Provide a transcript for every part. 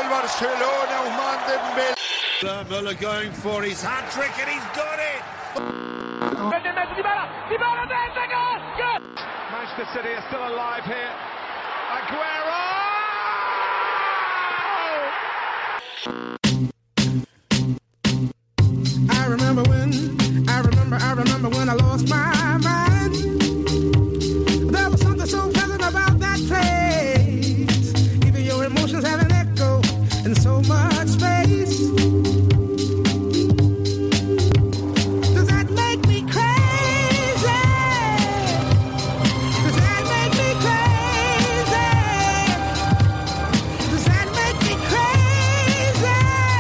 Barcelona, Ousmane Dembélé. Müller going for his hat-trick and he's got it. Manchester City are still alive here. Aguero! I remember when I lost my mind. There was something so pleasant about that place. Even your emotions have an echo in so much space. Does that make me crazy? Does that make me crazy? Does that make me crazy?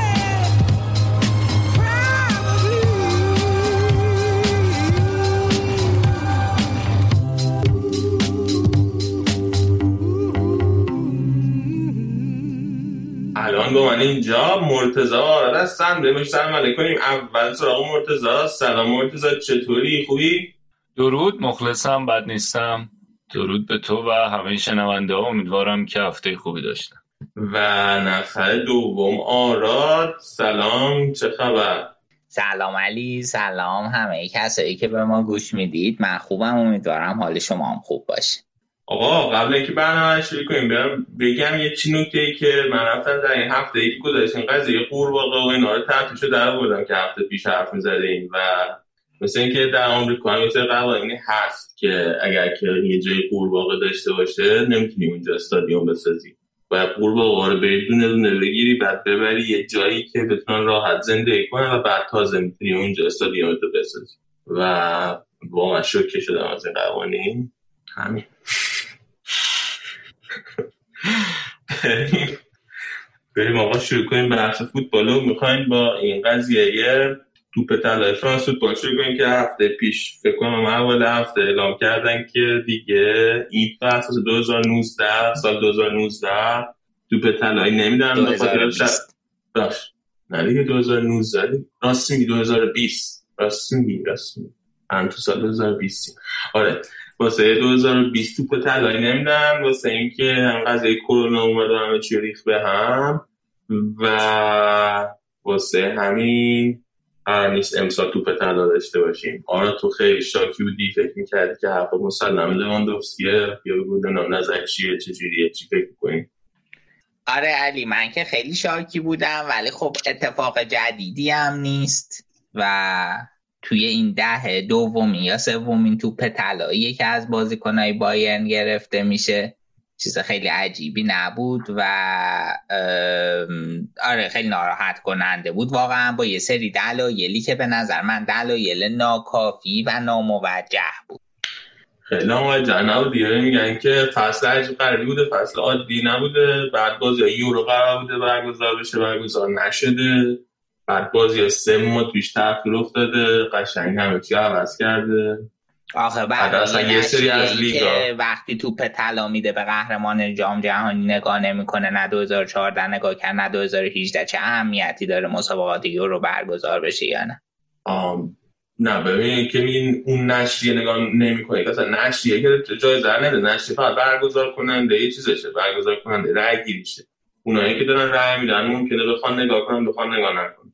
الان با من اینجا مرتضی آراد هستن. بریم سلام علیکم. اول سراغ مرتضی. سلام مرتضی، چطوری؟ خوبی؟ درود، مخلصم، بد نیستم. درود به تو و همه شنونده ها. امیدوارم که هفته خوبی داشتن. و نفر دوم آراد. سلام، چه خبر؟ سلام علی، سلام همه کسایی که به ما گوش میدید. من خوبم، امیدوارم حال شما هم خوب باشه. آقا قبل اینکه برنامه شروع کنیم بگم یه چی نکته‌ای که من رفتم در این هفته‌ای که گذشته قضیه قورباغه و اینا رو تفتیشو در آوردم که هفته پیش حرف می‌زدیم و مثل اینکه در آمریکا هم یه سری قوانینی هست که اگر که یه جای قورباغه داشته باشه نمیتونی اونجا استادیوم بسازی. باید قورباغه‌ها رو بری دونه دونه بگیری، بعد ببری یه جایی که بتونن راحت زندگی کنن و بعد تازه میتونی اونجا استادیومت رو بسازی. و واقعا شوکه شدم از این قوانین. همین. بریم آقا شروع کنیم بحث فوتبالو. میخوایم با این قضیه توپ طلای فرانس فوتبال شروع کنیم که هفته پیش فکر کنم اول هفته اعلام کردن که دیگه این فصل 2019 سال 2019 توپ طلایی نمیدن. 2020 نه دیگه 2019 راست میگی 2020 راست میگی هم تو سال 2020. آره واسه 2020 توپ طلایی نمیدن واسه اینکه هم قضیه کرونا اومد و همه چی ریخت به هم و واسه همین قرار نیست امسال توپ طلا داشته باشیم. آره تو خیلی شاکی بودی، فکر میکردی که حق مسلم لواندوفسکیه یا بودن نظر چیه، چجوریه، چی فکر میکنی؟ آره علی، من که خیلی شاکی بودم ولی خب اتفاق جدیدی هم نیست و توی این دهه دومین یا سومین توپ طلایی که از بازیکنای بایرن گرفته میشه چیز خیلی عجیبی نبود و آره خیلی ناراحت کننده بود واقعا، با یه سری دلایلی که به نظر من دلایل ناکافی و ناموجه بود. خیلی ناموجه نبود دیگه. میگن که فصل عجیب غریبی بوده، فصل عادی نبوده. بعد بازی یورو قرار بوده برگزار بشه، برگزار نشده. بعد بازی 3 ماه پیش تأخیر افتاده، قشنگ همه چی عوض کرده. آخه بعد یه سری از لیگا وقتی توپ طلا میده به قهرمان جام جهانی نگاه نمیکنه، نه 2014 نگاه کرد نه 2018، چه اهمیتی داره مسابقات یورو برگزار بشه یا نه؟ نه ببین که میگین اون نشریه نگاه نمیکنه، اصلا نشریه که جایزه نده، نشریه فقط برگزار کننده یه چیزشه، برگزار کننده رأی گیری شه. اونایی که دارن رأی میدن ممکنه بخوان نگاه کنن، بخوان نگاه نکنن.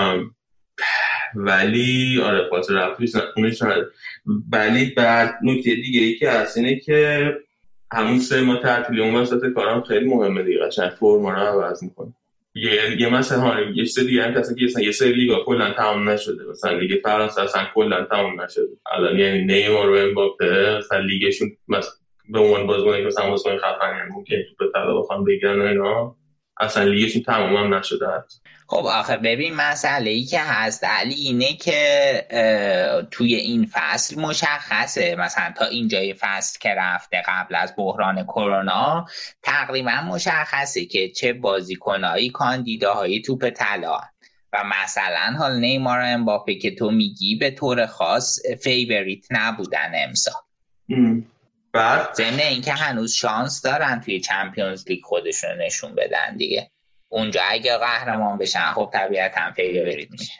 ولی آره خاطر رفتیش اونش نداره. ولی بعد نکته دیگه ای که هست اینه که همون 3 ماه تعطیلی اون وسط کارم خیلی مهمه دیگه، قشنگ فرما رو عوض میکنه. یه مثلا یه چیز دیگه هم هست که یه سری لیگا کلا تمام نشده، مثلا لیگ فرانسه اصلا کلا تمام نشده الان، یعنی نیمار و امباپه مثلا لیگشون مثلا به عنوان بازیکن مثلا بازیکن خفنی ممکن توپ طلا بخوام بگیرن اینا، اصلا لیگشون تمام هم نشده هست. خب آخه ببین مسئله ای که هست علی اینه که توی این فصل مشخصه، مثلا تا اینجای فصل که رفته قبل از بحران کرونا تقریبا مشخصه که چه بازیکنایی کاندیداهای توپ طلا و مثلا حال نیمار و امباپه که تو میگی به طور خاص فیوریت نبودن امسال. بعد ضمن اینکه هنوز شانس دارن توی چمپیونز لیگ خودشون نشون بدن دیگه، اونجا اگه قهرمان بشن خب طبیعتاً فیوریت میشه.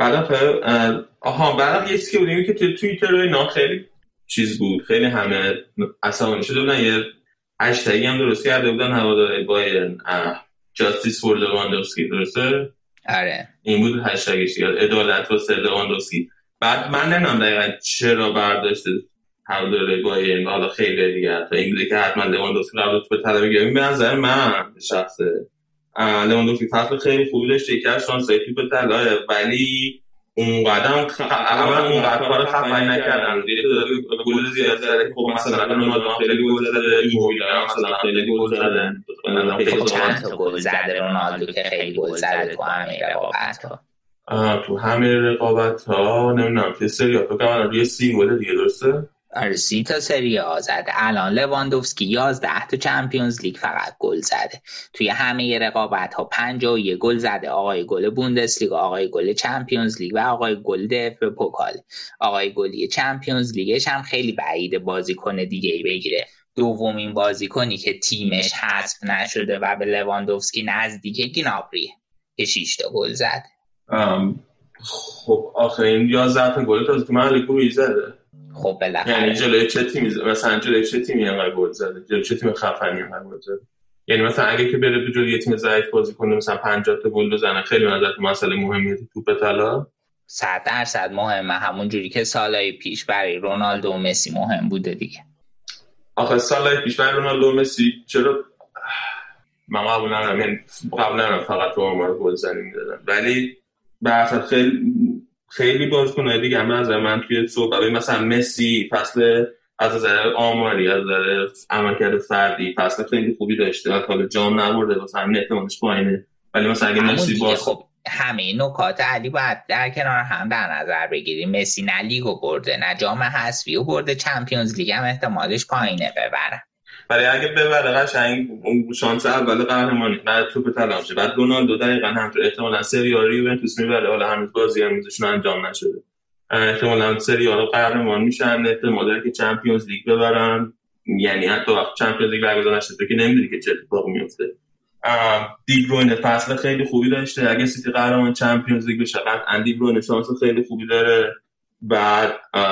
بعدم یه چیزی که بودیم که تو توییتر و اینا خیلی چیز بود، خیلی همه عصبانی شده بودن، یه هشتگی هم درست کرده بودن هوادارهای بایرن جاستیس فور لواندوفسکی، درسته؟ آره این بود هشتگش، عدالت واسه لواندوفسکی. بعد من نمیدونم دقیقاً چرا برداشته هواداری بایرن، حالا خیلی دیگه تا این بوده که حتما لواندوفسکی قرار بود به طلا بگیره. به نظر من به شخصه لواندوفسکی فصل خیلی خوبی داشته، یکی از شانس‌های توپ طلا، ولی اون قدم اون قدم خفای نکردن، گل زیاد زده. خب مثلا رونالدو خیلی گل زده، ایموبیل مثلا خیلی گل زده، چند تا گل زده رونالدو که خیلی گل زده تو همه رقابت‌ها. تو همه رقابت‌ها نمیدونم که سری آ فکر کنم روی 30 گل دیگه، درسته؟ آره 30 تا سری آ زده. الان لواندوفسکی 11 تا چمپیونز لیگ فقط گل زده. توی همه رقابت‌ها 51 گل زده. آقای گل بوندسلیگا، آقای گل چمپیونز لیگ و آقای گل دفع پوکال. آقای گلی چمپیونز لیگش هم خیلی بعیده بازیکن دیگه‌ای بگیره. دومین بازیکنی که تیمش حذف نشده و به لواندوفسکی نزدیکه گنابریه که 6 تا گل زده. خب آخه این 11 تا گل تازه تو محل زده. خب بالاخره یعنی جلوی چه تیمی مثلا جلوی چه تیمی انقدر گل زده؟ جلوی چه تیم خفنی انقدر گل زده؟ یعنی مثلا اگه که بره جلوی یه تیم ضعیف بازی کنه مثلا 50 تا گل بزنه، خیلی نظر مسئله مهمیه تو توپ طلا. 100% مهمه، همون جوری که سالهای پیش برای رونالدو و مسی مهم بوده دیگه. آخه سالهای پیش برای رونالدو و مسی چرا من قبول ندارم، یعنی قبول ندارم فقط تو آمار گل زنی میدادن، ولی به اصل خیلی بازیکن‌های دیگه هم از من توی صحبت مثلا مسی فصل از نظر آماری، از نظر عملکرد فردی فصل خیلی خوبی داشته، حالا جام نبرده مثلا احتمالش پایینه، ولی مثلا اگه مسی خب همه نکات علی باید در کنار هم در نظر بگیریم. مسی نه لیگو برده نه جام حذفیو برده، چمپیونز لیگ هم احتمالش پایینه ببره، ولی اگه ببره قشنگ اون شانس اول قهرمانی بعد توپ طلا میشه. بعد رونالدو دقیقاً همونطور احتمالاً سری آ رو یوونتوس میبره، حالا هنوز بازی هم میذاشون انجام نشده، احتمالاً سری آ رو قهرمان میشن، احتمال داره که چمپیونز لیگ ببرن، یعنی حتی وقت چمپیونز لیگ برگزار نشه که نمیدونی که چه اتفاقی میفته. دی بروینه فصل خیلی خوبی داشته، اگه سیتی قهرمان چمپیونز لیگ بشه قطعاً دی بروینه شانس خیلی خوبی داره. بعد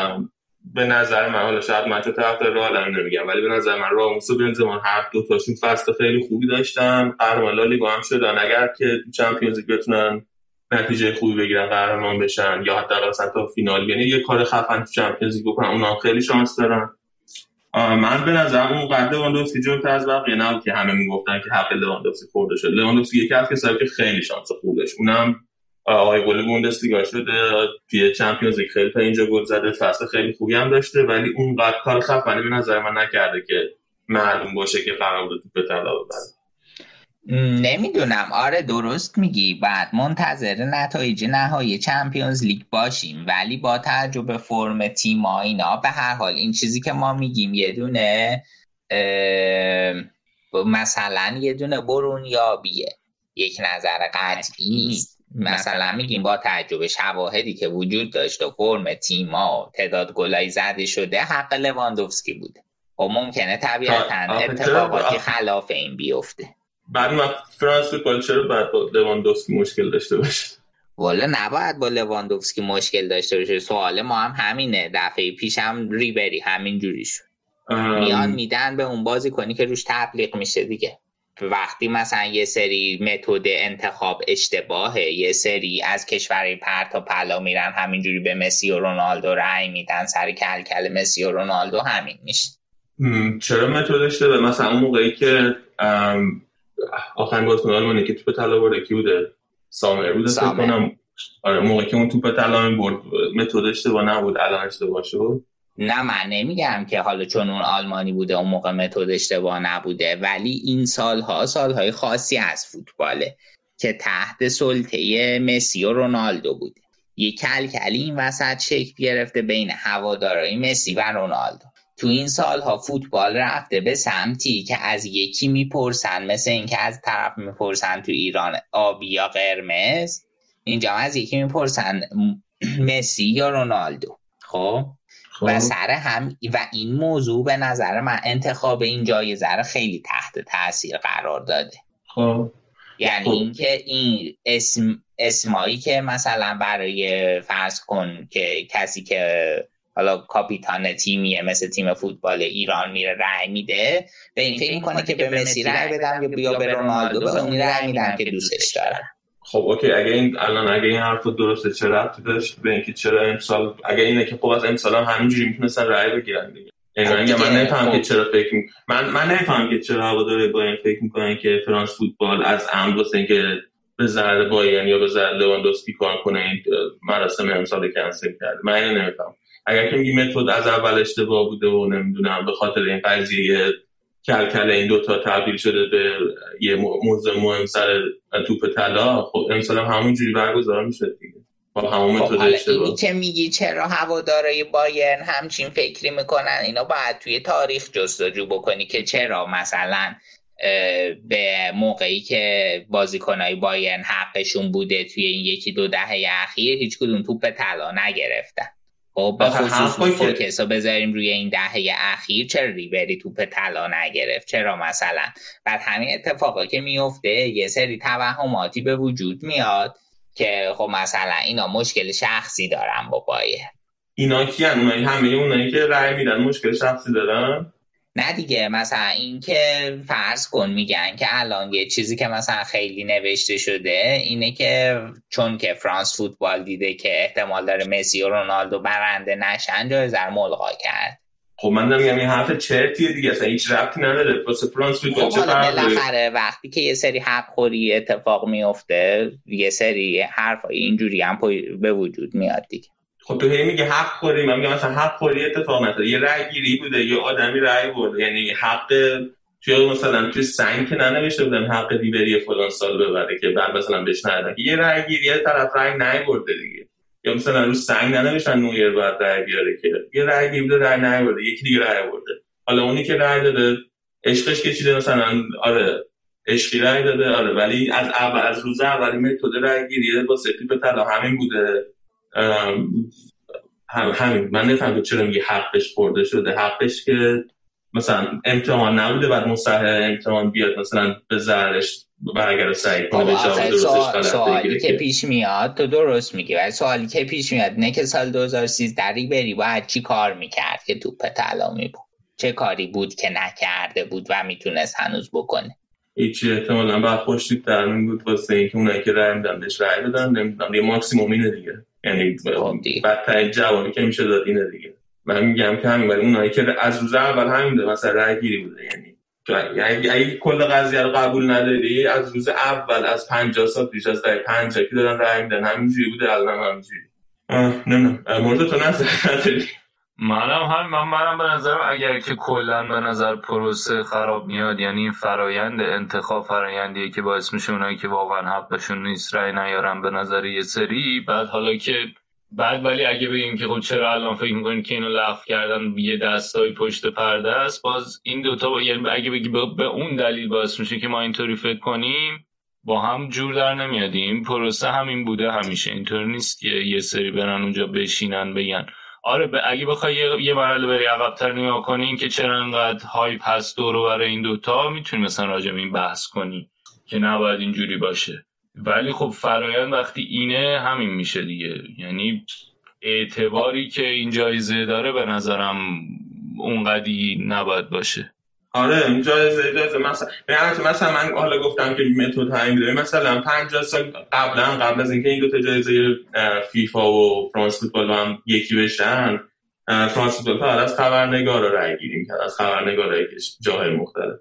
به نظر من، حالا شاید من تو طرفدار رئال نمیگم، ولی به نظر من راموس و بنزما هر دو تاشون فصل خیلی خوبی داشتن، قهرمان لالیگا هم شدن. اگر که چمپیونز لیگ بتونن نتیجه خوبی بگیرن قهرمان بشن یا حتی اصلا تا فینال، یعنی یه کار خفن تو چمپیونز لیگ بکنن، اونا خیلی شانس دارن. من به نظرم اون قد لواندوفسکی جلوتر از بقیه نه که همه میگفتن که حق لواندوفسکی خورده شد. لواندوفسکی یکی از کسایی که خیلی شانس خوب داشت، اونم آقای گل بوندسلیگا شده، توی چمپیونز لیگ خیلی تا اینجا گل زده، فصل خیلی خوبی هم داشته، ولی اون قد کار خفنی به نظر من نکرده که معلوم باشه که قرار بود توپ طلا ببره. نمیدونم، آره درست میگی، بعد منتظر نتایج نهایی چمپیونز لیگ باشیم، ولی با تجربه فرم تیم‌ها اینا به هر حال این چیزی که ما میگیم یه دونه مثلا یه دونه برونیابیه، یک نظر قطعی نیست. مثلا میگیم با تجربه شواهدی که وجود داشت و فرم تیم‌ها تعداد گلای زده شده حق لواندوفسکی بوده و ممکنه طبیعتاً اتفاقاتی خلاف این بیفته. بعد ما فرانس فوتبال چرا باید با لواندوفسکی مشکل داشته باشه؟ والا نباید با لواندوفسکی مشکل داشته باشه. سوال ما هم همینه، دفعه پیش هم ریبری همین جوری شد. میان میدن به اون بازیکنی که روش تبلیغ میشه دیگه. وقتی مثلا یه سری متد انتخاب اشتباهه، یه سری از کشورهای پرت و پلا میرن همینجوری به مسی و رونالدو رأی میدن، سر کل مسی و رونالدو همین میشه. چرا متد اشتباه؟ مثلا اون موقعی که آخرین بازیکن آلمانی که توپ طلا برد کی بوده؟ سامر بود فکر کنم. آره موقعی که اون توپ طلا برد متد اشتباه نبود، الان اشتباه شد. نه من نمیگم که حالا چون اون آلمانی بوده اون موقع متد اشتباه نبوده، ولی این سالهای خاصی از فوتباله که تحت سلطه مسی و رونالدو بوده. یه کلکلی این وسط شکل گرفته بین هوادارهای مسی و رونالدو. تو این سالها فوتبال رفته به سمتی که از یکی میپرسن، مثل این که از طرف میپرسن تو ایران آبی یا قرمز، اینجا از یکی میپرسن مسی یا رونالدو. خب و سر هم و این موضوع به نظر من انتخاب این جایزه خیلی تحت تاثیر قرار داده. خب یعنی اینکه این اسمایی که مثلا برای فرض کن که کسی که حالا کاپیتان تیمیه مثل تیم فوتبال ایران میره رأی میده، به این فکر میکنه که به مسی رأی بدم یا بیا به رونالدو به اون رأی میدم که دوستش دارم. خب اوکی، اگه این حرف درسته چه ربطی داشت به اینکه چرا امسال اگه اینه که خب از امسال هم همینجوری میتونستن رأی بگیرن دیگه. یعنی من نمیفهمم که چرا من نمیفهمم که چرا هواداره بایرن فکر میکنن که فرانس فوتبال از عمد واسه اینکه به ضرر بایرن یا به ضرر لواندوسکی کار کنه این مراسم امسال کنسل کرده. من اینو نمیفهمم. اگر که میگی متد از اول اشتباه بوده و نمیدونم به خاطر این قضیه کلکل این دوتا تبدیل شده به یه موضوع مهم سر توپ طلا، خب امسال هم همونجوری برگزار میشه دیگه. خب حالا اینی که میگی چرا هوادارهای بایرن همچین فکری میکنن، اینا باید توی تاریخ جستجو بکنی که چرا مثلا به موقعی که بازیکنهای بایرن حقشون بوده توی این 1-2 دهه اخیر هیچ کدوم توپ طلا نگرفتن. خب به خصوص فوکسو بذاریم روی این دهه اخیر، چرا ریبری توپ طلا نگرفت؟ چرا مثلا بعد همین اتفاقا که میفته یه سری توهماتی به وجود میاد که خب مثلا اینا مشکل شخصی دارن با بایرن. اینا کیان؟ اونایی که رأی میدن مشکل شخصی دارن؟ نه دیگه، مثلا این که فرض کن میگن که الان یه چیزی که مثلا خیلی نوشته شده اینه که چون که فرانس فوتبال دیده که احتمال داره مسی و رونالدو برنده نشن جایزه رو ملغا کرد. خب من نمیگم این حرف چرتیه دیگه، اصلا هیچ ربطی نداره واسه فرانس فوتبال. خب بالاخره وقتی که یه سری حق خوری اتفاق میفته یه سری حرفای اینجوری هم به وجود میاد دیگه. خب تو میگه حق خوری، من میگم مثلا حق خوری اتفاق نیفتاده، یه رأی گیری بوده، یه آدمی رأی برده، یعنی حق توی مثلا توی سنگ که ننوشته بودن حق دیبری فلان سال ببره که بعد مثلا بهش ندادن، یه رأی گیری طرف رأی نبرده دیگه، یا مثلا رو سنگ ننوشتن نویر باید رأی بیاره که یه رأی گیری بوده رأی نبرده، یکی دیگه رأی برده. حالا اونی که رأی داده عشقش کشیده مثلا، آره عشقی رأی داده، آره، ولی از روز اولی متد رأی گیری با توپ طلا همین بوده. همین من نفهمم چرا میگه حقش خورده شده. حقش که مثلا امتحان نبوده بعد مصحح امتحان بیاد مثلا به ضررش برگرده سعی کنه به جواب درستش. سوالی که پیش میاد تو درست میگی، ولی سوالی که پیش میاد نه که سال 2013 ریبری باید چی کار میکرد که توپ طلا میبود؟ چه کاری بود که نکرده بود و میتونست هنوز بکنه؟ هیچی، احتمالاً بعد خوشتیپ درمین بود واسه اینکه اونایی که رأی میدن بهش رأی بدن. نمیدونم یه ماکسیموم اینه دیگه، یعنی بدترین جوابی که میشه داد اینه دیگه. من میگم که همین، ولی اونایی که از روز اول همین ده مثلا رأی گیری بوده، یعنی اگه کل قضیه رو قبول نداری از روز اول از 50 سال پیش از دهه 50 که دارن رأی میدن همینجوری بوده، الان همینجوری. نمیدونم مورد تو نظری؟ منم به نظرم اگر که کلا به نظر پروسه خراب میاد، یعنی این فرایند انتخاب فرایندیه که باعث میشه اونایی که واقعا حقشون نیست رأی نیارن به نظر یه سری، بعد حالا که ولی اگه بگیم که خب چرا الان فکر می‌کنین که اینو لغو کردن یه دستای پشت پرده است، باز این دوتا یعنی اگه بگی به اون دلیل باعث میشه که ما اینطوری فکر کنیم با هم جور در نمیادیم. پروسه همین بوده همیشه، اینطور نیست که یه سری برن اونجا بشینن بگن آره اگه بخوای یه مرحله بری عقب‌تر نگاه کنی که چرا انقدر هایپ هست دور و بر این دوتا، میتونی مثلا راجع به این بحث کنی که نباید اینجوری باشه. ولی خب فرایند وقتی اینه همین میشه دیگه، یعنی اعتباری که این جایزه داره به نظرم اونقدی نباید باشه. آره این جایزه مثلا من حالا گفتم که متد همین داره، مثلا 50 سال قبل از اینکه این دو تا جایزه فیفا و فرانس فوتبال هم یکی بشن، فرانس فوتبال فقط از خبرنگارا رأی گیری می‌کرد، از خبرنگارای جاهای مختلف.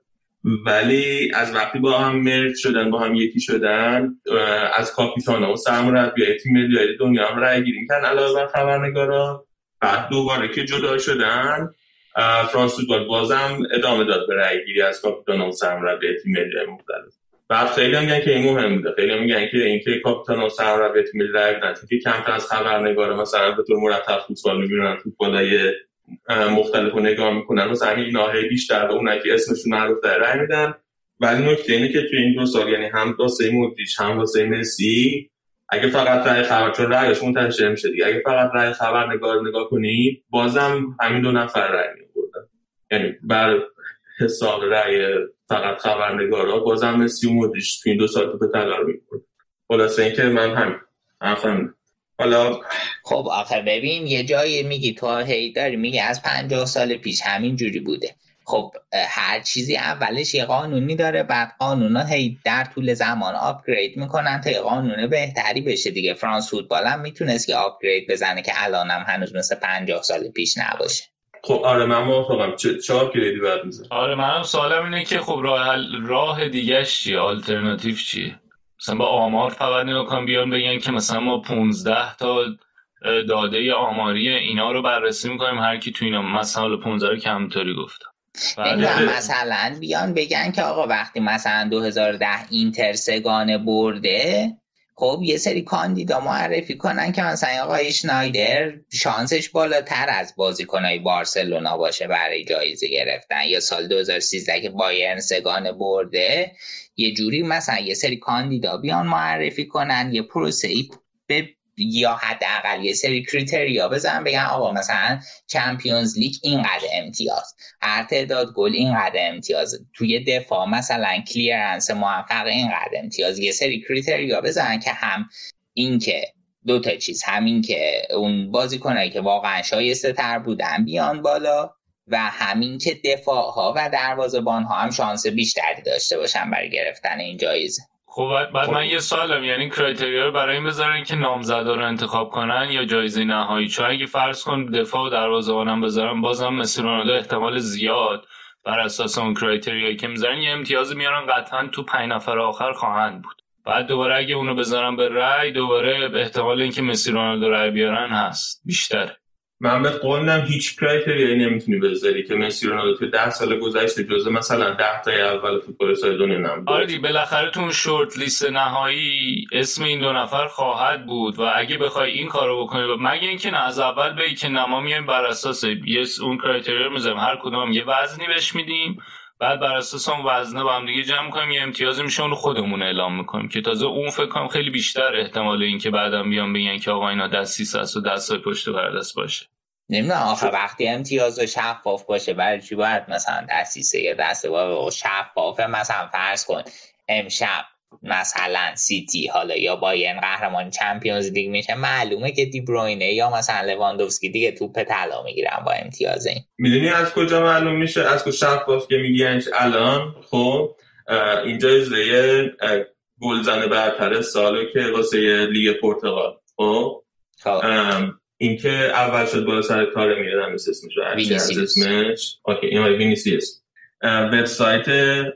ولی از وقتی با هم مرج شدن، با هم یکی شدن، از کاپیتانا و سرمربیای تیم ملی دنیا هم رأی گیری می‌کردن علاوه بر خبرنگارا. بعد دوباره که جدا شدن فرانس فوتبال بازم ادامه داد به رأی گیری از کاپیتانا و سرمربیای تیم ملی مختلف. بعد خیلی میگن که این مهم بوده، خیلی میگن که اینکه کاپیتانا و سرمربیای تیم ملی رأی دادن که کمتر از خبرنگارا مثلا به طور مرتب فوتبال می‌بینن، فوتبالای مختلفو نگاه میکنن، مثلا این ناحیه بیشتر به اونایی که اسمشون معروف در رأی میدن. ولی نکته اینه که توی این 2 سال یعنی هم واسه مودریچ هم واسه مسی اگه فقط رأی خبر، چون رأیش منتشر میشه دیگه، اگه فقط رأی خبرنگار نگاه کنی بازم همین 2 نفر رأی می‌بردن، یعنی بر حساب رأی فقط خبرنگارا بازم مسی و مودریچ توی این 2 سال تو طلا رو می‌بردن. خلاصه اینکه من هم حالا خب آخه ببین یه جایی میگی تو هی داری میگی از 50 سال پیش همین جوری بوده. خب هر چیزی اولش یه قانونی داره، بعد قانونا هی در طول زمان آپگرید میکنن تا یه قانون بهتری بشه دیگه. فرانس فوتبال هم میتونست که آپگرید بزنه که الانم هنوز مثل 50 سال پیش نباشه. خب آره من موافقم. چه آپگریدی باید میزنه؟ آره منم سوالم اینه که خب راه دیگه‌اش چیه؟ آلترناتیو چیه؟ مثلا با آمار فقط نگاه کن بیان بگن که مثلا ما 15 تا داده آماری اینا رو بررسی میکنیم، هر کی تو اینا مثلا 15 رو کمتری گفتم. مثلا بیان بگن که آقا وقتی مثلا 2010 اینتر سگانه برده، خب یه سری کاندیدا معرفی کنن که مثلا آقای شنایدر شانسش بالاتر از بازیکنای بارسلونا باشه برای جایزه گرفتن، یا سال 2013 که بایرن سگانه برده یه جوری مثلا یه سری کاندیدا بیان معرفی کنن، یه پروسه‌ای یا حداقل یه سری کریتریا بزنن بگن آقا مثلا چمپیونز لیگ اینقدر امتیاز، هر تعداد گل اینقدر امتیاز، توی دفاع مثلا کلیرنس موفق اینقدر امتیاز. یه سری کریتریا بزنن که هم این که دو تا چیز، همین که اون بازیکنایی که واقعا شایسته تر بودن بیان بالا و همین که دفاع ها و دروازه‌بان ها هم شانس بیشتری داشته باشن برای گرفتن این جایزه. خب بعد من یه سوالم، یعنی کرایتریا رو برای این بذارن که نامزدا رو انتخاب کنن یا جایزه نهایی؟ چون اگه فرض کن دفاع و دروازه‌بان هم بذارن بازم مسی رونالدو احتمال زیاد بر اساس اون کرایتریایی که میذارن یه امتیاز میارن قطعا تو 5 نفر آخر خواهند بود. بعد دوباره اگه اونو بذارن به رای، دوباره احتمال اینکه مسی رونالدو رای بیارن هست بیشتره. من به قولم هیچ کرایتریایی نمیتونی بذاری که مسی رونالدو تو 10 سال گذشته جزو مثلا 10 تا اول فوتبالیستای دنیا نبود. آره دیگه بالاخره تو اون شورت لیست نهایی اسم این دو نفر خواهد بود و اگه بخوای این کارو بکنی مگه اینکه نه از اول بگی که ما میایم بر اساس اون کرایتریا میذاریم، هر کدوم یه وزنی بهش میدیم، بعد بر اساس اون وزنه با هم دیگه جمع کنیم یه امتیازی میشه اون رو خودمون اعلام میکنیم که تازه اون فکر کنم خیلی بیشتر احتمال این که بعدم بیان بگن که آقا اینا دستی است و دستای پشت پردست باشه. نمیدونم آخه وقتی امتیاز شفاف باشه برای چی باید مثلا دستیسه یا دسته با شفافه؟ مثلا فرض کن امشب مثلا سیتی حالا یا بایرن قهرمان چمپیونز لیگ میشه، معلومه که دی بروینه یا مثلا لواندوفسکی دیگه توپ طلا میگیرن با امتیاز این. میدونی از کجا معلوم میشه؟ از کجا شفاف که میگنش الان خب این جایزه گلزن برتر سالو که واسه لیگ پرتغال خب این که اول شد بالا سر کار میادم اسمش اسمش اوکی این وینیسیوس وبسایت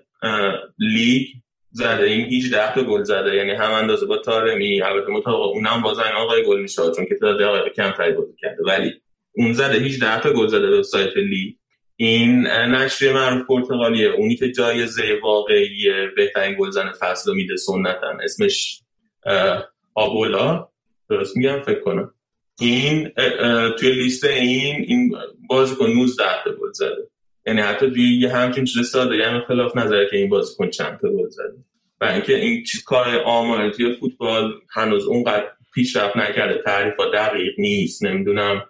لیگ زده این 18 تا گل زده، یعنی هم اندازه با تارمی، البته مطابق اونم بازن آقای گل میشه چون که تعداد آقای کمتری بازی کرده، ولی اون زده 18 تا گل زده وبسایت لیگ. این نشریه معروف پرتغالیه، اونی که جایزه واقعی بهترین گلزن فصل رو میده سنتاً، اسمش آبولا، درست میگم فکر کنم. این توی لیست این بازیکن 19 تا گل زده، یعنی حتی توی یه همچین چیز ساده یعنی خلاف نظره که این بازیکن چند تا گل زده و اینکه این کار آماری توی فوتبال هنوز اونقدر پیشرفت نکرده، تعریفا دقیق نیست، نمیدونم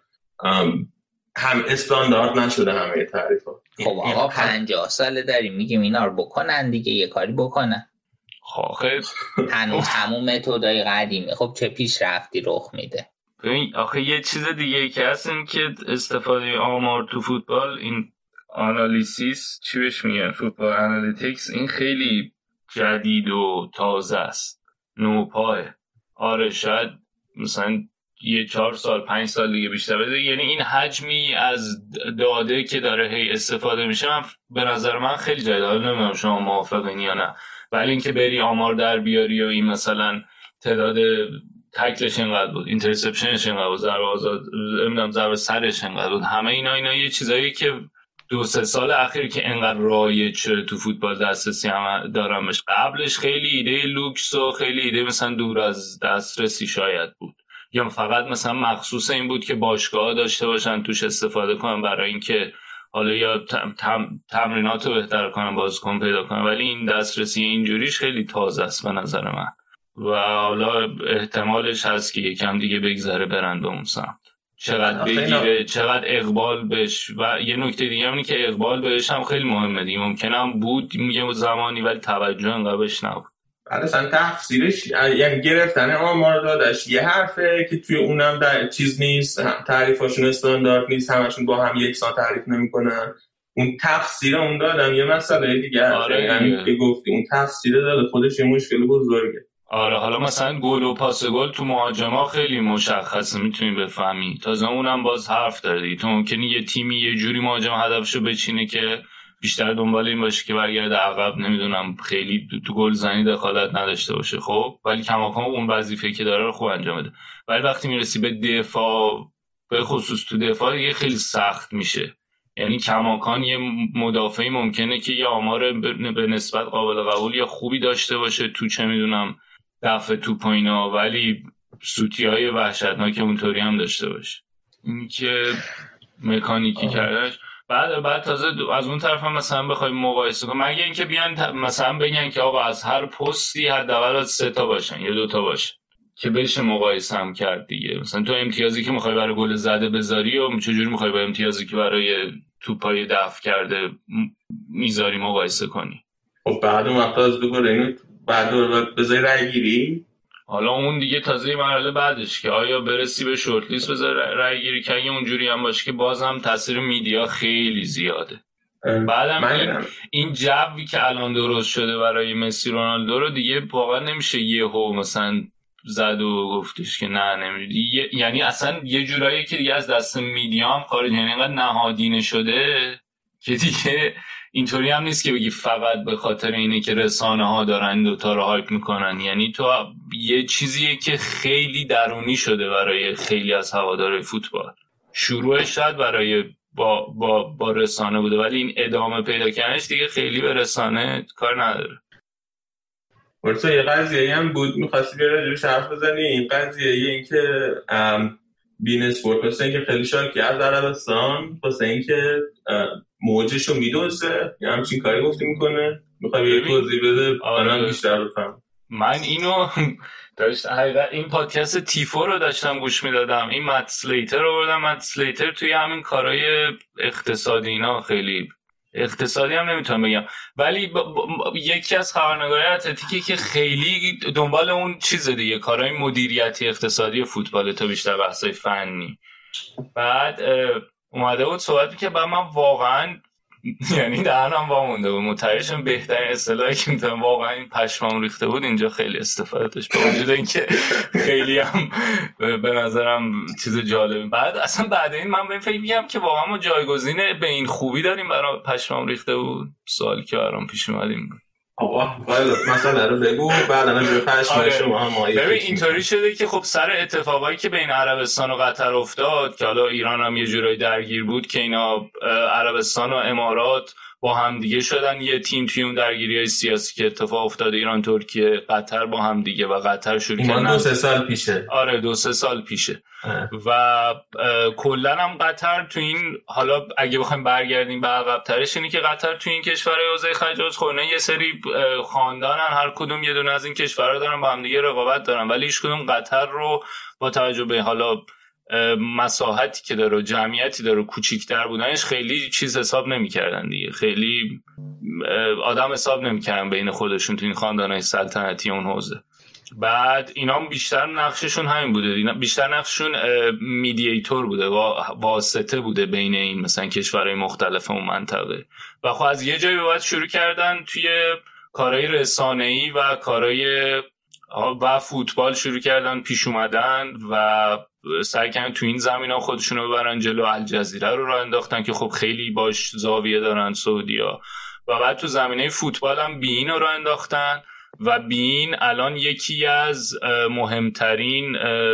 هم استاندارد نشده همه تعریفا. خب آقا 50 ساله داریم میگیم اینا رو بکنن دیگه، یه کاری بکنن. خب هنوز همون متدای قدیمی خب چه پیشرفتی رخ میده؟ ببین آخه یه چیز دیگه که هست این که استفاده آمار تو فوتبال، این آنالیسیس چی بهش میگن، فوتبال آنالیتیکس، این خیلی جدید و تازه است، نوپاه. آره شاید مثلا 4 سال 5 سال دیگه بیشتر بده، یعنی این حجمی از داده که داره هی استفاده میشه من به نظر من خیلی جدید. نمیدونم شما موافقین یا نه، ولی اینکه بری آمار در بیاری و این مثلا تعداد تکلش اینقدر بود، اینترسپشنش اینقدر بود، ضربه سرش اینقدر بود، همه اینا یه چیزایی که 2-3 سال اخیر که اینقدر رایج شده تو فوتبال دسترسی هم دارمش. قبلش خیلی ایده لوکس و خیلی ایده مثلا دور از دسترسی شاید بود، یا فقط مثلا مخصوص این بود که باشگاه‌ها داشته باشن توش استفاده کنن برای اینکه حالا یا تمریناتو بهتر کنن، بازیکن پیدا کنن، ولی این دسترسی اینجوریش خیلی تازه است به نظر من و حالا احتمالش هست که یکم دیگه بگذره برن به اون سمت، چقدر بگیره، چقدر اقبال بهش. و یه نکته دیگه اینه که اقبال بهش هم خیلی مهمه دیگه، ممکنه هم بود یه زمانی ولی توجه انقدر بهش نبود. بعد اصلا تفسیرش یعنی گرفتن آمار دادش یه حرفه که توی اونم در چیز نیست، تعریفاشون استاندارد نیست، همشون با هم یکسان تعریف نمیکنن. اون تفسیر اون دادم یه مسئله دیگه. آره یعنی که گفتی اون تفسیر داده خودش یه مشکل بزرگه. آره حالا مثلا گل و پاس گل تو مهاجما خیلی مشخصه، میتونی بفهمی. تازه اونم باز حرف داره دیگه. تو ممکنه یه تیمی یه جوری مهاجم هدفشو بچینه که بیشتر دنبال این باشه که برگرده عقب، نمیدونم خیلی تو گل زنی دخالت نداشته باشه، خب ولی کماکان اون وظیفه که داره رو خوب انجام بده. ولی وقتی میرسی به دفاع، به خصوص تو دفاع دیگه خیلی سخت میشه. یعنی کماکان یه مدافعی ممکنه که یه آمار به نسبت قابل قبول یا خوبی داشته باشه تو چه میدونم دفع توپ و اینا، ولی سوتی‌های وحشتناک اونطوری هم داشته باشه. این که مکانیکی کردنش. بعد تازه از اون طرف هم مثلا بخوای مقایسه کنم، مگه اینکه بیان مثلا بگن که آقا از هر پستی حداقل 3 تا باشن یا 2 تا باشن که بشه مقایسه هم کرد دیگه. مثلا تو امتیازی که میخوای برای گل زده بذاری و چجوری میخوای با امتیازی که برای توپای دفع کرده میذاری مقایسه کنی؟ خب بعد اون وقتا از دوباره اینو بعد بذاری رای گیری. حالا اون دیگه تازه مرحله بعدش که آیا برسی به شورت لیست بذاری رای گیری، که اگه اونجوری هم باشه که بازم تاثیر میدیا خیلی زیاده. بعدم این جوی که الان درست شده برای مسی رونالدو رو دیگه واقعا نمیشه یهو مثلا زد و گفتش که نه نمیدونی. یعنی اصلا یه جورایی که دیگه از دست میدیا هم خارج، یعنی اینقدر نهادینه شده که دیگه اینطوری هم نیست که بگی فقط به خاطر اینه که رسانه ها دارن دوتا رو هایپ میکنن. یعنی تو یه چیزیه که خیلی درونی شده برای خیلی از هوادارهای فوتبال. شروعش شاید برای با رسانه بوده، ولی این ادامه پیدا کردنش دیگه خیلی به رسانه کار نداره. ورسا یه قضیه هم بود میخواستی بیا راجبش حرف بزنی. این قضیه این که بین اسپورت واسه اینکه خیلی شاکی از عربستان واسه اینکه موجشو میدوزه یا همچین کاری گفتی میکنه. میخوای یه توضیح بده آنم بیشتر بفهم. من اینو حقیقت این پادکست تیفو رو داشتم گوش میدادم، این مت سلیتر رو بردم. مت سلیتر توی همین کارهای اقتصادی اینا، خیلی اقتصادی هم نمیتونم بگم، ولی یکی از خبرنگارای اتلتیکی که خیلی دنبال اون چیز دیگه، کارهای مدیریتی اقتصادی فوتبال تا بیشتر بحثای فنی. بعد اومده بود صحبت که بعد من واقعا یعنی دهنم وامونده بود. متعیشم بهترین اصطلاحی که میتونم، واقعا این پشمام ریخته بود اینجا. خیلی استفاده داشت با وجود اینکه خیلی هم به نظرم چیز جالبه. بعد اصلا بعد این من به فکر میگم که واقعا ما جایگزین به این خوبی داریم برای پشمام ریخته بود. سوالی که برام پیش اومد این بود. آقا مثلا رو بگو بعدا به پشمای شما هم مایه. ببین اینطوری شده که خب سر اتفاقایی که بین عربستان و قطر افتاد، که حالا ایران هم یه جورایی درگیر بود، که اینا عربستان و امارات با هم دیگه شدن یه تیم توی اون درگیری‌های سیاسی که اتفاق افتاد، ایران ترکیه قطر با هم دیگه، و قطر شروع کردن 2-3 سال پیشه. آره 2-3 سال پیشه. و کلا هم قطر تو این، حالا اگه بخوایم برگردیم به عقب‌ترش، اینه که قطر تو این کشورهای حوزه خلیج خورنه یه سری خاندانن، هر کدوم یه دونه از این کشورها دارن با هم دیگه رقابت دارن، ولی هیچ کدوم قطر رو با توجه به حالا مساحتی که داره و جمعیتی داره و کوچیک‌تر بودنش خیلی چیز حساب نمی‌کردن دیگه. خیلی آدم حساب نمی‌کردن بین خودشون تو این خاندان‌های سلطنتی اون حوزه. بعد اینا بیشتر نقششون همین بوده، بیشتر نقششون میدییتور بوده، واسطه بوده بین این مثلا کشورهای مختلف اون منطقه. و خب از یه جایی به بعد شروع کردن توی کارهای رسانه‌ای و کارهای و فوتبال شروع کردن پیش اومدن و سعی کردن تو این زمینا خودشونو ببرن جلو. الجزیره رو راه انداختن که خب خیلی باش زاویه دارن سعودیا، و بعد تو زمینه فوتبال هم بین رو راه انداختن. و بین الان یکی از مهمترین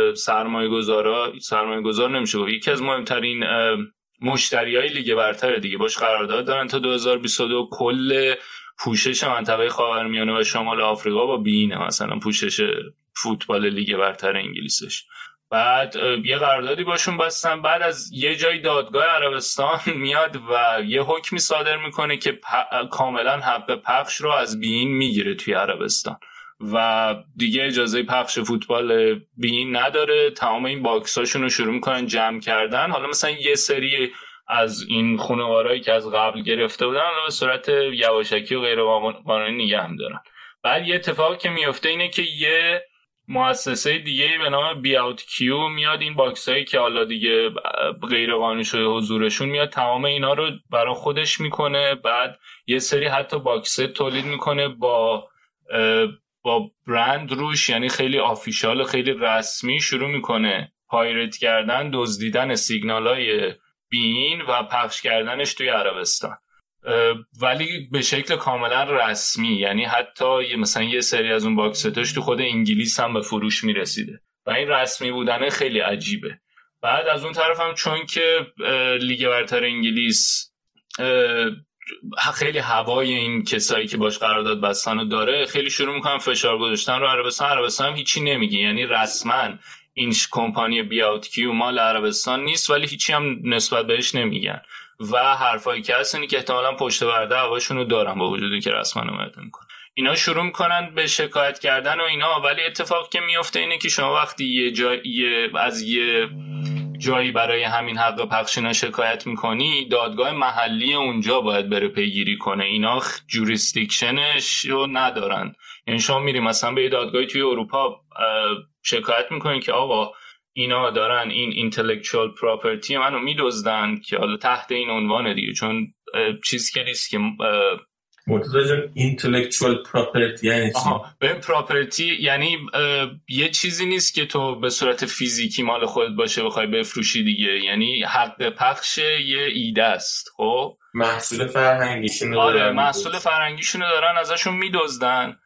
سرمایه‌گذار نمیشه گفت، یکی از مهمترین مشتریای لیگ برتر دیگه. باش قرارداد دارن تا 2022. کل پوشش منطقه خاورمیانه و شمال آفریقا با بینه، مثلا پوشش فوتبال لیگ برتر انگلیسش. بعد یه قراردادی باشون بستن. بعد از یه جای دادگاه عربستان میاد و یه حکمی صادر میکنه که کاملا حق پخش رو از بین میگیره توی عربستان و دیگه اجازه پخش فوتبال بین نداره. تمام این باکساشون رو شروع میکنن جمع کردن. حالا مثلا یه سری از این خانوارهایی که از قبل گرفته بودن به صورت یواشکی و غیر قانونی نگه هم دارن. بعد یه اتفاقی که میفته اینه که یه مؤسسه دیگه به نام بی اوت کیو میاد این باکسایی که حالا دیگه غیر قانونی شده حضورشون، میاد تمام اینا رو برای خودش میکنه. بعد یه سری حتی باکس تولید میکنه با برند روش، یعنی خیلی آفیشال، خیلی رسمی شروع میکنه پایرت کردن، دزدیدن سیگنالای بین و پخش کردنش توی عربستان، ولی به شکل کاملا رسمی. یعنی حتی مثلا یه سری از اون باکستاش تو خود انگلیس هم به فروش میرسیده و این رسمی بودن خیلی عجیبه. بعد از اون طرف هم چون که لیگ برتر انگلیس خیلی هوای این کسایی که باش قرارداد بستن رو داره، خیلی شروع میکنن فشار گذاشتن رو عربستان. عربستان هم هیچی نمیگه، یعنی رسما این کمپانی بی اوت کیو مال عربستان نیست ولی هیچی هم نسبت بهش نمیگن و حرفایی که هست اینی که احتمالاً پشت پرده هواشون رو دارن با وجودی که رسما نمایت میکنن. اینا شروع میکنن به شکایت کردن و اینا، ولی اتفاقی که میفته اینه که شما وقتی از یه جایی برای همین حق پخش اینا شکایت میکنی، دادگاه محلی اونجا باید بره پیگیری کنه. اینا جوریسدیکشنش رو ندارن. یعنی شما میری مثلا به یه دادگاهی توی اروپا شکایت میکنین که آقا اینا دارن این اینتלקچوال پراپرتی منو میدزدن، که حالا تحت این عنوان دیگه، چون چیزی که نیست که مرتضی جان اینتלקچوال پراپرتی یعنی چی؟ به پراپرتی یعنی یه چیزی نیست که تو به صورت فیزیکی مال خودت باشه بخوای بفروشی دیگه، یعنی حق پخش یه ایده است. خب محصول فرهنگیشون رو دارن. محصول فرهنگیشون رو دارن ازشون میدزدن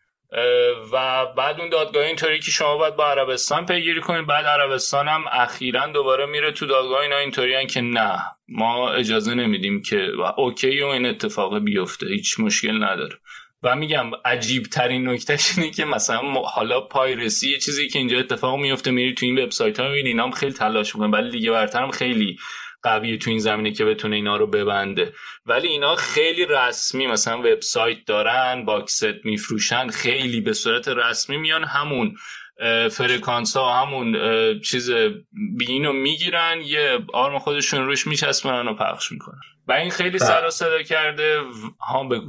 و بعد اون دادگاه اینطوری که شما باید با عربستان پیگیری کنید. بعد عربستان هم اخیراً دوباره میره تو دادگاه اینا اینطوریان که نه ما اجازه نمیدیم که اوکی و این اتفاق بیفته، هیچ مشکل نداره. و میگم عجیب ترین نکتهش اینه که مثلا حالا پایرسی، یه چیزی که اینجا اتفاق میفته، میری تو این وبسایت‌ها میبینی اینا هم خیلی تلاش میکنن، ولی دیگه برتر هم خیلی قویه تو این زمینه که بتونه اینا رو ببنده، ولی اینا خیلی رسمی مثلا وبسایت دارن، باکست میفروشن، خیلی به صورت رسمی میان همون فرکانس ها، همون چیز بینو میگیرن، یه آرم خودشون روش میچسبونن و پخش میکنن و این خیلی سر و صدا کرده. ها بگو.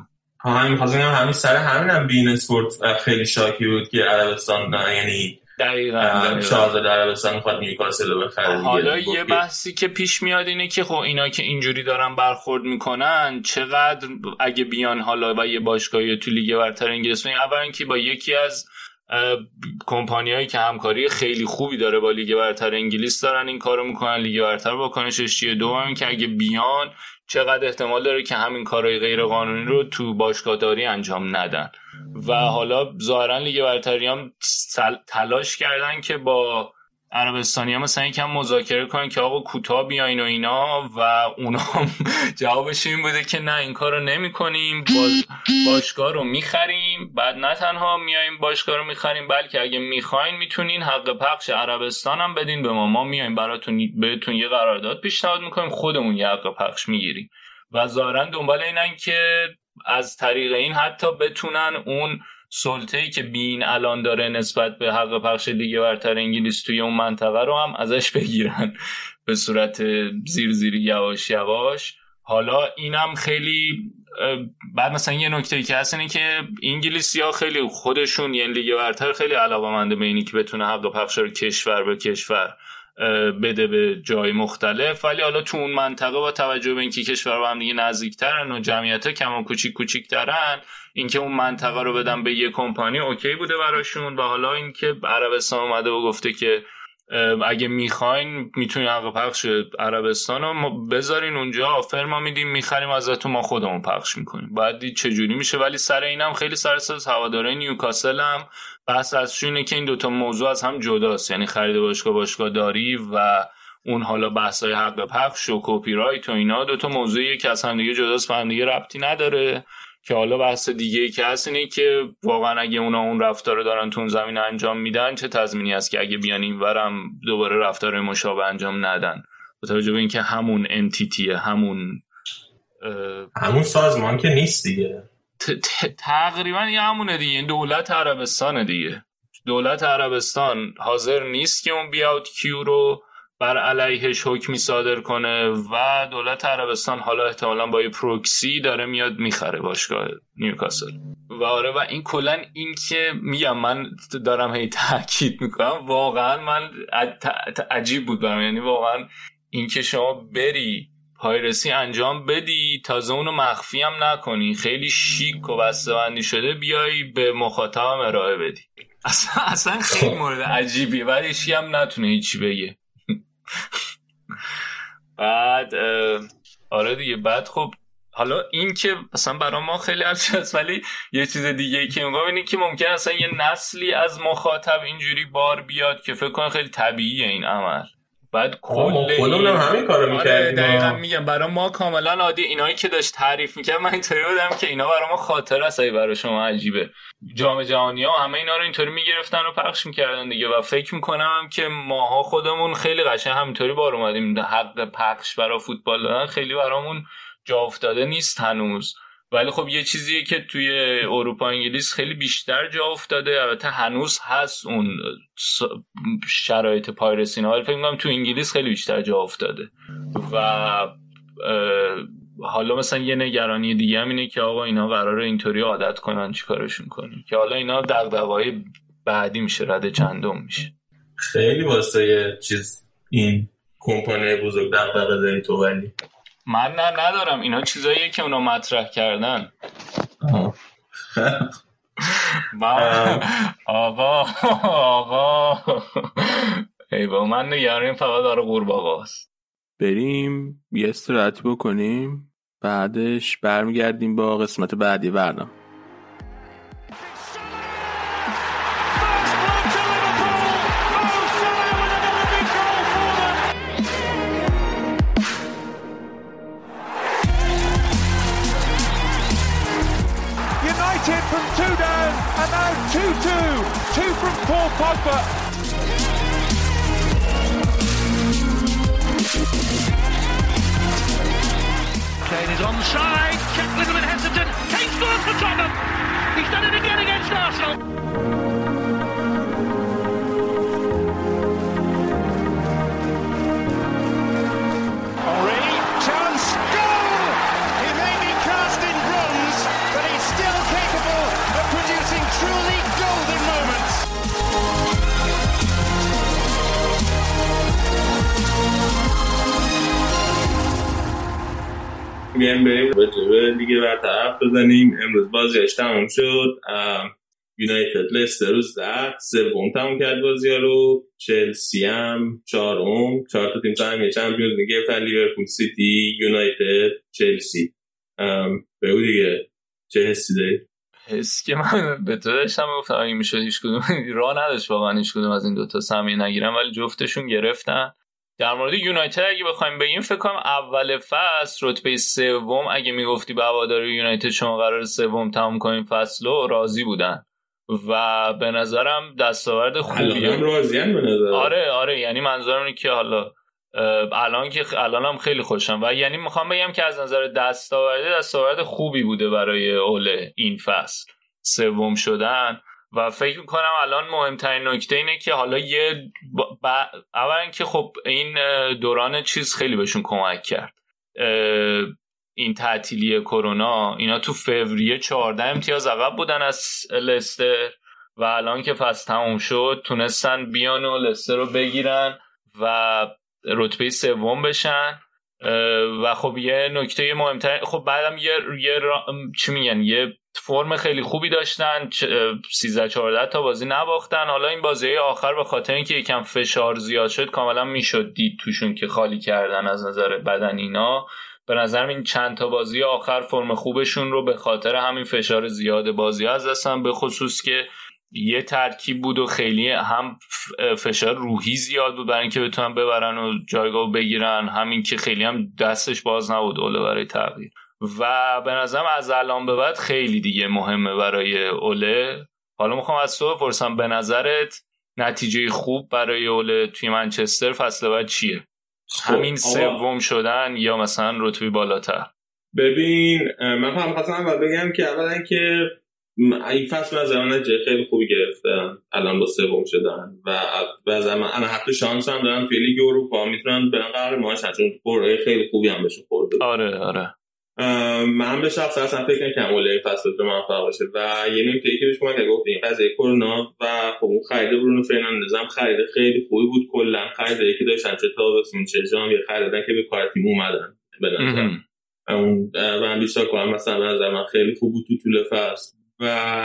همین سر همینم بین اسپورت خیلی شاکی بود که عربستان یعنی دقیقاً شاهزاده عربستان میخواد نیوکاسل رو بخره. حالا یه بحثی که پیش میاد اینه که خب اینا که اینجوری دارن برخورد میکنن، چقدر اگه بیان حالا و یه باشگاهی تو لیگ برتر انگلیس، اولا که با یکی از کمپانیایی که همکاری خیلی خوبی داره با لیگ برتر انگلیس دارن این کارو میکنن، لیگ برتر واکنشش چیه؟ دوم که اگه بیان چقدر احتمال داره که همین کارهای غیر قانونی رو تو باشگاهداری انجام ندن. و حالا ظاهرا لیگ برتری هم تلاش کردن که با عربستانی هم مثلا یکم مذاکره کنن که آقا کوتاه بیاین و اینا، و اونا هم جوابش این بوده که نه این کارو نمی‌کنیم، باشگاه رو می‌خریم. بعد نه تنها میایم باشگاه رو می‌خریم، بلکه اگه می‌خواین میتونین حق پخش عربستان هم بدین به ما میایم بهتون یه قرارداد پیشنهاد می‌کنیم، خودمون یه حق پخش می‌گیریم. و ظاهرا دنبال اینن که از طریق این حتی بتونن اون سلطه‌ای که بین الان داره نسبت به حق پخش لیگ برتر انگلیس توی اون منطقه رو هم ازش بگیرن به صورت زیر یواش یواش. حالا اینم خیلی بعد مثلا یه نکته‌ای که هست اینه که انگلیسی‌ها خیلی خودشون، یعنی لیگ برتر خیلی علاقه‌منده به اینی که بتونه حق پخش رو کشور به کشور بده به جای مختلف، ولی حالا تو اون منطقه با توجه به اینکه کشور با هم دیگه نزدیک‌ترن و جمعیت‌ها کم و کوچیک‌ترن، اینکه اون منطقه رو بدن به یه کمپانی اوکی بوده براشون. و حالا اینکه عربستان اومده و گفته که اگه میخواین میتونین حق پخش عربستان رو بذارین اونجا، آفر ما میدیم، میخریم ازتون، ما خودمون پخش میکنیم. بعد دید چجوری میشه. ولی سر اینم خیلی سرساز هواداره نیوکاسل هم بحث ازش اینه که این دوتا موضوع از هم جداست، یعنی خرید باشگاه داری و اون حالا بحثای حق پخش و کپی رایت و اینا دوتا موضوعیه که از هم دیگه جداست، به هم دیگه ربطی نداره. که حالا بحث دیگه‌ای که هست اینه که واقعا اگه اونا اون رفتار رو دارن تو اون زمین انجام میدن، چه تضمینی هست که اگه بیان اینورم دوباره رفتار مشابه انجام ندن، با توجه به اینکه همون انتیتیه، همون سازمان که نیست دیگه، تقریبا یه همونه دیگه، دولت عربستان دیگه. دولت عربستان حاضر نیست که اون بی اوت کیو رو بر علیهش حکمی صادر کنه و دولت عربستان حالا احتمالاً با یه پروکسی داره میاد میخره باشگاه نیوکاسل. و آره، و این کلن این که میگم من دارم هی تاکید میکنم، واقعا من عجیب بود برام، یعنی واقعا این که شما بری پایرسی انجام بدی تازه اونو مخفی هم نکنی، خیلی شیک و بسته‌بندی شده بیای به مخاطبم ارائه بدی، اصلا خیلی مورد عجیبیه، بعد هیچی هم نتونه هیچی بگه. بعد آره دیگه، بعد خب حالا این که مثلا برای ما خیلی هست، ولی یه چیز دیگه ای که میگم اینه که ممکن اصلا یه نسلی از مخاطب اینجوری بار بیاد که فکر کنه خیلی طبیعیه این عمل. بعد خودمون هم همین کارو می‌کردیم. دقیقاً میگم برای ما کاملا عادی، اینایی که داشت تعریف می‌کرد من اینطوری بودم که اینا برای ما خاطره است، برای شما عجیبه. جام جهانی‌ها همه اینا رو اینطوری می‌گرفتن و پخش می‌کردن دیگه، و فکر می‌کنم که ماها خودمون خیلی قشنگ همینطوری بار اومدیم، حق پخش برای فوتبال دادن خیلی برامون جا افتاده نیست هنوز. ولی خب یه چیزیه که توی اروپا انگلیس خیلی بیشتر جا افتاده، البته هنوز هست اون شرایط پایرسی، ولی فکر می‌کنم تو انگلیس خیلی بیشتر جا افتاده. و حالا مثلا یه نگرانی دیگه هم اینه که آقا اینا قراره اینطوری عادت کنن، چی کارشون کنیم که حالا اینا دغدغه‌های بعدی میشه، رده چندم میشه. خیلی واسه یه چیز این کمپانی بزرگ دغدغه داری تو، ولی من ندارم، اینا چیزاییه که اونا مطرح کردن. آقا ای با من نگرانیم فقط داره قورباغه‌ست. بریم یه استراحت بکنیم، بعدش برمیگردیم با قسمت بعدی برنامه. From 2 down and now 2-2. 2 from Paul Pogba. Kane is onside. Check a little bit hesitant. Kane scores for Tottenham. He's done it again against Arsenal. بیایم بریم به دیگه برطرف بزنیم. امروز بازیش تموم شد. یونایتد لستر رو زد، سوم تموم کرد بازی‌ها رو. چلسی هم چهارم، 4 تا تیم سهمیه چمپیونز لیگ گرفتن، لیورپول، سیتی، یونایتد، چلسی. بگو دیگه چه حسی داری؟ حس که من به تو داشتم گفتم اگه میشد هیچ کدوم راه نداشت واقعا هیچ کدوم از این دوتا سهمیه نگیرن، ولی جفتشون گرفتن. در مورد یونایتد اگه بخوایم بگیم فکر کنم اول فصل رتبه سوم، اگه میگفتی به هواداری یونایتد شما قرار سوم تموم کنیم فصلو، راضی بودن و به نظرم دستاورد خوبیه. الان راضیان به نظر. آره یعنی منظورم اینه که حالا الانم خیلی خوشم و یعنی میخوام بگم که از نظر دستاورد خوبی بوده برای اوله این فصل سوم شدن. و فکر میکنم الان مهمترین نکته اینه که حالا اولا که خب این دوران چیز خیلی بهشون کمک کرد، این تعطیلی کرونا، اینا تو فوریه 14 امتیاز عقب بودن از لستر و الان که فصل تموم شد تونستن بیان و لستر رو بگیرن و رتبه سوم بشن. و خب یه نکته مهمتر، خب بعدم یه فرم خیلی خوبی داشتن، 13-14 تا بازی نباختن. حالا این بازی آخر به خاطر اینکه یکم فشار زیاد شد کاملا میشد دید توشون که خالی کردن از نظر بدن اینا. به نظرم این چند تا بازی آخر فرم خوبشون رو به خاطر همین فشار زیاد بازی از دستن، به خصوص که یه ترکیب بود و خیلی هم فشار روحی زیاد بود برای اینکه بتونن ببرن و جایگاه بگیرن، همین که خیلی هم دستش باز نبود اوله برای تغییر. و به نظرم از الان به بعد خیلی دیگه مهمه برای اوله. حالا میخوام از تو بپرسم به نظرت نتیجه خوب برای اوله توی منچستر فصل بعد چیه؟ همین سوم شدن یا مثلا رتبه بالاتر؟ ببین من خواستم اول بگم که اولا که این فصل از زمان خیلی خوبی گرفتن. الان الان با سوم شدن و از من حتی شانس هم دارن توی لیگ اروپا میتونن برن قهرمان شن، چون برای خیلی خوبی هم بهشون خورده. آره من به شخص اصلا فکر نکنم اون فصل به موفق باشه. و یه نکته که بهش کمک گفتیم قضیه کرونا و خب اون خرید برونو فرناندز هم خرید خیلی خوبی بود. کلا خریدایی که داشتن چه تابستون چه ژانویه خریدن که به کار تیم اومدن به نظر اون و بیساکو هم مثلا به نظر من خیلی خوب بود تو طول فصل. و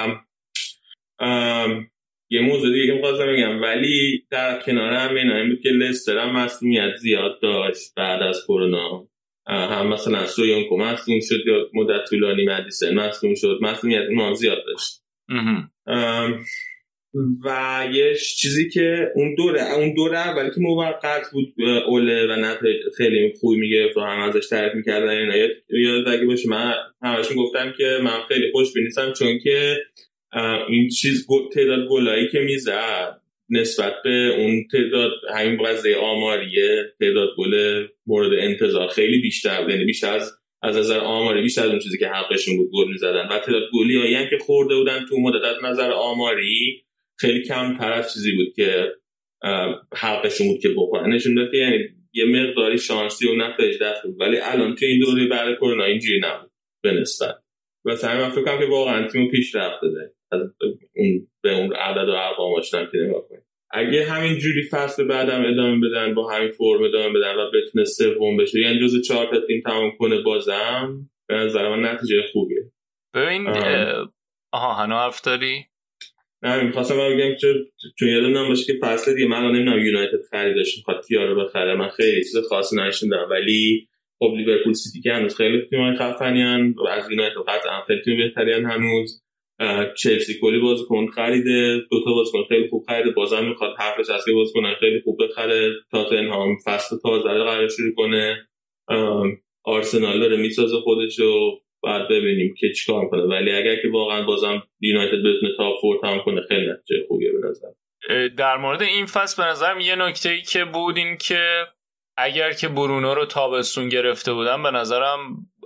یه موضوع دیگه که می‌خواستم بگم ولی در کنار هم این بود که لستر هم مسئولیت زیاد داشت بعد از کرونا. هم مثلا سویونکو مصدوم شد یا مدت طولانی مدیسن مصدوم شد، مسئولیت اونها زیاد داشت. و یه چیزی که اون دوره اولی که موقت بود اوله و نتایج خیلی خوبی میگرفت و هم ازش تعریف میکردن اینا، یاد اگه باشه من همش گفتم که من خیلی خوشبین نیستم چون که این چیز تعداد گلایی که میزد نسبت به اون تعداد همین قضیه آماریه تعداد گل مورد انتظار خیلی بیشتر، یعنی بیشتر از نظر آماری بیشتر از اون چیزی که حقشون بود گل میزدن و تعداد گلی هایی که خورده بودن تو مدت از نظر آماری خیلی کم تر از چیزی بود که حقشون بود که بخورن. نشون داد که یعنی یه مقداری شانسی و نتایج دست بود، ولی الان تو این دوره بعد کرونا اینجوری نبود به نسبت. و سعی من فکر کنم که واقعا تیم پیشرفت داده از اون به اون عدد و ارقامش هم که نگاه کنید. اگه همین جوری فصل بعدم ادامه بدن با همین فرم ادامه بدن و بتونه سوم بشه یعنی جزو 4 تا تیم تمام کنه بازم به نظر من نتیجه خوبیه. ببین هنو حرف داری؟ نه می‌خواستم بگم چون یادم باشه که فصل دیگه من نمیدونم یونایتد خریدش می‌خواد کیا رو بخره، من خیلی چیز خاصی نشیندم ولی خب لیورپول سیتی که هنوز خیلی تیم‌های خفنیان و از یونایتد قطعا خیلی تیم بهترین هنوز. چلسی کلی بازیکن خریده، 2 تا بازیکن خیلی خوب خریده، بازم میخواد حرفش از که بازیکن خیلی خوب بخره. تاتنهام فصل تازه رو قرار شروع کنه. آرسنال داره میسازه خودشو، بعد ببینیم که چیکار میکنه. ولی اگر که واقعا بازم یونایتد بتونه تاپ 4 تمام کنه خیلی نتیجه خوبیه به نظر. در مورد این فصل به نظرم یه نکته‌ای که بود این که اگر که برونو رو تابستون گرفته بودن به نظرم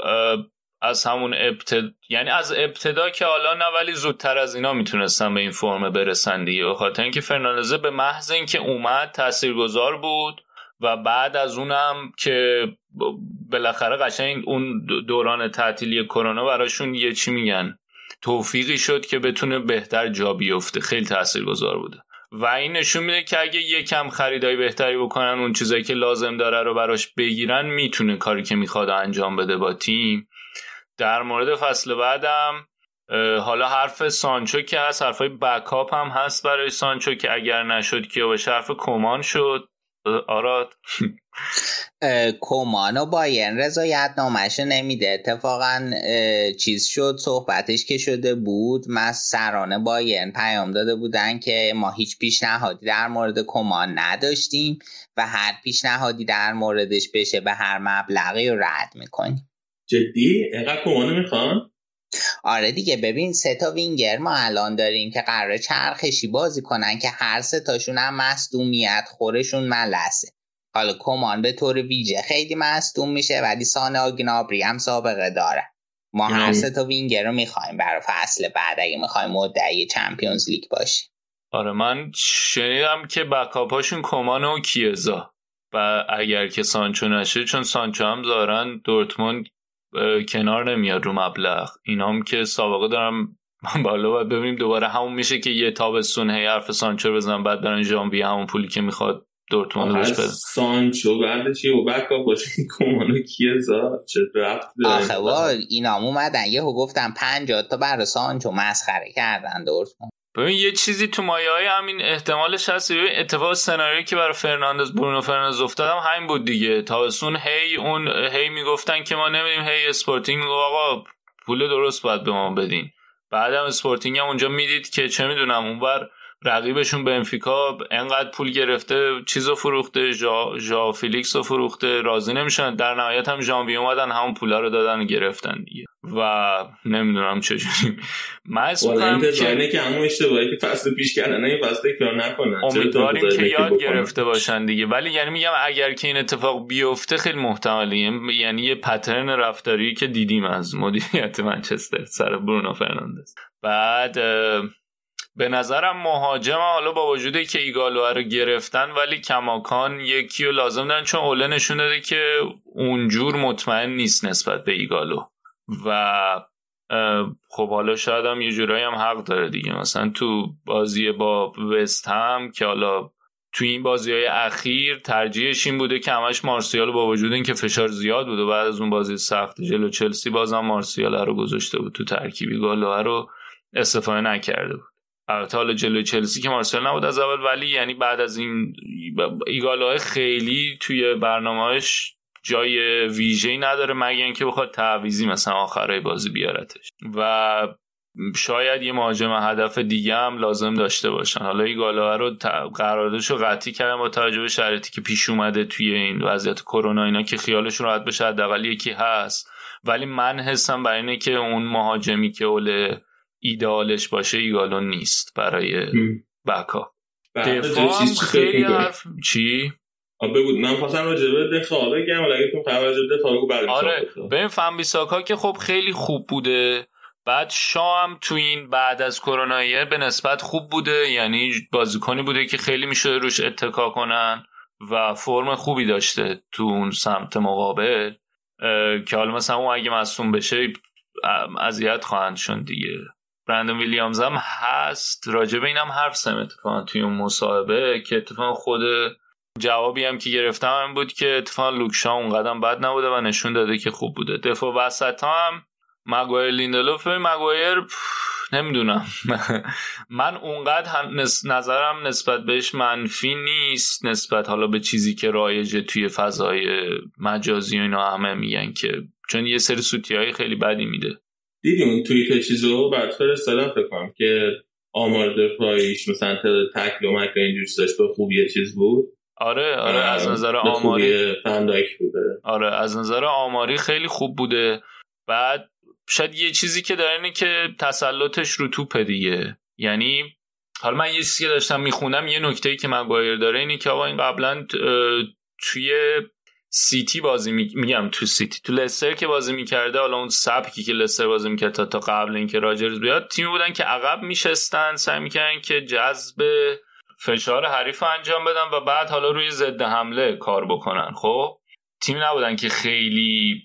از همون یعنی از ابتدا که حالا نه ولی زودتر از اینا میتونستن به این فرم برسن دیگه، به خاطر اینکه فرناندز به محض اینکه اومد تاثیرگذار بود و بعد از اونم که بالاخره قشنگ اون دوران تعطیلی کرونا براشون یه چی میگن توفیقی شد که بتونه بهتر جا بیفته، خیلی تاثیرگذار بوده و این نشون میده که اگه یکم خریدای بهتری بکنن اون چیزایی که لازم داره رو براش بگیرن میتونه کاری که میخواد انجام بده با تیم. در مورد فصل بعدم حالا حرف سانچو که هست، حرفای بکاپ هم هست برای سانچو که اگر نشد که به حرف کمان شد. آراد کومانو بایرن رضایت نامش نمیده. اتفاقا چیز شد صحبتش که شده بود، سران بایرن پیام داده بودن که ما هیچ پیشنهادی در مورد کومان نداشتیم و هر پیشنهادی در موردش بشه به هر مبلغی رو رد میکنیم. جدی؟ اینقدر کومانو میخوان؟ آره دیگه، ببین 3 تا وینگر ما الان داریم که قراره چرخشی بازی کنن که هر 3 تاشون هم مصدومیت خورشون ملسه. حالا کومان به طور ویژه خیلی مصدوم میشه ولی سانه گنابری هم سابقه داره. ما هر 3 تا وینگر رو میخوایم برای فصل بعد اگه میخوایم مدعی چمپیونز لیگ باشیم. آره من شنیدم که بکاپاشون کومان و کیزا و اگر که سانچو نشه، چون سانچو هم ظاهرن دورتموند کنار نمیاد رو مبلغ، اینام که سابقه دارم بالا باید ببینیم دوباره همون میشه که یه تابستون هی حرف سانچو بزنن بعد برن ژانویه همون پولی که میخواد دورتموند بهش بده. سانچو بعدش یه بکاپ باشه کومانو کیزا چه ربط داره؟ آخه وای اینام اومدن یهو گفتن 50 تا برای سانچو مسخره کردن دورتموند. ببین یه چیزی تو مایه‌های همین احتمالش هست. ببین اتفاق سناریویی که برای برونو فرناندز افتاد هم همین بود دیگه. تابستون هی میگفتن که ما نمیدیم، هی اسپورتینگ میگه آقا پول درست باید به ما بدین. بعدم اسپورتینگ هم اونجا میدید که چه میدونم اونور رقیبشون بنفیکا انقدر پول گرفته چیزو فروخته، ژائو فیلیکس رو فروخته، راضی نمیشن. در نهایت هم ژانویه اومدن همون پولا رو دادن و گرفتن دیگه و نمیدونم چجوری. من اسمم که همون اشتباهی که فصل پیش کردن این فصل تکرار نکنن. امیدواریم که یاد گرفته باشن دیگه. ولی یعنی میگم اگر که این اتفاق بیفته خیلی محتمله، یعنی یه پترن رفتاری که دیدیم از مدیریت منچستر سر برونو فرناندز. بعد به نظرم مهاجم حالا با وجودی که ایگالو رو گرفتن ولی کماکان یکی رو لازم دارن، چون اوله نشون داده که اونجور مطمئن نیست نسبت به ایگالو و خب حالا شاید هم یه جورایی هم حق داره دیگه. مثلا تو بازی با وست هم که حالا تو این بازی‌های اخیر ترجیحش این بوده که همش مارسیال با وجود این که فشار زیاد بود و بعد از اون بازی سخت جلو چلسی بازم مارسیال رو گذاشته بود تو ترکیبی، گالو رو استفاده نکرده بود. البته حالا جلو چلسی که مارسیال نبود از اول، ولی یعنی بعد از این ایگالو خیلی توی برنامه‌اش جای ویژه‌ای نداره مگر اینکه بخواد تعویضی مثلا آخرای بازی بیارتش و شاید یه مهاجم هدف دیگه هم لازم داشته باشن. حالا ایگالو رو قراردادشو قطعی کردن با توجه به شرایطی که پیش اومده توی این وضعیت کرونا اینا که خیالشون راحت بشه حداقل یکی هست، ولی من حسم برای اینه که اون مهاجمی که اول ایدئالش باشه ایگالو نیست برای بکا. دفاع هم خیلی حرف چی؟ بگو. من خواستم راجع به دفاع بگم ولی اگه تو خبر راجع به دفاع بگو بعد. آره ببین فنبیساکا که خب خیلی خوب بوده، بعد شام تو این بعد از کروناییه به نسبت خوب بوده، یعنی بازیکنی بوده که خیلی میشه روش اتکا کنن و فرم خوبی داشته تو اون سمت مقابل که حالا مثلا اون اگه مصدوم بشه اذیت خواهند شد دیگه. برندن ویلیامز هم هست، راجب اینم حرف زدم اتفاقا توی اون مصاحبه که اتفاقا خود جوابی هم که گرفتم این بود که اتفاقا لوکشا اونقدر بد نبوده و نشون داده که خوب بوده. دفاع وسط هم مگوایر لیندلوف مگوایر نمیدونم من اونقدر نظرم نسبت بهش منفی نیست نسبت حالا به چیزی که رایجه توی فضای مجازی و اینا همه میگن که چون یه سری سوتیای خیلی بدی میده. دیدی اون توییت چیزو بعد فرستادم فکر کنم که آمار دفاعیش مثلا تکل و مکر اینجوری داشت به خوبی چیز بود. آره از نظر آماری فندایک بوده. آره از نظر آماری خیلی خوب بوده. بعد شاید یه چیزی که داره اینه که تسلطش رو توپه دیگه. یعنی حالا من یه چیزی که داشتم میخونم یه نکته‌ای که مگوایر داره اینه که آقا این قبلا توی سیتی بازی میگم تو سیتی تو لستر که بازی میکرده، حالا اون سبکی که لستر بازی میکرد تا قبل اینکه راجرز بیاد تیمی بودن که عقب میشستن سعی میکردن که جذب فشار حریف انجام بدن و بعد حالا روی ضد حمله کار بکنن. خب تیمی نبودن که خیلی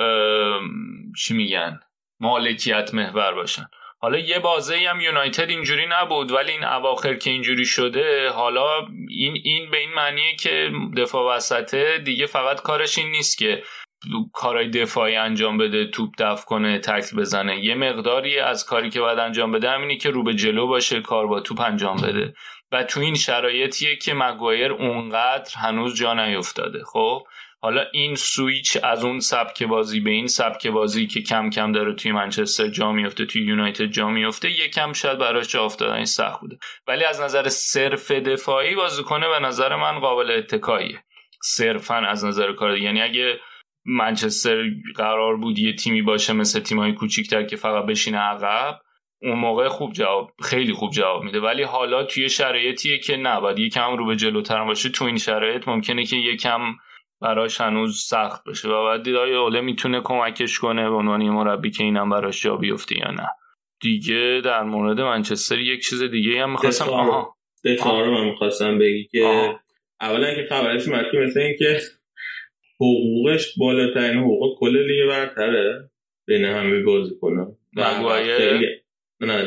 چی میگن مالکیت محور باشن. حالا یه بازی هم یونایتد اینجوری نبود ولی این اواخر که اینجوری شده حالا این به این معنیه که دفاع وسطه دیگه فقط کارش این نیست که کارهای دفاعی انجام بده، توپ دفع کنه، تکل بزنه. یه مقداری از کاری که باید انجام بده همینی که رو به جلو باشه، کار با توپ انجام بده و تو این شرایطیه که مگوایر اونقدر هنوز جا نیفتاده. خب حالا این سویچ از اون سبک بازی به این سبک بازی که کم کم داره توی منچستر جا میفته، توی یونایتد جا میفته، یکم شاید براش جا افتادن سخت بوده، ولی از نظر صرف دفاعی بازیکن به نظر من قابل اتکاییه صرفا از نظر کار. یعنی اگه منچستر قرار بود یه تیمی باشه مثل تیم‌های کوچیک‌تر که فقط بشینه عقب، اون موقع خیلی خوب جواب میده، ولی حالا توی شرایطیه که نه باید یکم رو به جلوتر باشه. تو این شرایط ممکنه که یکم براش هنوز سخت بشه و بعد دیدای اوله میتونه کمکش کنه به عنوان یه مربی که اینم براش جا بیفته یا نه. دیگه در مورد منچستر یک چیز دیگه هم می‌خواستم دفاع رو من می‌خواستم بگی که اولا که خبرش اومد که مثلا این که حقوقش بالاترین حقوق کل لیگ برتره بین همه بازیکن‌ها. مگوایر نه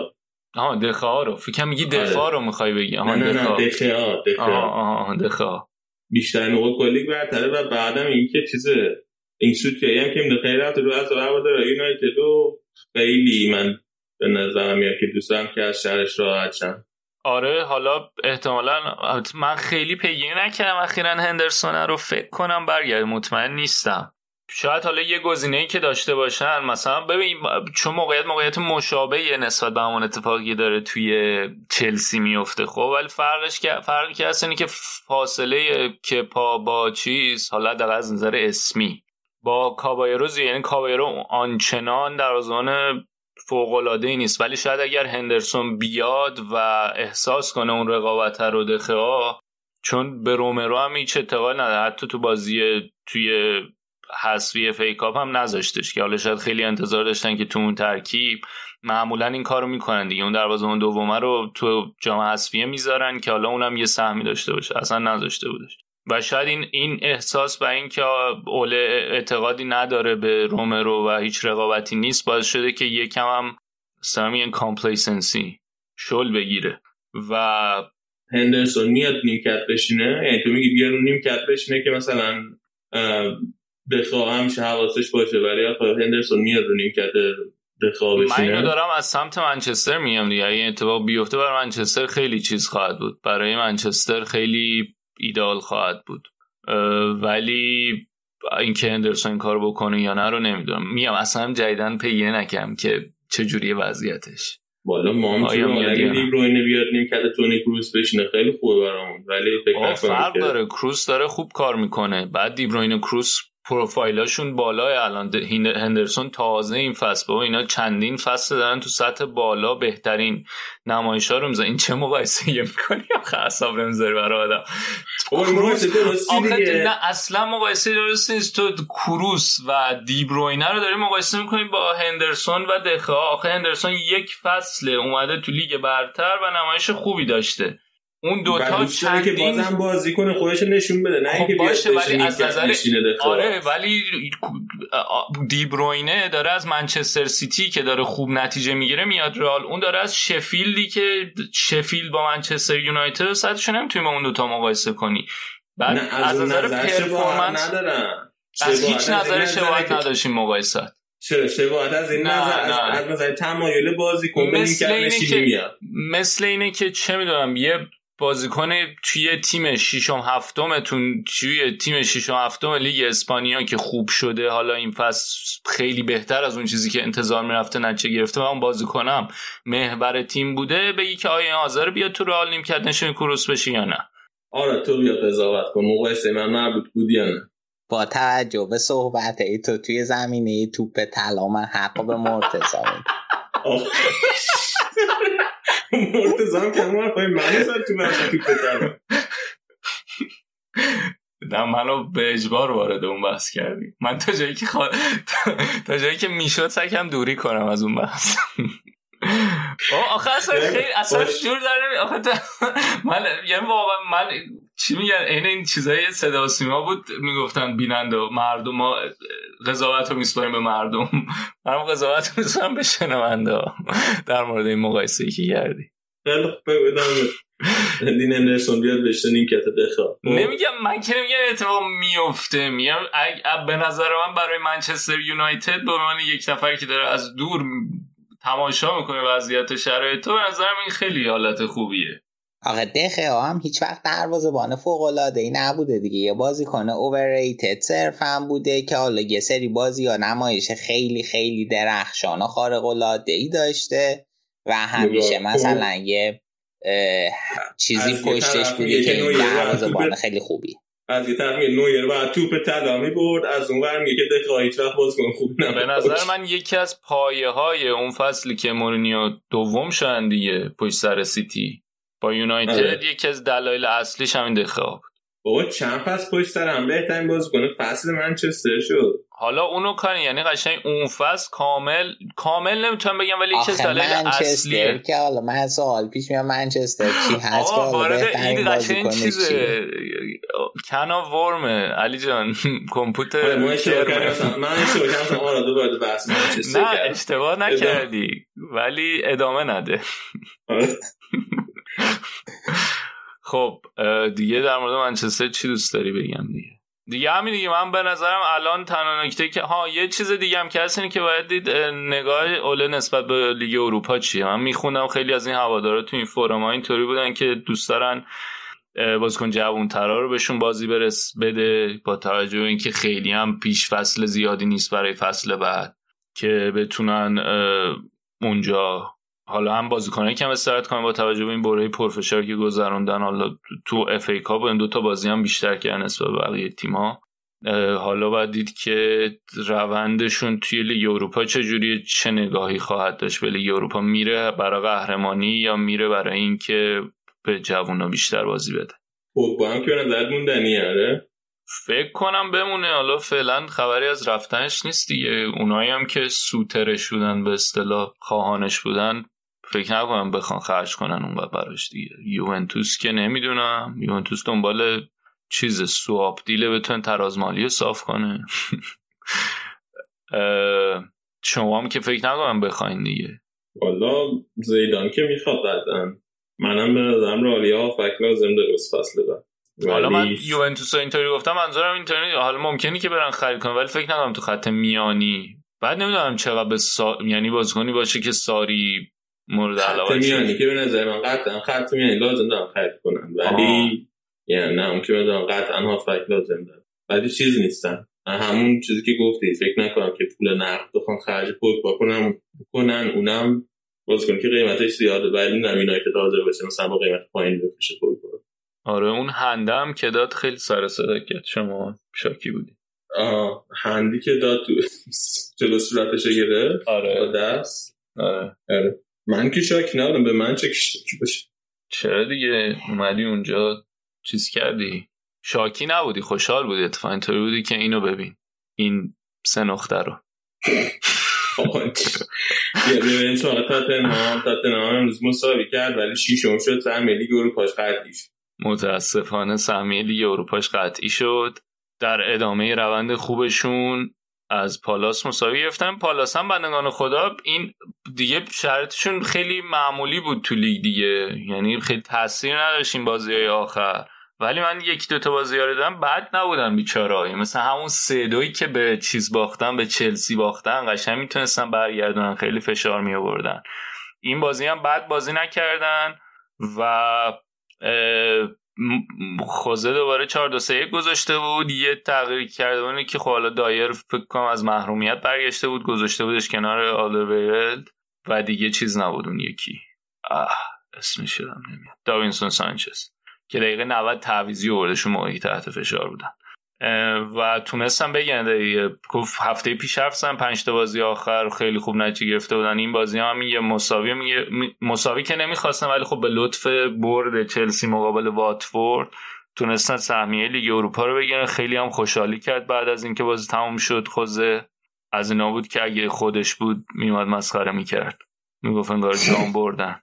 دخا رو فکر کنم میگی دفاع رو می‌خوای بگی. دخا بیشتر نقاط کلی برتره و بعدم این که این سوتیایی هم که خیلی رفت رو از هوادار یونایتد و خیلی من به نظرم میاد که دوست دارم که از شهرش راحت شم. آره حالا احتمالاً من خیلی پیگیری نکردم اخیراً هندرسون رو فکر کنم برگرد، مطمئن نیستم. شاید حالا یه گزینه‌ای که داشته باشن مثلا ببین چون موقعیت مشابهی نسبت به همون اتفاقی داره توی چلسی میفته. خب ولی فرقی که هست اینه که فاصله که پا با چیز حالا در از نظر اسمی با کابایرو یعنی کابایرو آنچنان در ازمان فوق‌العاده‌ای نیست، ولی شاید اگر هندرسون بیاد و احساس کنه اون رقابت رو دخواه، چون به رومرو هم هیچ اعتقاد نداره، حتی تو بازی توی حذفی اف ای کاپ هم نذاشتش که حالا شاید خیلی انتظار داشتن که تو اون ترکیب معمولا این کارو میکنن دیگه، اون دروازه‌بان دومه رو تو جام حذفیه میذارن که حالا اونم یه سهمی داشته باشه، اصلا نذاشته بودش. و شاید این احساس و این که اوله اعتقادی نداره به رومرو و هیچ رقابتی نیست باعث شده که یکم هم سامی کامپلیسنسی شل بگیره و هندرسون میاد نیمکت بشینه. یعنی تو میگی بیان نیمکت بشینه که مثلا دخواه همیشه حواسش باشه، ولی هندرسون میاد رو نیمکت دخواه بشینه. من اینو دارم از سمت منچستر میگم دیگه، این اتفاق بیفته برای منچستر خیلی چیز خواهد بود، برای منچستر خیلی ایدئال خواهد بود، ولی اینکه هندرسون کار بکنه یا نه رو نمیدونم. میگم اصلا جدیدن پیگیری نکردم که چجوریه وضعیتش. والا ما هم اگه دیبروینه بیاد نیمکت تونی کروس بشینه خیلی خوبه برامون، ولی فکر نکنم فرق داره. کروس داره خوب کار میکنه، بعد دیبروینه کروس پروفایلاشون بالای الان. هندرسون تازه این فصل با اینا چندین فصل دارن تو سطح بالا بهترین نمایش‌ها رو میزنن. این چه مقایسه می‌کنی؟ آخه اعصاب نمیذاری برای آدم. نه اصلا مقایسه درست نیست. تو کروس و دیبروینه رو داری مقایسه می‌کنی با هندرسون و دخا. آخه هندرسون یک فصل اومده تو لیگ برتر و نمایش خوبی داشته، اون دوتا چندین که بازم بازی کنه خودش نشون بده، نه اینکه باشه. ولی از نظر آره، ولی دیبروینه داره از منچستر سیتی که داره خوب نتیجه میگیره میاد رئال، اون داره از شفیلدی که شفیلد با منچستر یونایتد سطحش نمیتونی با اون دوتا مقایسه کنی. بعد از نظر پرفورمنس ندارن، از هیچ نظر شباهت نداشتیم مقایسات. چرا شباهت از این نظر از نظر تمایل بازیکن مثل اینه که چه میدونم یه بازیکن توی تیم ششم هفتمتون، توی تیم ششم هفتم لیگ اسپانیا که خوب شده حالا این فصل خیلی بهتر از اون چیزی که انتظار میرفته نتیجه گرفته و اون بازیکنم محور تیم بوده، بگی که آیا حاضر بیاد تو رئال نیمکت نشین کروس بشه یا نه؟ آره تو بیا قضاوت کن مقایسه من مربوط بود یا نه. با توجه به صحبت ای تو توی زمینه توپ طلا من حق به مرتضی میدم. مرتضی هم که همون حرفای منو زد تو بحث توپ طلا. نه منو به اجبار وارد اون بحث کردی. من تا جایی که میشد سعی دوری کنم از اون بحث. آخه اصلا جور داره. آخه من یعنی واقعا من چی میگن این چیزای صدا و سیما بود میگفتن بیننده مردم، ما قضاوت رو میسپاریم به مردم، من قضاوت رو میسپارم به شنونده در مورد این مقایسه‌ای که کردی. خیلی خوب دین اندرسون بیاد بشه نیمکت دخواه. نمیگم من که نمیگم اتفاق میفته، میگم به نظر من برای منچستر یونایتد به عنوان یک نفر که داره از دور تماشا میکنه وضعیت شرایط، تو به نظرم این خیلی حالت خوبیه. آقا دخیا هم هیچ وقت دروازه‌بان فوق‌العاده‌ای نبوده دیگه، یه بازیکن اوورریتد صرفاً بوده که حالا یه سری بازی‌ها نمایش خیلی خیلی درخشان و خارق‌العاده‌ای داشته و همیشه مثلا یه چیزی پشتش بوده که دروازه‌بان خیلی خوبی. از یه طرف نویر و توپ طلا می‌برد، از اون ور میگه که دخیا هیچ وقت بازیکن خوب نبود. به نظر من یکی از پایه‌های اون فصلی که مورینیو دوم شدن دیگه پشت سر سیتی با یونایتد، یکی از دلایل اصلیش همین دخیا بود. بابا چند فصل پشت سر هم بهترین بازیکن فصل منچستر شد. حالا اونو کاری یعنی قشنگ اون فصل کامل نمیتونم بگم، ولی یکی از دلایل اصلیه که حالا من سوال پیش میاد منچستر چی هست که این قشنگ چیزه کنا ورمه علی جان کامپیوتر. من اشتباه کردم آرادو باید بحث منچستر نه اشتباه نکردی ولی ادامه نده. خب دیگه در مورد منچستر چی دوست داری بگم دیگه همین دیگه. من به نظرم الان تنها نکته که یه چیز دیگه هم که هست اینه که باید دید نگاه اوله نسبت به لیگ اروپا چیه. من میخوندم خیلی از این هوادارا تو این فورم ها اینطوری بودن که دوست دارن بازیکن جوان‌ترا رو بهشون بازی بده با توجه به اینکه خیلی هم پیش فصل زیادی نیست برای فصل بعد که بتونن اونجا حالا هم بازیکنایی که هم استراحت کنن با توجه به این برهه پرفشار که گذروندن. حالا تو اف ای کاپ این دوتا بازی هم بیشتر کردن نسبت به بقیه تیم‌ها. حالا باید دید که روندشون توی لیگ اروپا چجوریه، چه نگاهی خواهد داشت به لیگ اروپا. میره برای قهرمانی یا میره برای این که به جوونا بیشتر بازی بده. خب با هم که نظر موندنیه. فکر کنم بمونه. حالا فعلا خبری از رفتنش نیست دیگه. اونایی هم که سوترش بودن به اصطلاح خواهانش بودن فکر نکنم بخوان خرج کنن اونقدر براش دیگه. یوونتوس که نمیدونم، یوونتوس دنبال چیز سواب دیله بتونه تراز مالی صاف کنه. شما هم که فکر نکنم بخواین دیگه. والا زیدان که میخواد قطعا. منم به نظرم رالیا فکر لازم داره از فصل بعد. حالا من یوونتوس اینطوری گفتم، منظورم اینطوری حالا ممکنه که برن خرید کنن ولی فکر نکنم تو خط میانی. بعد نمیدونم چقدر یعنی بازیکنی باشه که ساری مورد علاقه خط میانی که به نظر من قطعا خط میانی لازم دارن خرید کنن ولی یعنی نه اون که بدونم قطعا هافبک لازم دارن ولی چیز نیستن. همون چیزی که گفتی فکر نکنم که پول نقد بخوان خرج پوگبا کنن اونم بازیکن که قیمتش زیاده ولی نمیدونم که حاضر بشه مثلا با قیمت پایین بفروشه پوگبا. آره اون هنده هم که داد خیلی سر صدا کرد. شما شاکی بودی؟ هندی که داد تو جلو صورتش گرفت با دست. آره من که شاکی نبودم. به من چه شاکی باشه؟ چرا دیگه اومدی اونجا چیز کردی؟ شاکی نبودی، خوشحال بودی. اتفاقا اینطوری بودی که اینو ببین این سه نقطه رو. ببینیم سراغ تاتنهام امروز مساوی کرد ولی شیشم شد. سهمیه لیگ اروپاش قطعی شد. متاسفانه سهمیه لیگ اروپاش قطعی شد. در ادامه روند خوبشون از پالاس مساوی گرفتن. پالاس هم بندگان خدا این دیگه شرطشون خیلی معمولی بود تو لیگ دیگه، یعنی خیلی تاثیر نداشت این بازی‌های آخر. ولی من یکی دو تا بازی‌ها رو دیدم بد نبودن بیچاره‌ها. مثلا همون 3-2 که به چیز باختن، به چلسی باختن، قشنگ میتونستن برگردونن، خیلی فشار می آوردن. این بازی هم بد بازی نکردن و خوزه دوباره 4-2-3-1 گذاشته بود. یه تغییر کرده بود که خب حالا دایر فکر کنم از محرومیت برگشته بود، گذاشته بودش کنار آلدرweireld و دیگه چیز نبود. اون یکی اسمش یادم نمیاد، داوینسون سانچز که دقیقه 90 تعویضی آوردشون موقعی تحت فشار بودن و تونستم بگن دیگه. گفت هفته پیش حرف زدم 5 تا بازی آخر خیلی خوب نتیجه گرفته بودن. این بازی هم یه مساوی که نمیخواستن ولی خب به لطف برد چلسی مقابل واتفورد تونستن سهمیه لیگ اروپا رو بگیرن. خیلی هم خوشحالی کرد بعد از اینکه بازی تموم شد. خوزه از اینا بود که اگه خودش بود میومد مسخره میکرد، میگفت انگار جام بردن.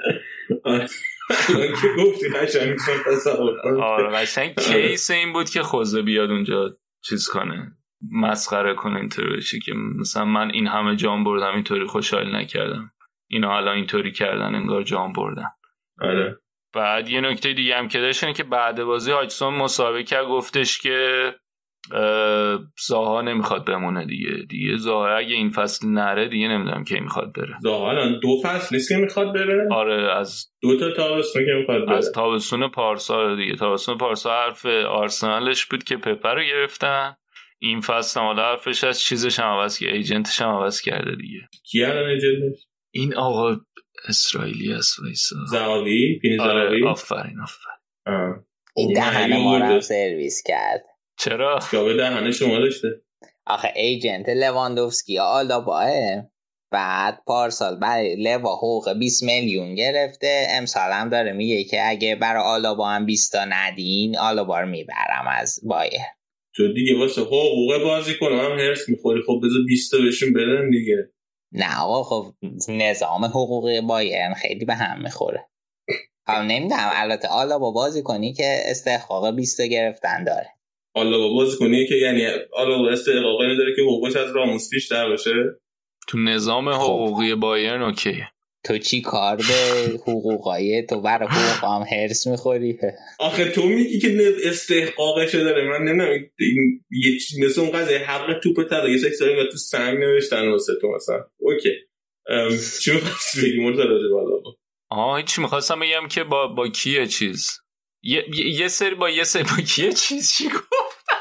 که گفتی قشنگ میتونم تصور کنم. آره قشنگ کیس این بود که خوزه بیاد اونجا چیز کنه، مسخره کنه، اینطوری بشه که مثلا من این همه جام بردم اینطوری خوشحال نکردم، اینا الان اینطوری کردن انگار جام بردن. آره. بعد یه نکته دیگه هم که داشتن که بعد بازی هاجسون مسابقه کرد، گفتش که زاها نمیخواد بمونه دیگه زاها اگه این فصل نره دیگه نمیدونم کی میخواد بره. زاها الان 2 فصل نیست که میخواد بره. آره از 2 تا تابستون که میخواد بره. از تابستون پارسال دیگه. تابستون پارسال حرف آرسنالش بود که پپه رو گرفتن. این فصل هم حرفش از چیزش هم عوض کرده، ایجنتش هم عوض کرده دیگه. کی الان ایجنتش؟ این آقا اسرائیلی است وایسا. زاوی پینی زاوی. آره آفرین. این دهن ما رو سرویس کرد. چرا؟ جواب دهنه شما داشته. آخه ایجنت لواندوفسکی آلاباه بعد پارسال برای لوا حقوق 20 میلیون گرفته، امسال هم داره میگه که اگه برای آلابا هم 20 تا ندین آلابا رو میبرم از بایر. تو دیگه واسه حقوق بازی کنم هم هرس میخوری، خب بذار 20 تا بهشون بدن دیگه. نه آقا خب نظام حقوقی بایرن خیلی به هم میخوره. نمیدونم البته آلابا بازی کنی که استحقاق 20 تا گرفتن داره. آلابا بازی کنی که یعنی آلابا استحقاقی نداره که حقوقش از راموس بیشتر باشه. تو نظام حقوقی بایرن اوکی. تو چی کار به حقوقای تو برای حقوق هم هرس میخوری؟ آخه تو میگی که استحقاقش داره، من نمیدونم یه چیز مثل اون قضیه حق توپ طلا یه سری تو سنگ نوشتن واسه تو مثلا. اوکی چی می‌خواستی بگی مرتضی بالا؟ هیچ می‌خواستم بگم که با کیه چیز یه سری با کیه چیز چی گفتم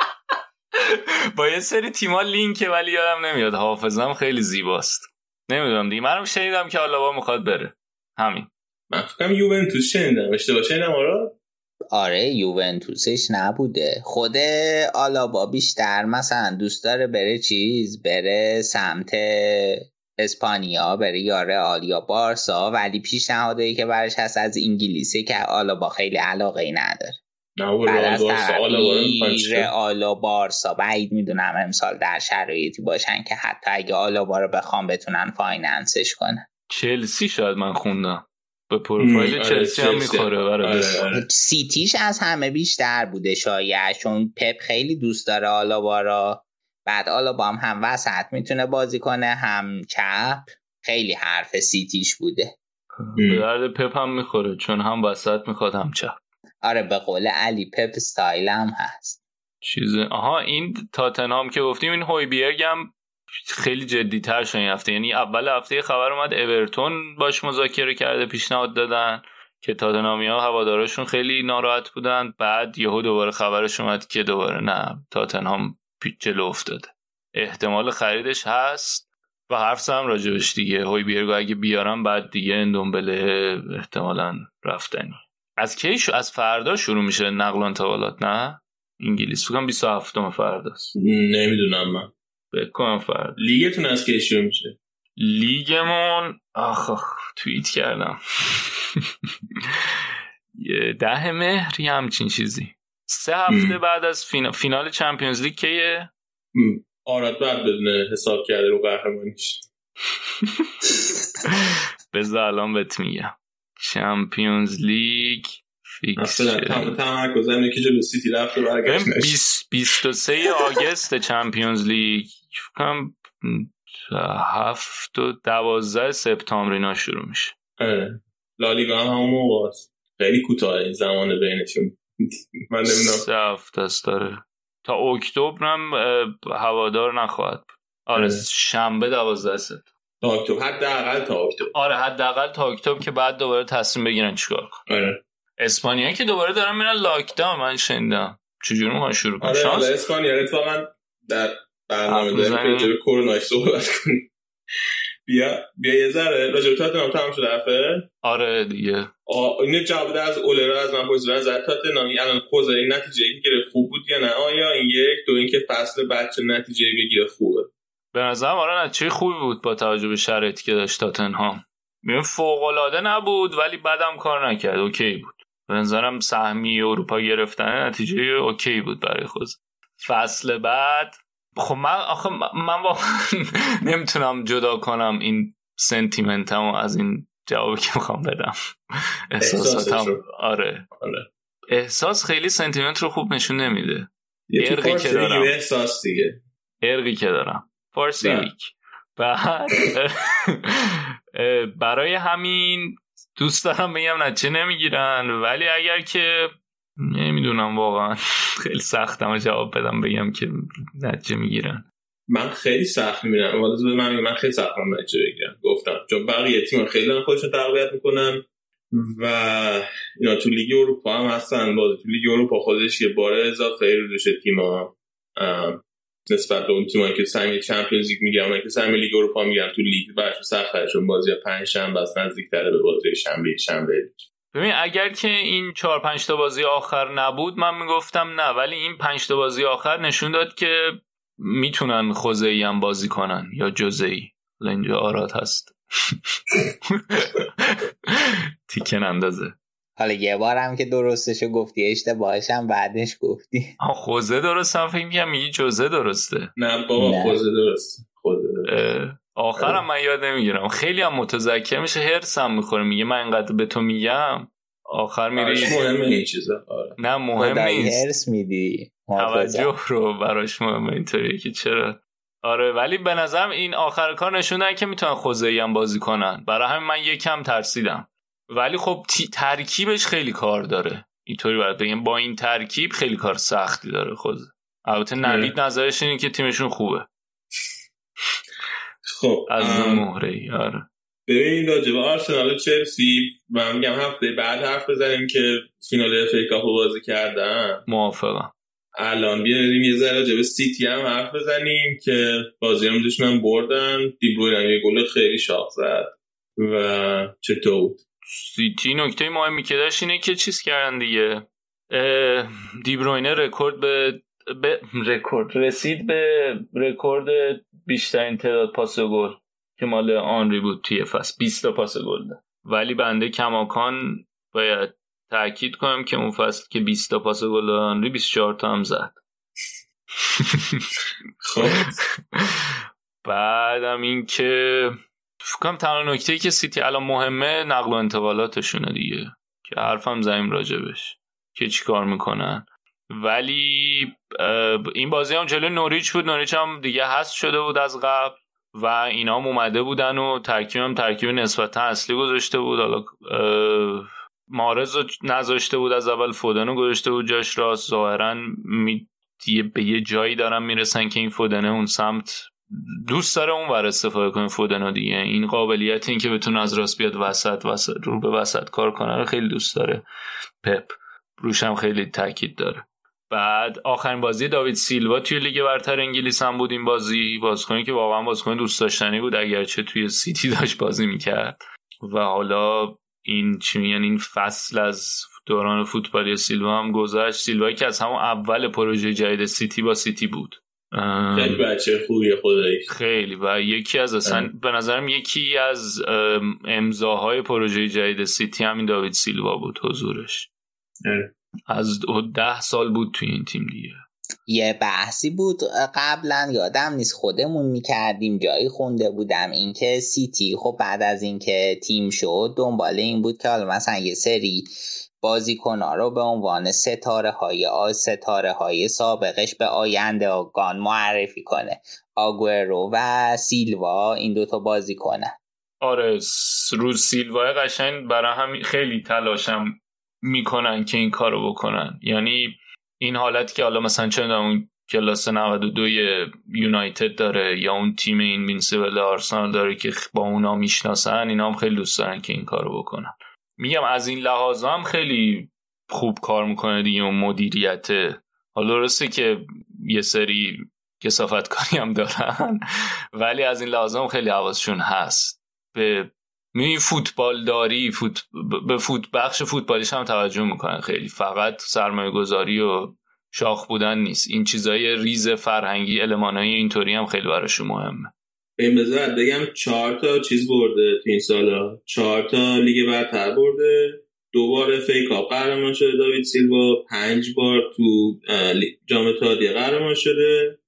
با یه سری تیم‌ها لینکه ولی یادم نمیاد، حافظم خیلی زیباست. نمیدونم دیگه، منم شنیدم که آلابا میخواد بره، همین. من فکرم یوونتوس شنیدم، اشتباه شنیدم. آره یوونتوسش نبوده، خود آلابا بیشتر مثلا دوست داره بره سمت اسپانیا، بره یا رئال یا بارسا، ولی پیشنهادایی که براش هست از انگلیسه که آلابا خیلی علاقه ای نداره. بعد از رئال و بارسا بعید میدونم امسال در شرایطی باشن که حتی اگه آلابا رو بخوام بتونن فایننسش کنن. چلسی شاید من خوندم به پروفایل چلسی هم میخوره. سیتیش از همه بیشتر بوده شایع، چون پپ خیلی دوست داره آلابا رو. بعد آلابا هم وسط میتونه بازی کنه هم چپ. خیلی حرف سیتیش بوده. به درد پپ هم میخوره چون هم وسط میخواد هم چپ. آره به قول علی پپ استایل هم هست. این تاتنهام که گفتیم، این هویبیرگ هم خیلی جدی‌تر شد این هفته. یعنی اول هفته خبر اومد اورتون باش مذاکره کرده، پیشنهاد دادن که تاتنهامیا هوادارشون خیلی ناراحت بودن. بعد یهو دوباره خبرش اومد که دوباره نه، تاتنهام جلو افتاده، احتمال خریدش هست و حرف هم راجبش دیگه. هویبیرگ اگه بیارم بعد دیگه اندومبله احتمالاً رفتنی. از کی از فردا شروع میشه نقل و انتقالات؟ نه انگلیس فکر کنم 27 فرداست. نمیدونم من. بکنم فردا. لیگتون از کی شروع میشه؟ لیگمون توییت کردم 10 مهر یا همچین چیزی. 3 هفته بعد از فینال چمپیونز لیگ کیه؟ آراد بعد بدونه حساب کرده رو قهرمانیش. بذار الان بهت میگم. چمپیونز لیگ فیکس تمرکز اینه که جلو سیتی رفت و برگشت. 23 آگوست چمپیونز لیگ، فکرم 7 و 12 سپتامبر اینا شروع میشه. لالیگا هم همون موقع است. خیلی کوتاه این زمان بینشون. من نمیدونم 3 هفته است داره. تا اکتبر هم هوادار نخواهد. آره شنبه 12 سپتامبر تا اکتبر، حداقل تا اکتبر. آره حداقل تا اکتبر که بعد دوباره تصمیم بگیرن چیکار کنن. آره اسپانیا که دوباره دارن میرن لاکداون. من شنیدم چجوری میخوان شروع کنن. آره اسپانیا اتفاقا در برنامه داریم که راجع به کرونا صحبت کنیم. بیا یه ذره راجع به تاتنهام تمام شده حرفه. آره دیگه این جواب ده از اولرا از من پرسیدن از تاتنهامی الان خوزه این نتیجه‌ای که گرفت خوب بود یا نه؟ آیا این یک دو این که فصل بعد چه نتیجه‌ای بگیره خوبه؟ به نظرم آره نتیجه خوبی بود با توجه به شرایطی که داشت تاتنهام. میگم فوق‌العاده نبود ولی بعدم کار نکرد، اوکی بود. به نظرم سهمی اروپا گرفتن نتیجه اوکی بود برای خود. فصل بعد خب من واقعا نمیتونم جدا کنم این سنتیمنتمو از این جوابی که میخوام بدم. احساساتم آره احساس خیلی سنتیمنت رو خوب نشون نمیده. ارقی که دارم احساس دیگه ارقی که دارم فارسی لیگ. بعد برای همین دوست دارم بگم نتیجه نمیگیرن، ولی اگر که نمیدونم واقعا خیلی سختم جواب بدم بگم که نتیجه میگیرن. من خیلی سخت میبینم ولی من خیلی سختم نتیجه بگیرم گفتم، چون بقیه تیم خیلی دارن خودشون تقویت میکنن و اینا تو لیگ اروپا هم هستن. باز تو لیگ اروپا خودش یه بار اضافه روش تیم‌ها نسبت به اون تیمایی که سهمیه چمپیونز لیگ میگیرن و که سهمیه لیگ اروپا میگیرن تو لیگ براشون سخت‌تره، چون بازی پنجشنبه است نزدیک‌تره به بازی شنبه. ببین اگر که این 4-5 تا بازی آخر نبود من میگفتم نه، ولی این 5 تا بازی آخر نشون داد که میتونن خوزه‌ای هم بازی کنن یا جزئی. اینجا آراد هست تیکن اندازه. حالا یه بارم که درستشو گفتی اشتباهش هم بعدش گفتی. خوزه درسته، من فکر می‌کنم میگی جزء درسته. نه بابا خوزه درسته. آخرم من یاد نمیگیرم. خیلی هم متذکر میشه، هرسم میخوره، میگه من اینقدر به تو میگم آخر میری مهمه این چیزا. نه مهم نیست، هرس میدی توجه رو براش مهمه اینطوریه که چرا. آره ولی به نظرم این آخر کار نشوندن که میتونن خوزه‌ای هم بازی کنن، برای همین من یکم ترسیدم. ولی خب ترکیبش خیلی کار داره، اینطوری باید بگم با این ترکیب خیلی کار سختی داره خوزه. البته نوید نظرش اینه که تیمشون خوبه. خب از اون مهره‌ای. آره ببین راجع به آرسنال و چلسی من میگم هفته بعد حرف بزنیم که فینال اف ای کاپ بازی کردن. موافقم. الان بیاریم یه ذره راجع به سیتی هم حرف بزنیم که بازی هم دوشون هم بردن. دی بروینه یه گل خیلی شاخ زد و چطور بود سیتی. نکته مهمی که داشت اینه که چیز کردن دیگه، دی بروینه رسید به رکورد بیشترین تعداد پاس گل که مال آنری بود توی فصل، 20 تا پاس گل ده. ولی بنده کماکان باید تأکید کنم که اون فصل که 20 تا پاس گل آنری 24 تا هم زد. خب بعدم این که فکر کنم تنها نکته‌ای که سیتی الان مهمه نقل و انتقالاتشونه دیگه، که حرفم زدیم راجبش که چی کار میکنن. ولی این بازی هم جلوی نوریچ بود، نوریچ هم دیگه حذف شده بود از قبل و اینا هم اومده بودن و ترکیب نسبتا اصلی گذاشته بود. حالا مارز رو نذاشته بود از اول، فودنو گذاشته بود جاش راست. ظاهرا به یه جایی دارن میرسن که این فودنه اون سمت دوست داره اون ور استفاده کنه. فودنو دیگه این قابلیت این که بتونه از راست بیاد وسط رو به وسط کار کنه رو خیلی دوست داره پپ، روش هم خیلی تاکید داره. بعد آخرین بازی داوید سیلوا توی لیگ برتر انگلیس هم بود. این بازیکنی که واقعا بازیکن دوست داشتنی بود اگرچه توی سیتی داشت بازی میکرد. و حالا این چی میگن، این فصل از دوران فوتبالی سیلوا هم گذشت. سیلوایی که از همون اول پروژه جدید سیتی با سیتی بود، خیلی بچه خوبیه خدایی خیلی، و یکی از اصلا به نظرم یکی از امضاهای پروژه جدید سیتی همین داوید سیلوا بود حضورش. از 10 سال بود توی این تیم دیگه. یه بحثی بود قبلا یادم نیست خودمون میکردیم، جایی خونده بودم، اینکه سیتی خب بعد از اینکه تیم شد دنبال این بود که حالا مثلا یه سری بازیکن‌ها رو به عنوان ستاره های سابقش به آیندگان معرفی کنه. آگوئرو و سیلوا این دوتا بازیکنن. آره رو سیلوا قشنگ برای هم خیلی تلاشم میکنن که این کارو بکنن. یعنی این حالتی که حالا مثلا چه اون کلاس 92 یونایتد داره یا اون تیم اینوینسیبل آرسنال داره که با اونا میشناسن، اینا هم خیلی دوست دارن که این کارو بکنن. میگم از این لحاظ هم خیلی خوب کار میکنه دیگه اون مدیریت. حالا درسته که یه سری کثافتکاری هم دارن ولی از این لحاظ هم خیلی حواسشون هست به فوتبالداری، به بخش فوتبالیش هم توجه میکنن خیلی. فقط سرمایه گذاری و شاخ بودن نیست، این چیزای ریز فرهنگی، المانای اینطوری هم خیلی براشون مهمه. این بذار بگم 4 تا چیز برده تو این سالا، 4 تا لیگ برتر برده، 2 بار اف ای کاپ قهرمان شده داوید سیلوا، 5 بار تو جام اتحادیه قهرمان شده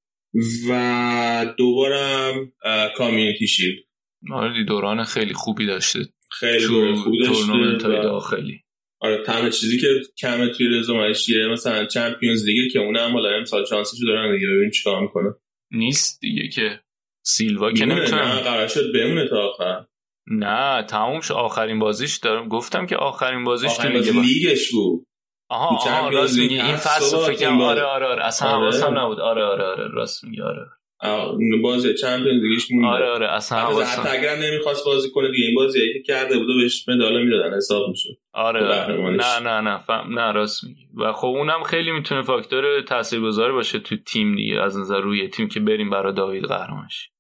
و 2 بارم کامیونیتی شیلد. آره دوران خیلی خوبی داشته، خیلی دوران خوبی داشته تورنمنت‌های داخلی. آره تنها چیزی که کمه توی رزومه‌اش چیه مثلا چمپیونز لیگ که اونم حالا امسال چانسشو دارن دیگه، ببین چیکار میکنه. نیست دیگه که سیلوا که نمیتونه، نه قرار شد بمونه تا آخر. نه تموم شد آخرین بازیش. دارم گفتم که آخرین بازیش تو لیگش بود. آها راست میگی این فصل فکرم. آره اصلا حواسم نبود. آره راست میگی. آره بازی چمپیونز لیگش مونده. آره اصلا حواسم، حتی اگر نمیخواست بازی کنه دیگه این بازیایی که کرده بود بهش مدال میدادن حساب میشد. آره نه راست میگی. و خب اونم خیلی میتونه فاکتور تاثیرگذاری باشه تو تیم دیگه، از نظر روی تیم که بریم برای داوید قهرمان شیم.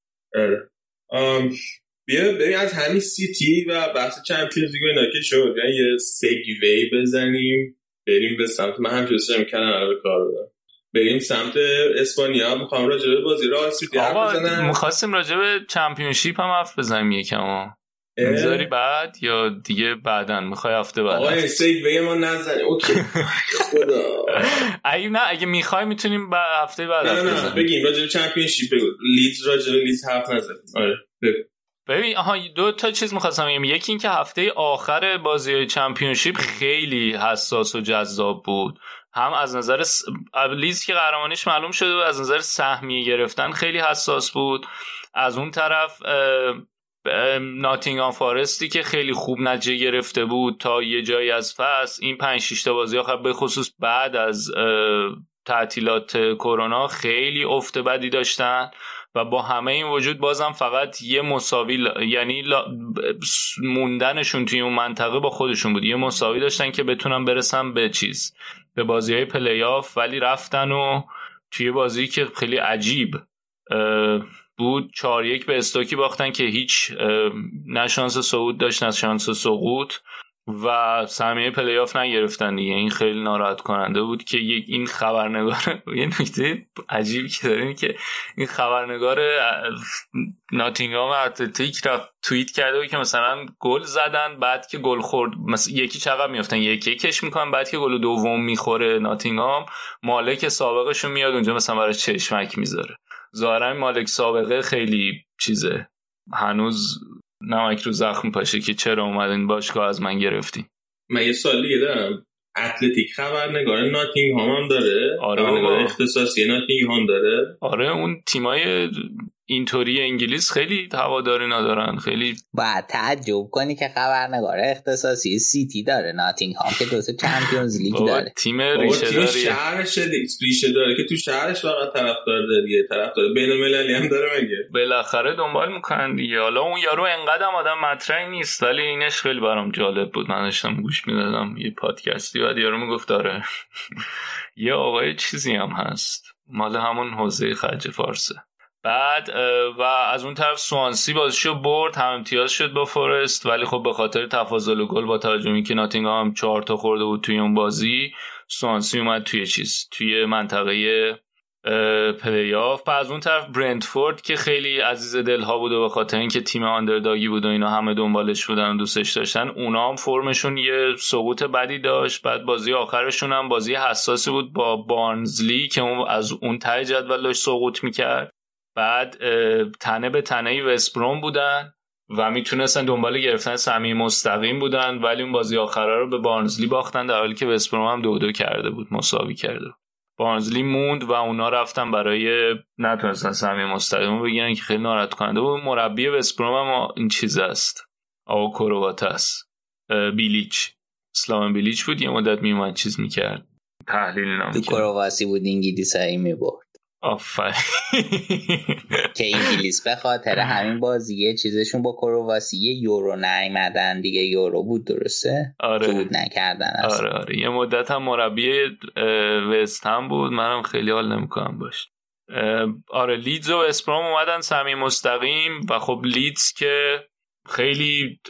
بیا بریم از همین سیتی و بحث چمپیونز لیگ اینا که شد یه سگوی بزنیم بریم به سمت، من هم جوستم میکنم الان کار رو بریم سمت اسپانیا. میخوام راجع به بازی رئال سیتی حرف بزنم. می‌خواستیم راجع به چمپیونشیپ هم حرف بزنیم یکم. میذاری بعد یا دیگه بعدن میخوای هفته بعد؟ آقا سگوی ما نزنیم. اوکی خدا اگه میخوای میتونیم هفته بعد نه بگیم راجع به چمپیونشیپ. بگو لیدز، راجع به لیدز حرف نزنیم. آره ببین دو تا چیز می‌خواستم بگم. یکی این که هفته آخر بازی چمپیونشیپ خیلی حساس و جذاب بود، هم از نظر لیدز که قهرمانیش معلوم شده و از نظر سهمیه گرفتن خیلی حساس بود. از اون طرف ناتینگهام فارستی که خیلی خوب نتیجه گرفته بود تا یه جایی از فصل، این 5-6 تا بازی آخر به خصوص بعد از تعطیلات کرونا خیلی افت بدی داشتن و با همه این وجود بازم فقط یه مساوی، یعنی موندنشون توی اون منطقه با خودشون بود، یه مساوی داشتن که بتونن برسن به بازی‌های پلی آف، ولی رفتن و توی بازی که خیلی عجیب بود 4-1 به استوکی باختن که هیچ نه شانس صعود داشت نه شانس سقوط و سهمیه پلی آف نگرفتن دیگه. این خیلی ناراحت کننده بود که این خبرنگار یه نکته عجیبی که داریم که این خبرنگار ناتینگهام اتلتیک رفت توییت کرده بود که مثلا گل زدن بعد که گل خورد مثلا یکی چقدر میافتن یکی کش میکنن بعد که گل دوم میخوره ناتینگهام مالک سابقشون میاد اونجا مثلا برای چشمک میذاره. ظاهرا مالک سابقه خیلی چیزه هنوز نمک رو زخم پاشه که چرا اومدین باشگاه از من گرفتین. من یه سوال دیگه دارم. اتلتیک خبرنگار ناتینگهام هم داره؟ آره خبرنگار اختصاصی ناتینگهام داره؟ آره اون تیمای اینطوری انگلیس خیلی هواداری ندارن. خیلی باید تعجب کنی که خبرنگار اختصاصی سیتی داره ناتینگهام که دوتا چمپیونز لیگ داره. تیم ریشه داره شهرش ریشه داره که تو شهرش فقط طرفدار داره دیگه. طرفدار بین‌المللی هم داره مگه؟ بالاخره دنبال میکنن دیگه. حالا اون یارو انقدر آدم مطرح نیست ولی اینش خیلی برام جالب بود. من داشتم گوش میدادم یه پادکستی بعد یارو میگفت داره یه آقای چیزی هم هست مال همون حوزه خلیج فارسه. بعد و از اون طرف سوانسی بازیشو برد هم امتیاز شد با فورست ولی خب به خاطر تفاضل گل با توجه اینکه ناتینگهام 4 تا خورده بود توی اون بازی سوانسی اومد توی منطقه پلی آف. بعد از اون طرف برنتفورد که خیلی عزیز دلها بود و به خاطر اینکه تیم آندرداگی بود و اینا همه دنبالش بودن و دوستش داشتن اونا هم فرمشون یه سقوط بدی داشت. بعد بازی آخرشون هم بازی حساسی بود با بارنزلی که اون از اون ته جدول داشت سقوط میکرد. بعد تنه به تنه وست بروم بودن و میتونستن دنبال گرفتن سهمیه مستقیم بودن ولی اون بازی آخره رو به بارنزلی باختن در حالی که وست بروم هم 2-2 کرده بود مساوی کرده. بارنزلی موند و اونا رفتن برای نتونستن سهمیه مستقیم بگیرن که خیلی ناراحت کننده بود. مربی وست بروم هم این چیز است آقا کروات است بیلیچ اسلام بیلیچ بود. یه مدت میومد چیز میکرد تحلیل نام تو کرواسی بود انگلیسایی میبرد. آفرین که انگلیس به خاطر همین بازیه چیزشون با کرواسی یورو نیومدن دیگه. یورو بود درسته؟ آره صعود نکردن اصلا. آره یه مدت هم مربی وست هم بود منم خیلی حال نمیکنم باش. آره لیدز و اسپرام اومدن سهمیه مستقیم و خب لیدز که خیلی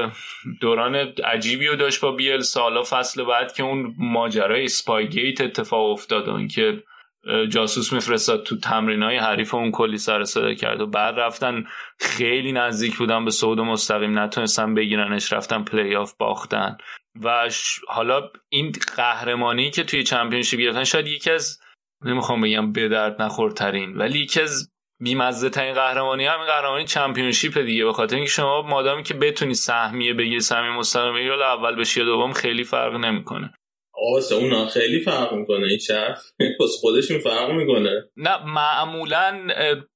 دوران عجیبی رو داشت با بیلسا. حالا فصل بعد که اون ماجرای اسپایگیت اتفاق افتاد و این که جاسوس میفرستاد تو تمرینای حریف اون کلی سر صدا کرد و بعد رفتن خیلی نزدیک بودن به صعود مستقیم نتونستن بگیرنش رفتن پلی آف باختن و حالا این قهرمانی که توی چمپیونشیپ گرفتن شاید یکی از نمیخوام بگم به درد نخورترین ولی یکی از بی‌مزه ترین قهرمانی همین قهرمانی چمپیونشیپ دیگه. به خاطر اینکه شما مادامی که بتونی سهمیه بگیری سهمیه مستقیم بگیری یا اول بشی یا دوم خیلی فرق نمیکنه. واسه اونا خیلی فرق میکنه این شرف واسه خودشون فرق میکنه. نه معمولا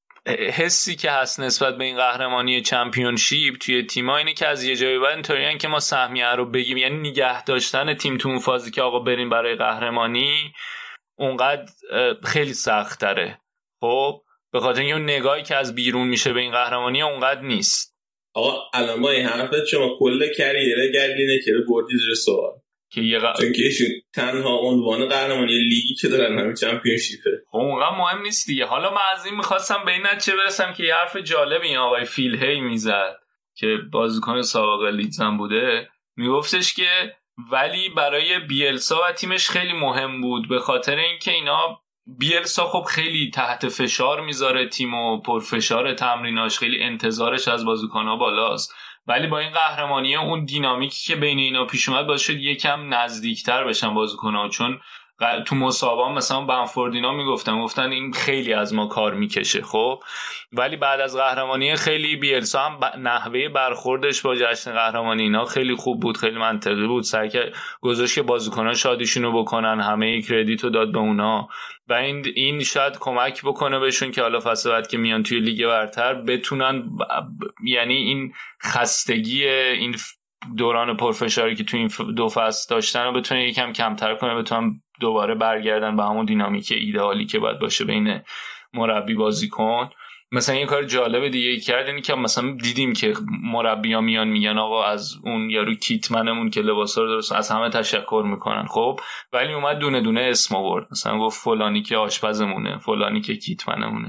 حسی که هست نسبت به این قهرمانی چمپیونشیپ توی تیم‌ها اینه که از یه جایی بعد اینطوریه که ما سهمیه رو بگیم یعنی نگه داشتن تیم تو اون فازی که آقا بریم برای قهرمانی اونقدر خیلی سخت تره. خب به خاطر اینکه اون نگاهی که از بیرون میشه به این قهرمانی اونقدر نیست. آقا الان ما این حرفت شما کل کریره گردینه که رو بردی زیر سوال که چون که تنها عنوان قهرمانی لیگی که دارن همین چمپیونشیپه. خب اونقدر مهم نیست دیگه. حالا من از این میخواستم به این نتیجه برسم که یه حرف جالب این آقای فیل هی میزد که بازیکن سابق لیدز هم بوده. میگفتش که ولی برای بیلسا و تیمش خیلی مهم بود به خاطر اینکه اینا بیلسا خب خیلی تحت فشار میذاره تیمو پرفشار تمریناش خیلی انتظارش از بازیکن‌ها بالاست ولی با این قهرمانی اون دینامیکی که بین اینا پیش اومد باعث شد یکم نزدیکتر بشن بازیکن‌ها. چون تو مسابقه مثلا بنفوردینا گفتن این خیلی از ما کار میکشه خب ولی بعد از قهرمانی خیلی بیلسا هم نحوه برخوردش با جشن قهرمانی اینا خیلی خوب بود خیلی منطقی بود. سعی کرد گذاشت که بازیکن‌ها شادیشونو بکنن همه کردیتو داد به اونا و این شاید کمک بکنه بهشون که حالا فصل بعد که میان توی لیگ برتر بتونن یعنی این خستگی این دوران پرفشاری که توی این دو فصل داشتن رو بتونه یکم کمتر کنه بتونن دوباره برگردن به همون دینامیک ایدئالی که باید باشه بین مربی بازیکن. مثلا یه کار جالب دیگه کرد اینی که مثلا دیدیم که مربی‌ها میان میگن آقا از اون یارو کیتمنمون که لباسا رو درست از همه تشکر میکنن خب ولی اومد دونه دونه اسم آورد مثلا گفت فلانی که آشپزمونه فلانی که کیتمنمونه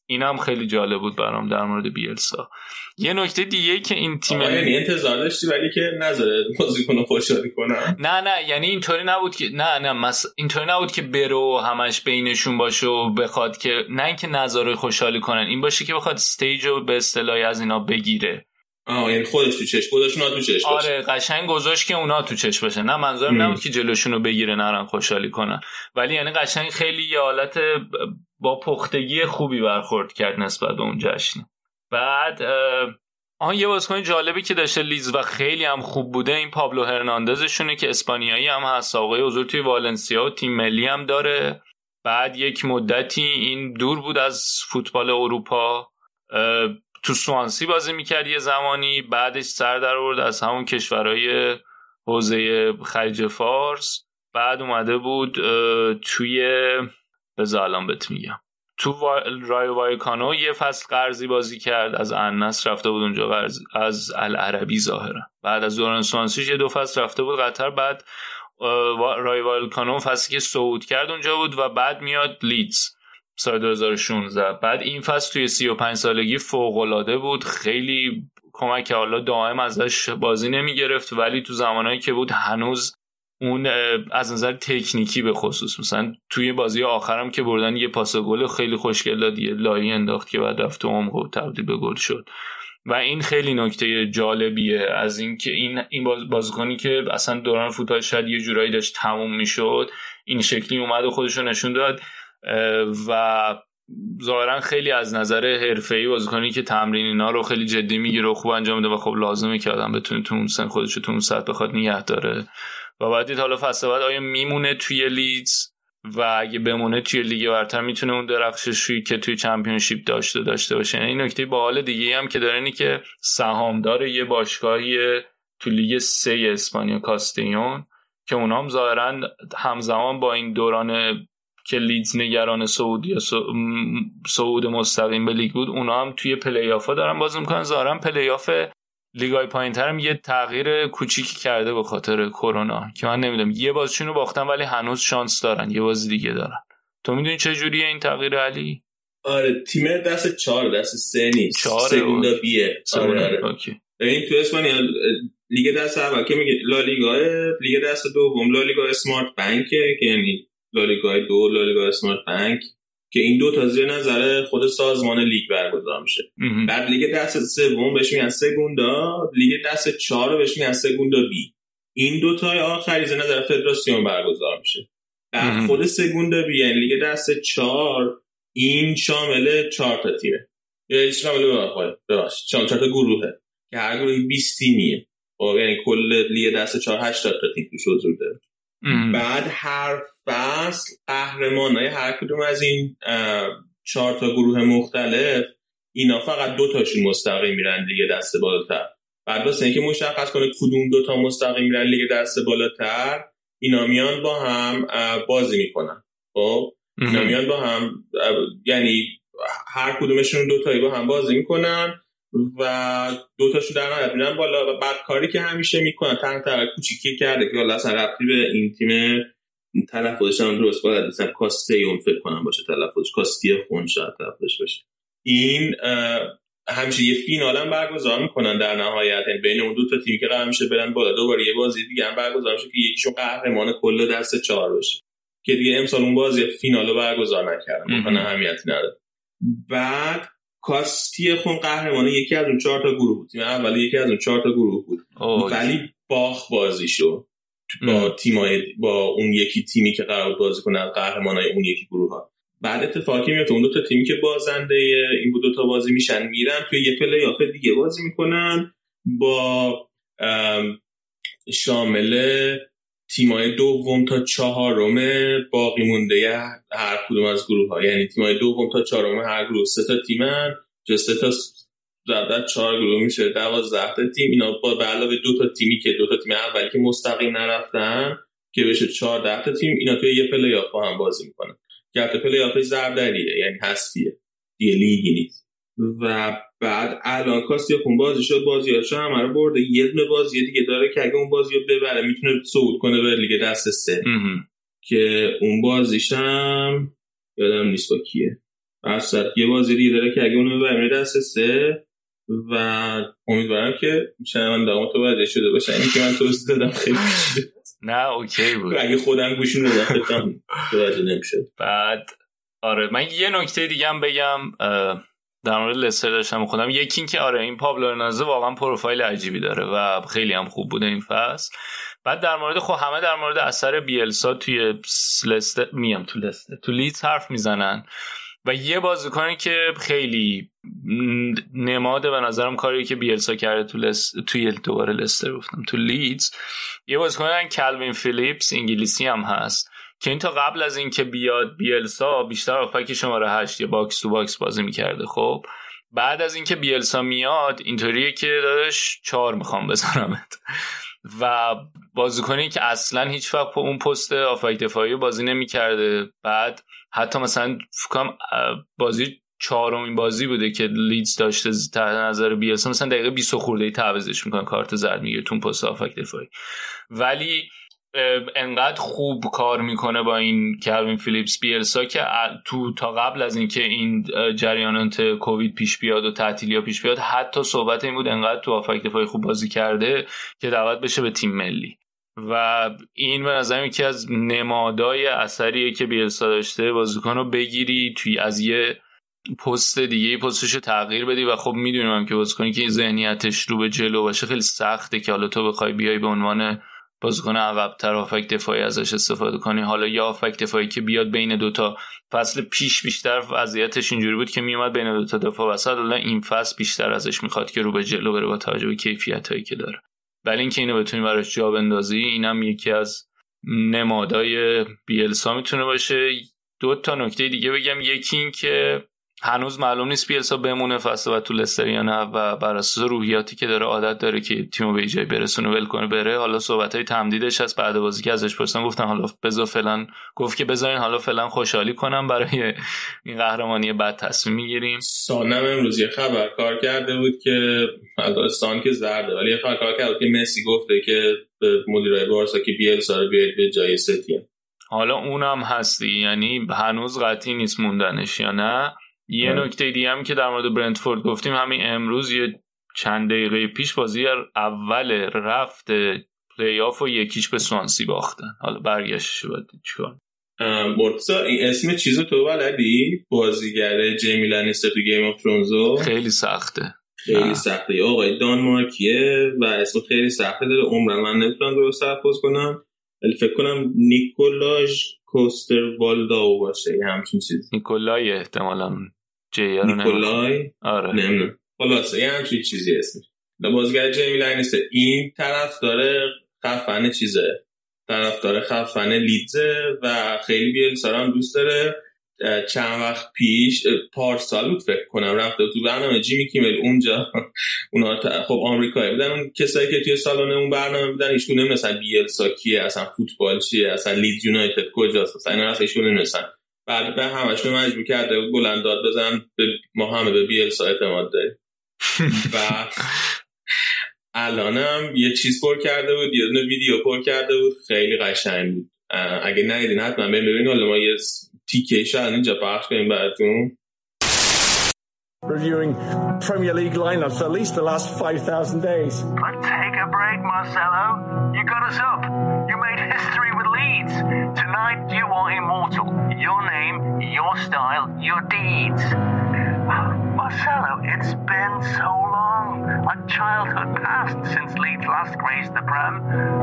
اینم خیلی جالب بود برام در مورد بیلسا. یه نکته دیگه که این تیم یعنی انتظار داشتی ولی که نذاره بازیکنو خوشحالی کنه. نه یعنی اینطوری نبود که اینطوری نبود که برو همش بینشون باشه و بخواد که نه اینکه نذاره خوشحالی کنن، این باشه که بخواد استیجو به اصطلاح از اینا بگیره. یعنی خودش تو چش گذاشت، اونا تو چش باشه. آره قشنگ گذاشت که اونا تو چش باشه. نه منظورم نبود که جلوشونو بگیره نرن خوشحالی کنن، ولی یعنی قشنگ خیلی یه حالت با پختگی خوبی برخورد کرد نسبت به اون جشن. بعد یه بازیکن جالبی که داشته لیدز و خیلی هم خوب بوده این پابلو هرناندزشونه که اسپانیایی هم هست، آقای حضور توی والنسیا و تیم ملی هم داره. بعد یک مدتی این دور بود از فوتبال اروپا، تو سوانسی بازی میکرد یه زمانی، بعدش سر در آورد از همون کشورهای حوزه خلیج فارس، بعد اومده بود توی بزالان بهت میگم تو رایو وایکانو یه فصل قرضی بازی کرد، از النصر رفته بود اونجا قرض، از العربی ظاهرا، بعد از دوران سوانسیش یه 2 فصل رفته بود قطر، بعد رایو وایکانو فصلی که صعود کرد اونجا بود و بعد میاد لیدز سال 2016. بعد این فصل توی 35 سالگی فوق‌العاده بود، خیلی کمک که حالا دائم ازش بازی نمیگرفت ولی تو زمانهایی که بود هنوز اون از نظر تکنیکی به خصوص مثلا توی بازی آخرم که بردن یه پاس گل خیلی خوشگل داد، یه لایی انداخت که بعد رفت تو عمق و تبدیل به گل شد و این خیلی نکته جالبیه از این که این بازیکنی که اصلا دوران فوتبال شاید یه جورایی داشت تموم میشد این شکلی اومد و خودشو نشون داد و ظاهرا خیلی از نظر حرفه‌ای بازیکنی که تمرین اینا رو خیلی جدی میگیره و خوب انجام میده و خب لازمه که آدم بتونه تو اون سن خودشو تو اون سطح بخواد نگه داره و بعد حالا فصل بعد آیا میمونه توی لیدز و اگه بمونه توی لیگ برتر میتونه اون درخششی که توی چمپیونشیپ داشته باشه. این نکته باحال دیگه هم که داره اینه که سهامدار یه باشگاهی تو لیگ 3 اسپانیا کاستیون که اونام ظاهرا همزمان با این دوران که لیدز نگران صعود مستقیم به لیگ بود اونا هم توی پلی آفا دارن بازی میکنن. ظاهرا پلی آف لیگای پایین‌تر هم یه تغییر کوچیکی کرده به خاطر کرونا که من نمیدونم، یه بازیشون رو باختن ولی هنوز شانس دارن یه بازی دیگه دارن. تو میدونی چه جوریه این تغییر علی؟ آره تیم دست 4 دست 3 نیست، سگوندا بیه. آره اوکی. این تو اسپانیا لیگ دست اول که میگه لالیگا، لیگ دست دوم لالیگا اسمارت بانک که یعنی لالیگا 2 لالیگا اسمارت بانک که این دو تا زیر نظر خود سازمان لیگ برگزار میشه. بعد لیگ دست سوم بهش میگن سگوندا، لیگ دست 4 بهش میگن سگوندا بی. این دو تا آخری زیر نظر فدراسیون برگزار میشه. بعد خود سگوندا بی یعنی لیگ دست 4 این شامل 4 تا تیمه. یعنی شامل ببخشید 4 تا گروهه که هر گروهی 20 تیمیه. خب یعنی کل لیگ دست 4 80 تا تیم توش حضور داره. بعد هر فصل قهرمانای هر کدوم از این 4 تا گروه مختلف اینا فقط 2 تاشون مستقیم میرن لیگ دست بالاتر. بعد واسه اینکه مشخص کنه کدوم 2 تا مستقیم میرن لیگ دست بالاتر اینا میان با هم بازی میکنن. خب اینا میان با هم یعنی هر کدومشون 2 تایی با هم بازی میکنن و 2 تاشون در نهایت میرن بالا. و بعد کاری که همیشه میکنن تنها کوچیکی کرده که حالا اصلا ربطی به این تیم تلفظش هم درست باید مثلا کاستیون فکر کنم باشه تلفظش، کاستیون شاید تلفظش باشه. این همیشه یه فینال هم برگزار میکنن در نهایت، یعنی بین اون 2 تا تیم که قرار میشه برن بالا دوباره یه بازی دیگه هم برگزار میشه که یکیشون قهرمان کل دست 4 بشه که دیگه امسال اون بازی فینال رو برگزار نکردن مثلا اهمیتی نداره. بعد کاستیون قهرمان یکی از اون 4 تا گروه بود، تیم اول یکی از اون 4 تا گروه بود ولی باخت بازیشو با تیمای با اون یکی تیمی که قرار بود بازی کنه قهرمانای اون یکی گروه ها. بعد اتفاقی میفته اون 2 تا تیمی که بازنده این 2 تا بازی میشن میرن توی یه پلی آف دیگه بازی میکنن با شامل تیمای دوم تا 4 باقی مونده هر کدوم از گروه ها. یعنی تیمای دوم تا 4 هر گروه 3 تا تیمن، جو 3 تا ضربت 4 گروه میشه 12 تا تیم. اینا با به علاوه 2 تا تیمی که 2 تا تیم اولی که مستقیم نرفتن که بشه 14 تا تیم، اینا توی یه پلی آف هم بازی میکنن که حتی پلی آف ضربدریه یعنی حذفیه دیگه، لیگی نیست. و بعد الان کاستی خون بازی شد، بازیاشو همه رو برده، یه دونه بازی دیگه داره که اگه اون بازی رو ببره میتونه صعود کنه به لیگ دست 3 که اون بازیش هم یادم نیست با کیه. اصلا یه بازی دیگه داره که اگه اونو ببریم دست 3 و امیدوارم که شنونده متوجه شده باشن اینکه من توضیح دادم خیلی نه اوکی بود اگه خودم گوشون دادم خیلی توجه نمیشد. بعد آره من یه نکته دیگه هم بگم در مورد لستر داشتم خودم، یکی این که آره این پابلو هرناندز واقعا پروفایل عجیبی داره و خیلی هم خوب بوده این فصل. بعد در مورد همه در مورد اثر بیلسا توی لستر تو لیدز حرف میزنن و یه بازیکنی که خیلی نماده به نظرم کاری که بیلسا کرده توی دوباره لستر گفتم تو لیدز، یه بازیکن کلوین فیلیپس انگلیسی هم هست که این تا قبل از این که بیاد بیلسا بیشتر هافبک شماره 8 یا باکس تو باکس بازی میکرده. خب بعد از این که بیلسا میاد اینطوریه که داداش 4 میخوام بزنمت و بازیکنی که اصلا هیچ وقت اون پست هافبک دفاعی بازی نمیکرده. بعد حتی مثلا فکرم بازی 4مین بازی بوده که لیدز داشته تحت نظر بیلسا مثلا دقیقه 20 خورده ای تعویضش میکنن، کارت زرد میگیره تو پست هافبک دفاعی. ولی انقدر خوب کار میکنه با این کلوین فیلیپس بیلسا که تا قبل از اینکه این جریانات کووید پیش بیاد و تعطیلی‌ها پیش بیاد حتی صحبت این بود انقدر تو هافبک دفاعی خوب بازی کرده که دعوت بشه به تیم ملی و این به نظرم یکی از نمادهای اثریه که بیلسا داشته بازیکن رو بگیری توی از یه پست دیگه پستشو تغییر بدی و خب میدونم که بازیکنی که ذهنیتش رو به جلو باشه خیلی سخته که حالا تو بخوای بیای به عنوان بازیکن عقب‌تر هافبک دفاعی ازش استفاده کنی. حالا یا هافبک دفاعی که بیاد بین دوتا فصل پیش بیشتر وضعیتش اینجوری بود که میومد بین دوتا دفاع وسط، حالا این فصل بیشتر ازش میخواد که رو به جلو بره با توجه به کیفیتایی که داره. ولی اینکه اینو بتونی براش جا بندازی اینم یکی از نمادهای بیلسا میتونه باشه. 2 تا نکته دیگه بگم، یکی این که هنوز معلوم نیست بیلسا بمونه فصل و تو لستر یا نه و بر اساس روحیاتی که داره عادت داره که تیمو به جای برسونه ول کنه بره. حالا صحبتای تمدیدش هست بعد بازی که ازش پرسیدن گفتن حالا بذار فعلا، گفت که بذارین حالا فعلا خوشحالی کنم برای این قهرمانی بعد تصمیم میگیریم. سانم امروز یه خبر کار کرده بود که داستان که زرده ولی یه خبر کار کرده که مسی گفته که به مدیرای بارسا که بیلسا رو بیارید به جای ستین. حالا اونم هستی، یعنی هنوز قطعی نیست موندنش یا نه. یه نکته دیگه هم که در مورد برنتفورد گفتیم، همین امروز یه چند دقیقه پیش بازی اول رفت پلی آف و 1-0 به سوانسی باختن. حالا برگشتش باید چیکار؟ مرتضی این اسم چیزو تو بلدی؟ بازیگر جیمی لنیستر تو گیم آف ترونزو خیلی سخته، خیلی سخته. یا آقای دانمارکیه و اسم خیلی سخته داره، عمرن من نمیتونم درست تلفظ کنم ولی فکر کنم نیکولاژ کوستروالدو باشه یه همچین چیز. نیکولای احتمالاً جیه رو نیکولای آره نمیدونم خلاصه یه همچین چیزی اسمش. بازیگر جیمی لنیستر این طرف داره خفنه چیزه، طرف داره خفنه لیدزه و خیلی بیلسا هم دوست داره. چند وقت پیش پارسال بود فکر کنم رفته تو برنامه جیمی کیمل اونجا اونا خب آمریکایی بودن، اون کسایی که توی سالن اون برنامه بودن هیچ کدوم نمی‌دونن بیلسا کیه، اصلا فوتبال چیه، اصلا لیدز یونایتد کجاست، اصلا اینا هیچ کدوم نمی‌دونن. بعد به همشون مجبور کرده بود بلند داد بزنن به ما همه به بیلسا اعتماد داریم. و الانم یه چیز پر کرده بود، یه دونه ویدیو پر کرده بود خیلی قشنگ بود. اگه ندیدین حتما ببینید. حالا ما یه تیکه شاید اینجا پخش کنیم براتون. Reviewing Premier League lineups for at least the last 5,000 days. But take a break, Marcelo. You got us up. You made history with Leeds. Tonight you are immortal. Your name, your style, your deeds. Marcelo, it's been so long. Like childhood past since Leeds last graced the Prem.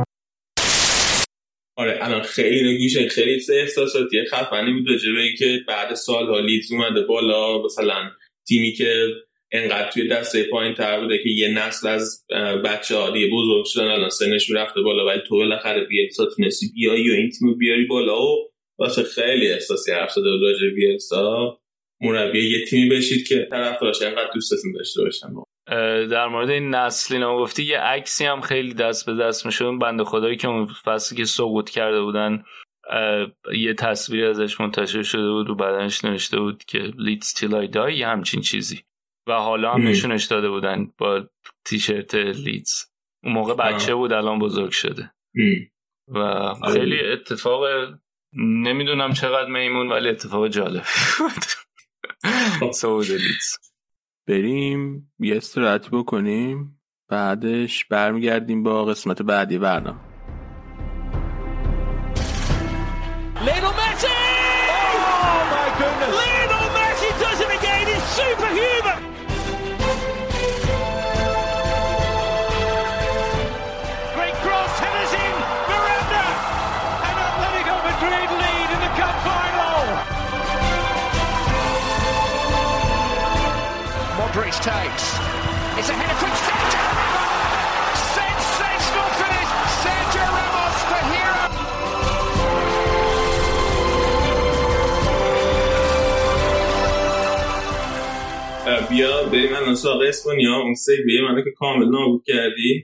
آره الان خیلی نگوشه، خیلی احساساتیه خفنی بود راجع به اینکه بعد سال‌ها لیدز اومده بالا، مثلا تیمی که انقدر توی دسته پایین تر بوده که یه نسل از بچه‌ها دیگه بزرگ شدن الان سنش رفته بالا ولی تو بالاخره بیلسا تونستی بیایی و این تیمو بیاری بالا و واسه خیلی احساسی حرف زده بود راجع به بیلسا. مربی یه تیمی بشید که طرفداراش انقدر دوستتون داشته باشن. در مورد این نسلی گفتی یه عکسی هم خیلی دست به دست میشد، بنده خدایی که اون فصلی که سقوط کرده بودن یه تصویر ازش منتشر شده بود و بدنش نوشته بود که لیدز تیل آی دای یه همچین چیزی و حالا هم نشونش داده بودن با تیشرت لیدز. اون موقع بچه بود الان بزرگ شده و خیلی اتفاق نمیدونم چقدر میمون ولی اتفاق جالب بود. صعود لیدز. بریم یه استراحت بکنیم، بعدش برمیگردیم با قسمت بعدی برنامه. Lionel Messi! Oh my goodness! Lionel Messi does it again. He's superhuman. Great cross, headers in. Miranda, and Atletico Madrid lead in the cup final. Modric takes. It's a header from Sergio Ramos. Sensational finish. Sergio Ramos, the hero. بیا بریم الان سراغ اسپانیا. اون سیگوی منو که کامل نابود کردی.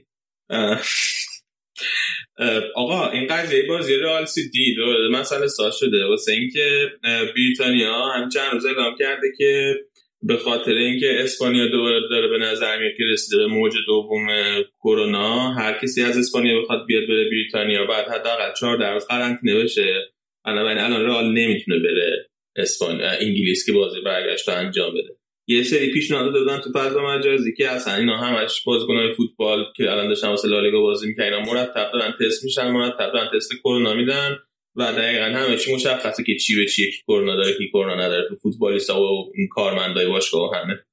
آقا این قضیه بازی رئال سیتی مسئله ساز شده واسه اینکه بریتانیا هم چند روز اعلام کرده که به خاطر اینکه اسپانیا دوباره داره به نظر میاد که رسیده به موج دوم کرونا، هر کسی از اسپانیا بخواد بیاد بره بریتانیا بعد حداقل 14 روز قرنطینه بشه. الان رئال نمیتونه بره انگلیس که بازی برگشت انجام بده. یه سری پیشنهاد دادن تو فضا مجازی که اصلا اینا همش بازیکن‌های فوتبال که الان داشتن واسه لالیگا بازی می‌کنن اینا مرتب دارن تست میشن، مرتب دارن تست کرونا میدن و دقیقاً همه چی مشخصه که چی به چیه، کی کرونا داره کی کرونا نداره تو فوتبالیستا و این کارمندای باشگاه و همه.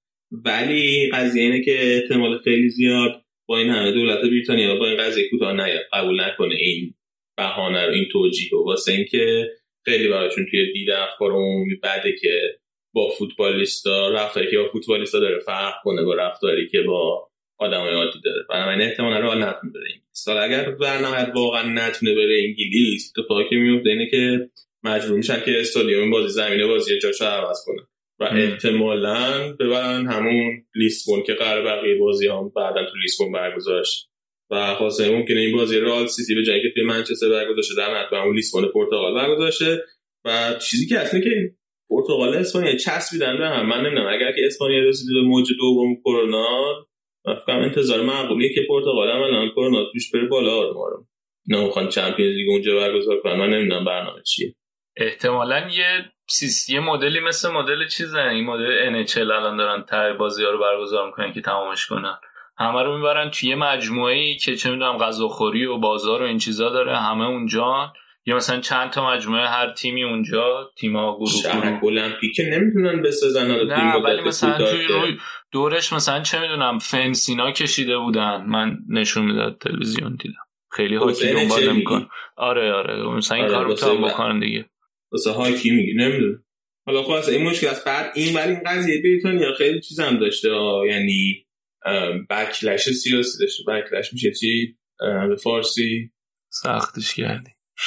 ولی قضیه اینه که احتمال خیلی زیاد با این همه دولت بریتانیا با این قضیه کوتاه نیاد، قبول نکنه این بهانه رو، این توجیه رو، واسه اینکه خیلی براشون توی دید افکار عمومی بده که با فوتبالیستا رفتاری که با فوتبالیستا داره فرق کنه با رفتاری که با آدمای عادی داره. بنابراین احتمالاً رئال نتونه بره انگلیس. اگر برنامه واقعا نتونه بره انگلیس، اتفاقی که میفته اینه که مجبور میشن که استادیوم بازی زمینه بازی جاشو عوض کنن و احتمالاً ببرن همون لیسبون که قرار بقیه بازیام بعداً تو لیسبون برگزار شه و خاصه ممکنه این بازی رئال سیتی به جایی که توی منچستر برگزار شه در نهایت همون لیسبون پرتغال برگزار شه. و چیزی که اصلا که پرتغال اسپانیا چسبیدن به هم، من نمیدونم اگر که اسپانیا رسیده به موج دوم کرونا فکر انتظار معقولیه که پرتغال هم الان کرونا توش بره بالا رو نمیخوان چمپیونز لیگ اونجا برگزار کنن. من نمیدونم برنامه چیه. احتمالاً یه مدلی مثل مدل چیزه، این مدل NHL الان دارن ته بازی‌ها رو برگزار میکنن که تمامش کنن، همه رو میبرن توی یه مجموعه‌ای که چه میدونم غذاخوری و بازار و این چیزا داره، همه اونجا، یا مثلا چند تا مجموعه هر تیمی اونجا، تیم‌ها گروه المپیک نمیتونن بسازن. نه ولی مثلا توی روی دورش مثلا چه میدونم فنسینا کشیده بودن، من نشون میداد تلویزیون دیدم، خیلی هاکی دنبال نمی‌کنه. آره مثلا این کارو میتونن بکنن دیگه. واسه هاکی میگی نمیدونم. حالا خلاص این مشکل است. بعد این ولی این قضیه بریتانیا خیلی چیزام داشته، یعنی بکلش سیاسی داشته. بکلش میشه چی به فارسی؟ سختش کردی.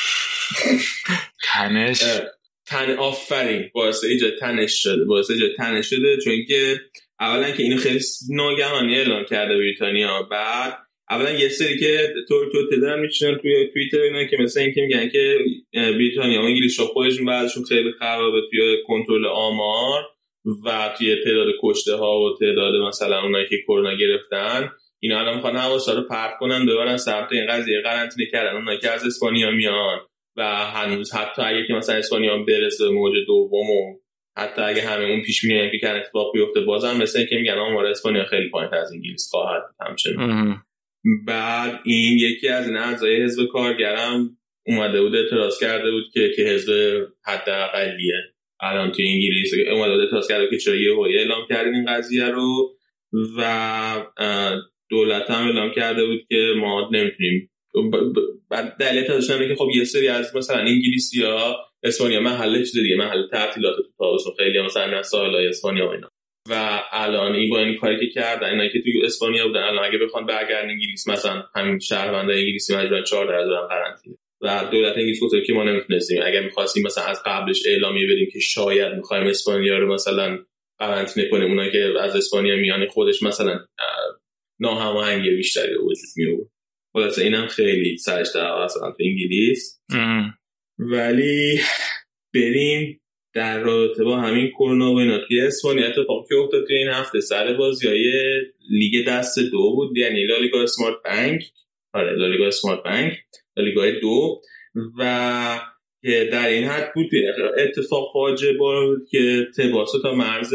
آفرین، باعث ایجاد تنش شده چون که اولا که اینو خیلی ناگهانی اعلام کرده بریتانیا. بعد اولا یه سری که تو تدرن میشنن توی توییتر اینا که مثلا این که میگن که بریتانیا و انگلیس خودشون بعضشون خیلی خرابه توی کنترل آمار و توی تعداد کشته ها و تعداد مثلا اونایی که کرونا گرفتن. اینا الان میخوان حواسا رو پرت کنن ببرن سمت این قضیه قرنطینه کردن اونایی که از اسپانیا میان و هنوز حتی اگه که مثلا اسپانیا برسه به موج دوم و حتی اگه همه اون پیش بینی که کردن اتفاق بیفته، بازم مثلا که میگن آمار اسپانیا خیلی پایین‌تر از انگلیس خواهد همچنین. بعد این یکی از این اعضای حزب کارگرم اومده بود اعتراض کرده بود که حزب حداقلیه الان توی انگلیس اومده بود اعتراض کرده که چرا یهو اعلام کردین این قضیه رو و دولت هم اعلام کرده بود که ما نمیتونیم. بعد دلیل داشتن که خب یه سری از مثلا انگلیسی‌ها اسپانیا محل چیز دیگه، محل تعطیلات تو تابستون، خیلی مثلا ساحل‌های اسپانیا و اینا. و الان این با این کاری که کردن اینا که توی اسپانیا بودن الان اگه بخوان برگردن انگلیس مثلا همین شهروندای انگلیسی مجبورن 14 روز برن قرنطینه و دولت انگلیس گفته که ما نمیتونستیم، اگر می‌خواستیم مثلا از قبلش اعلامیه بدیم که شاید می‌خوایم اسپانیا رو مثلا قرنطینه کنیم، اونایی که از اسپانیا میان خودش مثلا ناهماهنگی بیشتری به وجود میاد. خلاص اینم خیلی سرش در اصلا تو انگلیس. ولی بریم در رابطه با همین کرونا و اینا توی اسپانیا اتفاقی که افتاد توی این هفته سر بازی‌های لیگ دست دو بود، یعنی لالیگا اسمارت بانک، لالیگا 2 و که در این حد بود اتفاق فاجعه بود که تباسو تا مرز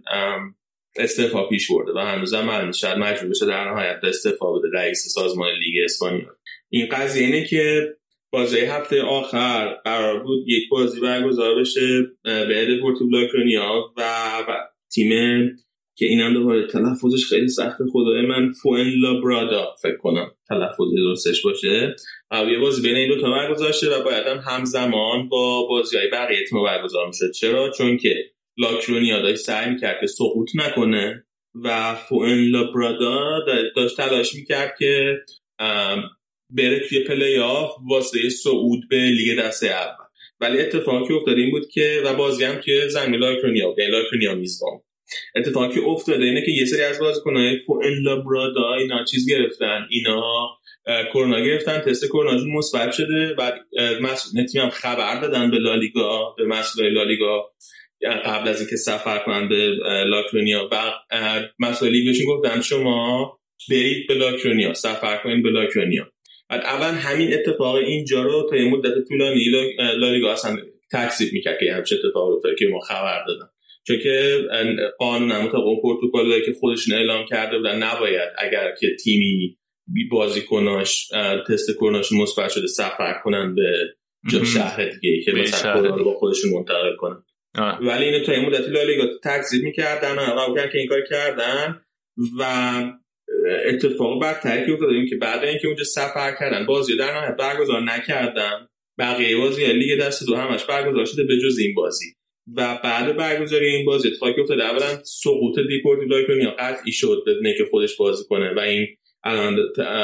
استعفا پیش برده و هنوزم معلوم شاید مجبور بشه در نهایت استعفا بده رئیس سازمان لیگ اسپانیا. این قضیه اینه که بازی هفته آخر قرار بود یک بازی برگزار بشه به دپورتیو لاکرونیا و تیم که اینم دوباره تلفظش خیلی سخته خدای من، فوئنلابرادا فکر کنم تلفظ درستش باشه، یه بازی بین این دو تا برگزار شده و باید همزمان با بازی‌های بقیه تیم برگزار میشد. چرا؟ چون که لاکرونیا داشت سعی میکرد که سقوط نکنه و فوئنلابرادا داشت تلاش میکرد که بره توی پلی آف واسه صعود به لیگ دسته اول. ولی اتفاقی افتاد این بود که و بازی هم توی زمین لاکرونیا میزبان. اتفاقی افتاده اینه که یه سری از بازیکن‌های فوئنلابرادا اینا چیز گرفتن، اینا کرونا گرفتن، تست کروناشون مثبت شده. بعد مسئولین تیم هم خبر دادن به لالیگا، به مسئولای لالیگا قبل از اینکه سفر کنن به لاکرونیا و مسئولای لیگ بهشون گفتن شما برید به لاکرونیا، سفر کنید به لاکرونیا. بعد اول همین اتفاق اینجا رو تا یه مدت طولانی لالیگا اصلا تکذیب میکرد که همچین اتفاقی افتاده که ما خبر دادن، چون که قانون مطابق اون پروتکلی که خودشون اعلام کرده بودن نباید اگر که تیمی بازیکناش تست کروناشون مثبت شده سفر کنن به شهر دیگه که مثلا کرونا رو با خودشون منتقل کنن. ولی اینو تا این مدت لالیگا تکذیب میکردن و قبول که این کار کردن و اتفاق بدتری که افتاد که بعد اینکه اونجا سفر کردن بازی در نهایت برگزار نکردن، بقیه بازی لیگ دست دو همش برگزار شده به جز این بازی. و بعد برگزاری این بازی اتفاقی افتاد اولا سقوط دپورتیو لاکرونیا قطعی شد بدون که خودش بازی کنه و این الان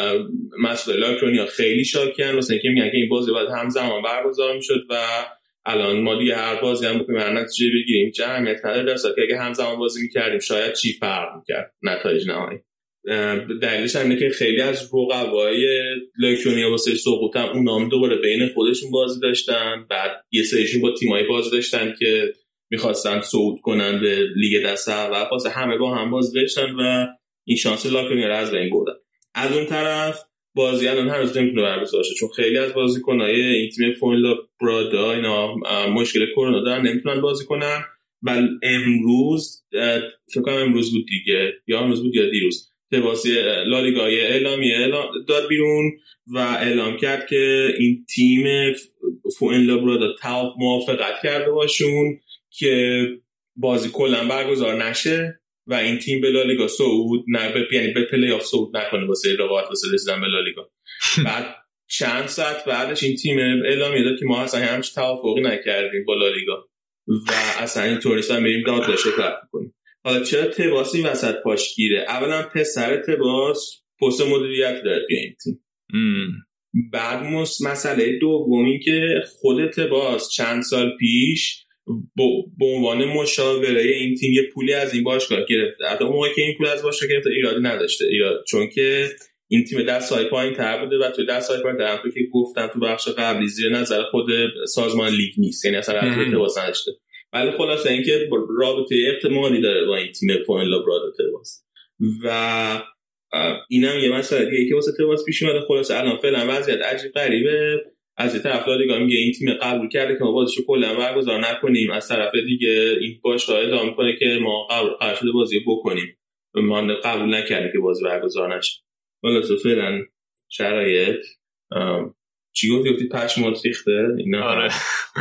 مسئول لاکرونیا خیلی شاکیان واسه اینکه میگن که این بازی باید همزمان برگزار میشد و الان ما دیگه هر بازی هم بکنیم هر نتیجه بگیریم چه اهمیت نداره، در صورتی که اگه همزمان بازی میکردیم شاید چی فرق میکرد نتایج نهایی. دلیلش اینه که خیلی از رقبای لاکرونیا واسه سقوط هم اونام دوباره بین خودشون بازی داشتن، بعد یه سریشون با تیمای بازی داشتن که میخواستن صعود کنن به لیگ دسته اول، واسه همه با هم بازی داشتن و این شانس لاکرونیا رو از بین بردن. از اون طرف بازی الان هنوز نمیتونه برگزار شه چون خیلی از بازیکن‌های این تیم فوئنلابرادا اینا مشکل کرونا دارن، نمیتونن بازی کنن. و امروز فکر کنم امروز بود دیگه یا امروز بود یا دیروز تباسی لالیگا اعلامیه داد بیرون و اعلام کرد که این تیم فوئنلابرادا موافقت کرده باشون که بازی کلا برگزار نشه و این تیم به لالیگا صعود یعنی به پلی آف صعود نکنه واسه رقابت واسه رسیدن به لالیگا. بعد چند ساعت بعدش این تیم اعلامیه داد که ما اصلا همچین توافقی نکردیم با لالیگا و اصلا اینطوری نیست بریم دادگاه کار کنیم. حالا چرا تباس این وسط پاشگیره؟ اولا پسر تباس پست مدیریت داره توی این تیم. بعد مسئله دومی که خود تباس چند سال پیش به عنوان مشاوره این تیم یه پولی از این باشگاه گرفته. حتی موقعی که این پول از باشگاه گرفته ایرادی نداشته چون که این تیم دست‌های پایین تر بوده و توی دست‌های پایین تر هم که گفتم تو بخش قبلی زیر نظر خود سازمان لیگ نیست، یعنی اصلا تباس نداشته. ولی خلاصه اینکه رابطه احتمالی داره با این تیم فوئنلابرادا تباس و اینم یه مسئله دیگه که واسه تباس پیش اومده. خلاصه الان فعلا وضعیت عجیب غریبه. از یه طرف لالیگا میگه این تیم قبول کرده که ما بازیشو کلا برگزار نکنیم، از طرف دیگه این باشگاه اعلام میکنه که ما قرار شده بازی بکنیم، ما قبول نکردیم که بازی برگزار نشه. خلاصه فعلا شرایط چی گفتی پشمات ریخته اینا. آره.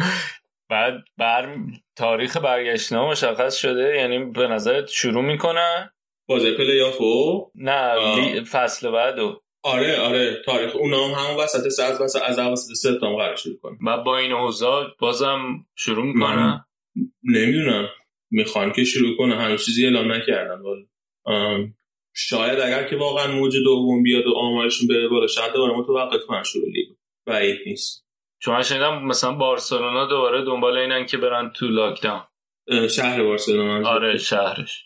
بعد تاریخ برگشتنامه مشخص شده، یعنی به نظرت شروع میکنن بازی پلی آفو؟ نه فصل بعدو. آره تاریخ اونا هم همون وسط از اواسط سپتامبر قرار شروع کنن. بعد با این اوضاع بازم شروع میکنن؟ نمیدونم، میخوان که شروع کنن، هنوز چیزی اعلام نکردن. شاید اگر که واقعا موج دوم بیاد و آمارشون بره بالا شاید دوباره متوقف کنن شروع لیگ. بعید نیست. چون شنیدم مثلا بارسلونا دوباره دنبال اینن که برن تو لاکداون. شهر بارسلونا. آره شهرش.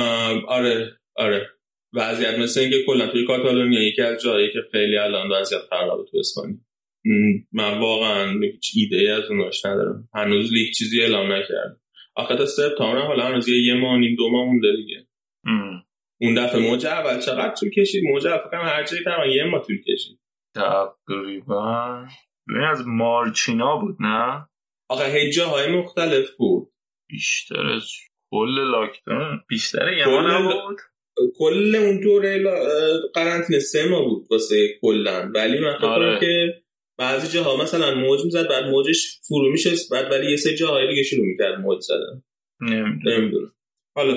آره وضعیت مثل اینکه کلا توی کاتالونیا یکی از جایی که خیلی الان وضعیت خرابه تو اسپانیا. من واقعا ایده‌ای از اوناش ندارم. هنوز لیگ چیزی اعلام نکرد. آخه تا سپتامبر حالا هنوز یه ماه نیم دو ماه مونده دیگه. اون دفعه موج اول چقدر طول کشید؟ موج اول فکر کنم هر جایی تقریبا یه ماه طول کشید. تقریبا از مارچینا بود نه؟ آخه هجاهای مختلف بود، بیشتر از کل لاکداون بیشتر یه ما نبود. کل اون دوره قرنطینه 3 ماه بود واسه کلن، ولی من فکر کنم که بعضی جاها مثلا موج میزد بعد موجش فرو میشست بعد ولی یه سه جاهای دیگه شروع میکرد موج زدن. نمیدونم حالا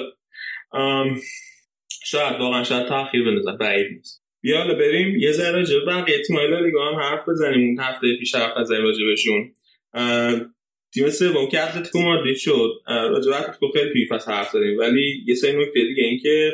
شاید واقعا شاید تأخیر بندازن، بعید نیست. بیا حالا بریم یه ذره راجع به بقیه تیم‌های لالیگا هم حرف بزنیم. اون هفته پیش حرف زدیم راجع بهشون. تیم سوم که اتلتیکو مادرید شد، راجع به اتلتیکو خیلی پیش حرف زدیم، ولی یه سری نکته دیگه این که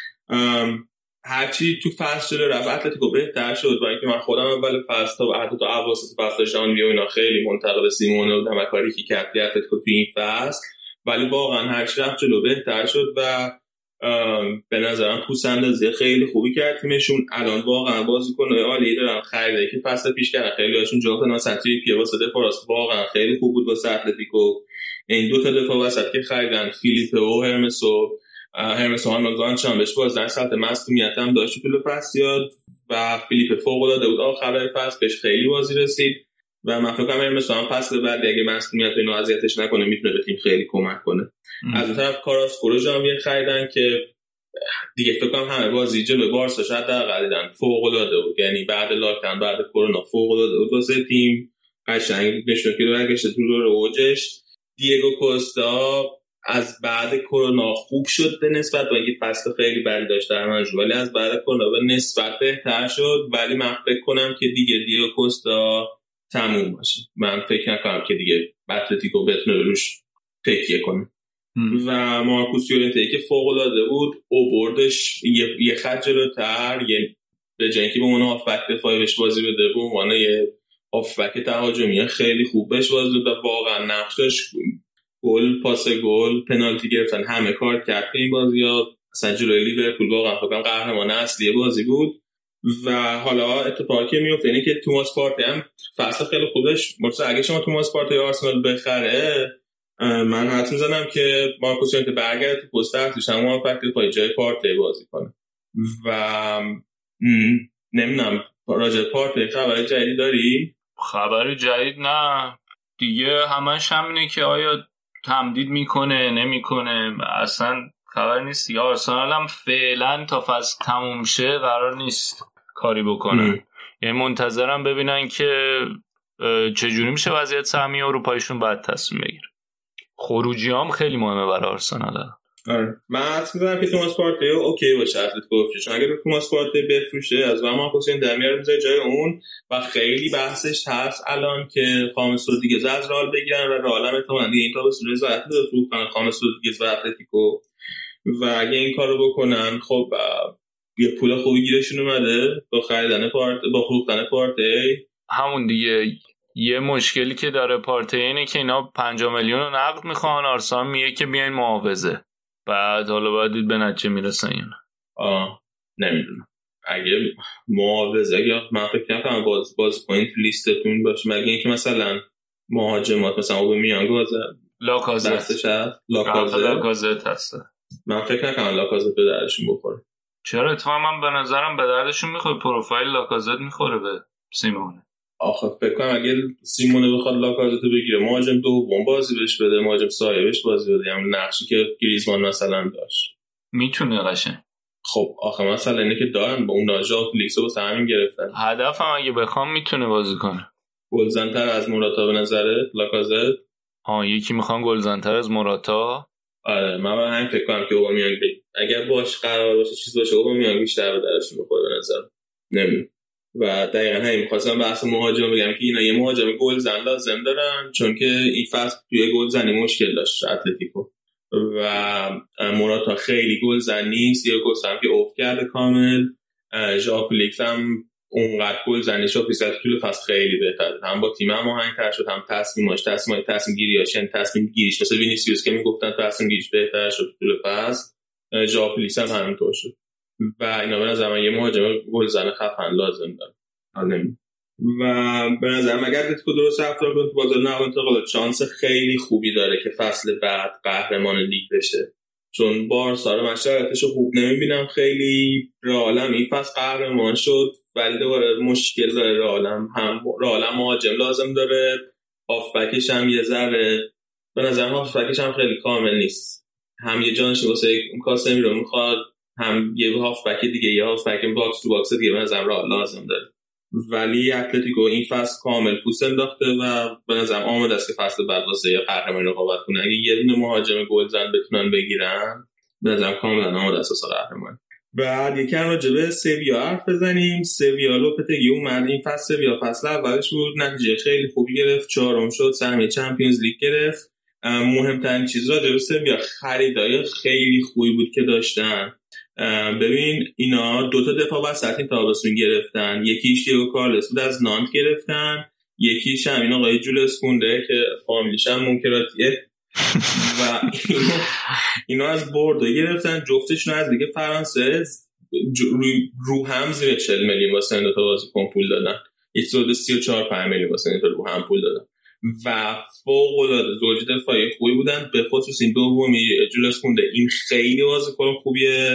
هرچی تو فصل جلو رفت اتلتیکو بهتر شد. با اینکه من خودم اول فصل تا اواسط فصل ژانویه و اینا خیلی منتقد سیمونه بودم و کاری که کرد اتلتیکو تو این فصل، ولی واقعا هرچی رفت جلو بهتر شد و به نظرم پوس‌اندازی خیلی خوبی کرد تیمشون. الان واقعا بازیکن‌های عالی دارن، خریدایی که فصل پیش کردن خیلی هاشون جوتن مثلا توی واسه دفاعست واقعا خیلی خوب بود واسه اتلتیکو. این دو تا دفاع وسط که خریدن فیلیپه و هرمسو هانوزان چامبش بازن سمت مصدومیت هم داشت تو فصل و فیلیپ فوق‌العاده بود آخر فصل بهش خیلی بازی رسید و من فکر کنم هرمسو هم فصل بعد اگه مصدومیت اینو اذیتش نکنه میتونه به تیم خیلی کمک کنه. از اون طرف کاراسکو رو ژانویه خریدن که دیگه فکر کنم همه بازی جلوی بارسا شاید در دیدن فوق‌العاده بود، یعنی بعد لاکداون بعد کرونا فوق‌العاده بود واسه تیم، قشنگ نشون که برگشت تو دور اوجش. دیگو کوستا از بعد کرونا خوب شد به نسبت با اینکه فصل خیلی بدی داشت در منجو، ولی از بعد کرونا به نسبت بهتر شد، ولی من فکر کنم که دیگه دیگو کوستا تموم باشه. من فکر نکنم که دیگه اتلتیکو بتونه روش تکیه کنه. و مارکوس یورنته که فوق‌العاده بود اووردش یه خط جلوتر، یه به جای اینکه به اون هافبک دفاعی بهش بازی بده به عنوان یه هافبک تهاجمی خیلی خوب بهش بازی داد و واقعا نقشش گل، پاس گل، پنالتی گرفتن همه کار کرد این بازی‌ها. مثلا جلوی لیورپول واقعا فکر کنم قهرمان اصلی بازی بود. و حالا اتفاقی که میفته اینه که توماس پارتی هم فصل خیلی خوبش مثلا اگه شما توماس پارتی آرسنال بخره من حتما می‌زنم که مارکوس یورنته برگرده تو پست اصلیش هم موفق دفاعی جای پارتی بازی کنه. و نمیدونم راجع پارتی خبر جدیدی داری؟ خبر جدید نه دیگه، همش همینه که آیا تمدید میکنه نمیکنه، اصلا خبر نیست. یا آرسنال هم فعلا تا فصل تموم شه قرار نیست کاری بکنن، یعنی منتظرم ببینن که چجوری میشه وضعیت سهمی اروپاییشون بعد تصمیم بگیره. خروجی هم خیلی مهمه برای آرسنال. من حس می‌زنم که توماس پارتی اوکی باشه اتلتیکو بفروشه، چون اگه توماس پارتی بفروشه از مارکوس یورنته در میاره میذاره جای اون و خیلی بحثش هست الان که خامس رو دیگه از رئال بگیرن و رئال هم احتمالاً دیگه این تا به صورت رضایت بده کنن خامس رو دیگه از اتلتیکو و اگه این کارو بکنن خب یه پول خوبی گیرشون اومده با خریدن پارتی، با فروختن پارتی. همون دیگه یه مشکلی که داره پارتی اینه که اینا 50 میلیون رو نقد میخوان، آرسنال میگه که بیاین معاوضه، بعد حالا باید دید به نتیجه میرسن یا نه. نمیدونم اگه معاوضه یا من فکر نکنم باز پوینت لیستتون باشه، مگه اینکه مثلا مهاجمات مثلا اوبامیانگ لاکازت هست. من فکر نکنم لاکازت به دردشون بخوره. چرا؟ اتفاقا من به نظرم به دردشون میخوره، پروفایل لاکازت میخوره به سیمونه. آخه فکر کنم اگه سیمونه بخواد لاکازت رو بگیره مهاجم دوم بازی بهش بده، مهاجم صاحبش بازی بده، یعنی نقشی که گریزمان مثلا داشت میتونه قشنگ. خب آخه مثلا اینه که دارن با اون ناجا فلیکس رو واسه همین گرفتن. هدفم اگه بخوام میتونه بازی کنه. گلزن‌تر از موراتا به نظرت لاکازت؟ یکی میخوان گلزن‌تر از موراتا؟ آره من همین فکر کنم که اوبامیانگ اگر باش قرار باشه چیز باشه اوبامیانگ بیشتر به درش بخوره به نظر. نمیدونم. و دقیقاً همین می‌خواستم بحث مهاجم بگم که اینا یه مهاجم گلزن لازم دارن، چون که این فصل توی گلزنی مشکل داشت اتلتیکو و موراتا خیلی گلزن نیست، یه گلزن که اوف کرده کامل. ژائو فلیکس هم اونقدر گلزنیش رو پیش طول فصل خیلی بهتر، هم با تیم هم آهنگ‌تر شد، هم تصمیم گیریاش یعنی تصمیم گیریش مثل وینیسیوس که میگفتن تصمیم گیریش بهتر شد طول فصل، ژائو فلیکس هم همینطور شد و اینا به نظر من یه مهاجم گلزن خفن لازم دارن. و به نظر من اگر اتلتیکو درست رفتار کنه تو بازار نقل و انتقالات شانس خیلی خوبی داره که فصل بعد قهرمان لیگ بشه، چون بارسا رو مشروعیتش رو خوب نمیبینم خیلی. رئال هم این فصل قهرمان شد ولی دوباره مشکل داره، رئال هم مهاجم لازم داره هافبکش هم یه ذره به نظر هافبکش هم خیلی کامل نیست، هم یه جانش واسه کاسمیرو میخواد، هم یه هافبک دیگه، یه هافبک باکس تو باکس دیگه به نظر لازم داره. ولی اتلتیکو این فصل کامل پوست انداخته و به نظر آماده است که فصل بعد واسه قهرمانی رقابت کنه. اگه یه دونه مهاجم گلزن بتونن بگیرن به نظر کاملا آماده است واسه قهرمانی. بعد یکم راجع به سویا حرف بزنیم. سویا لوپتگی اومد این فصل، سویا فصل اولش بود، نتیجه خیلی خوبی گرفت، چهارم شد، سهمیه چمپیونز لیگ گرفت. مهمترین چیز راجع به سویا خریدای خیلی خوبی بود که داشتن. ببین اینا دوتا دفاع وسط این تابستون گرفتن، یکیش دیگو کارلس بود از نانت گرفتن، یکیش هم این آقای جولس کونده که فامیلیش هم منکراتیه و اینا از بوردو گرفتن، جفتشون از لیگ فرانسه رو هم زیر 40 میلیون واسه این دوتا بازیکن پول دادن، یک سود 34 میلیون واسه این دوتا رو هم پول دادن و فوق العاده زوج دفاعی خوبی بودن. به خصوص این دومی جولس کونده این خیلی بازیکن خوبیه،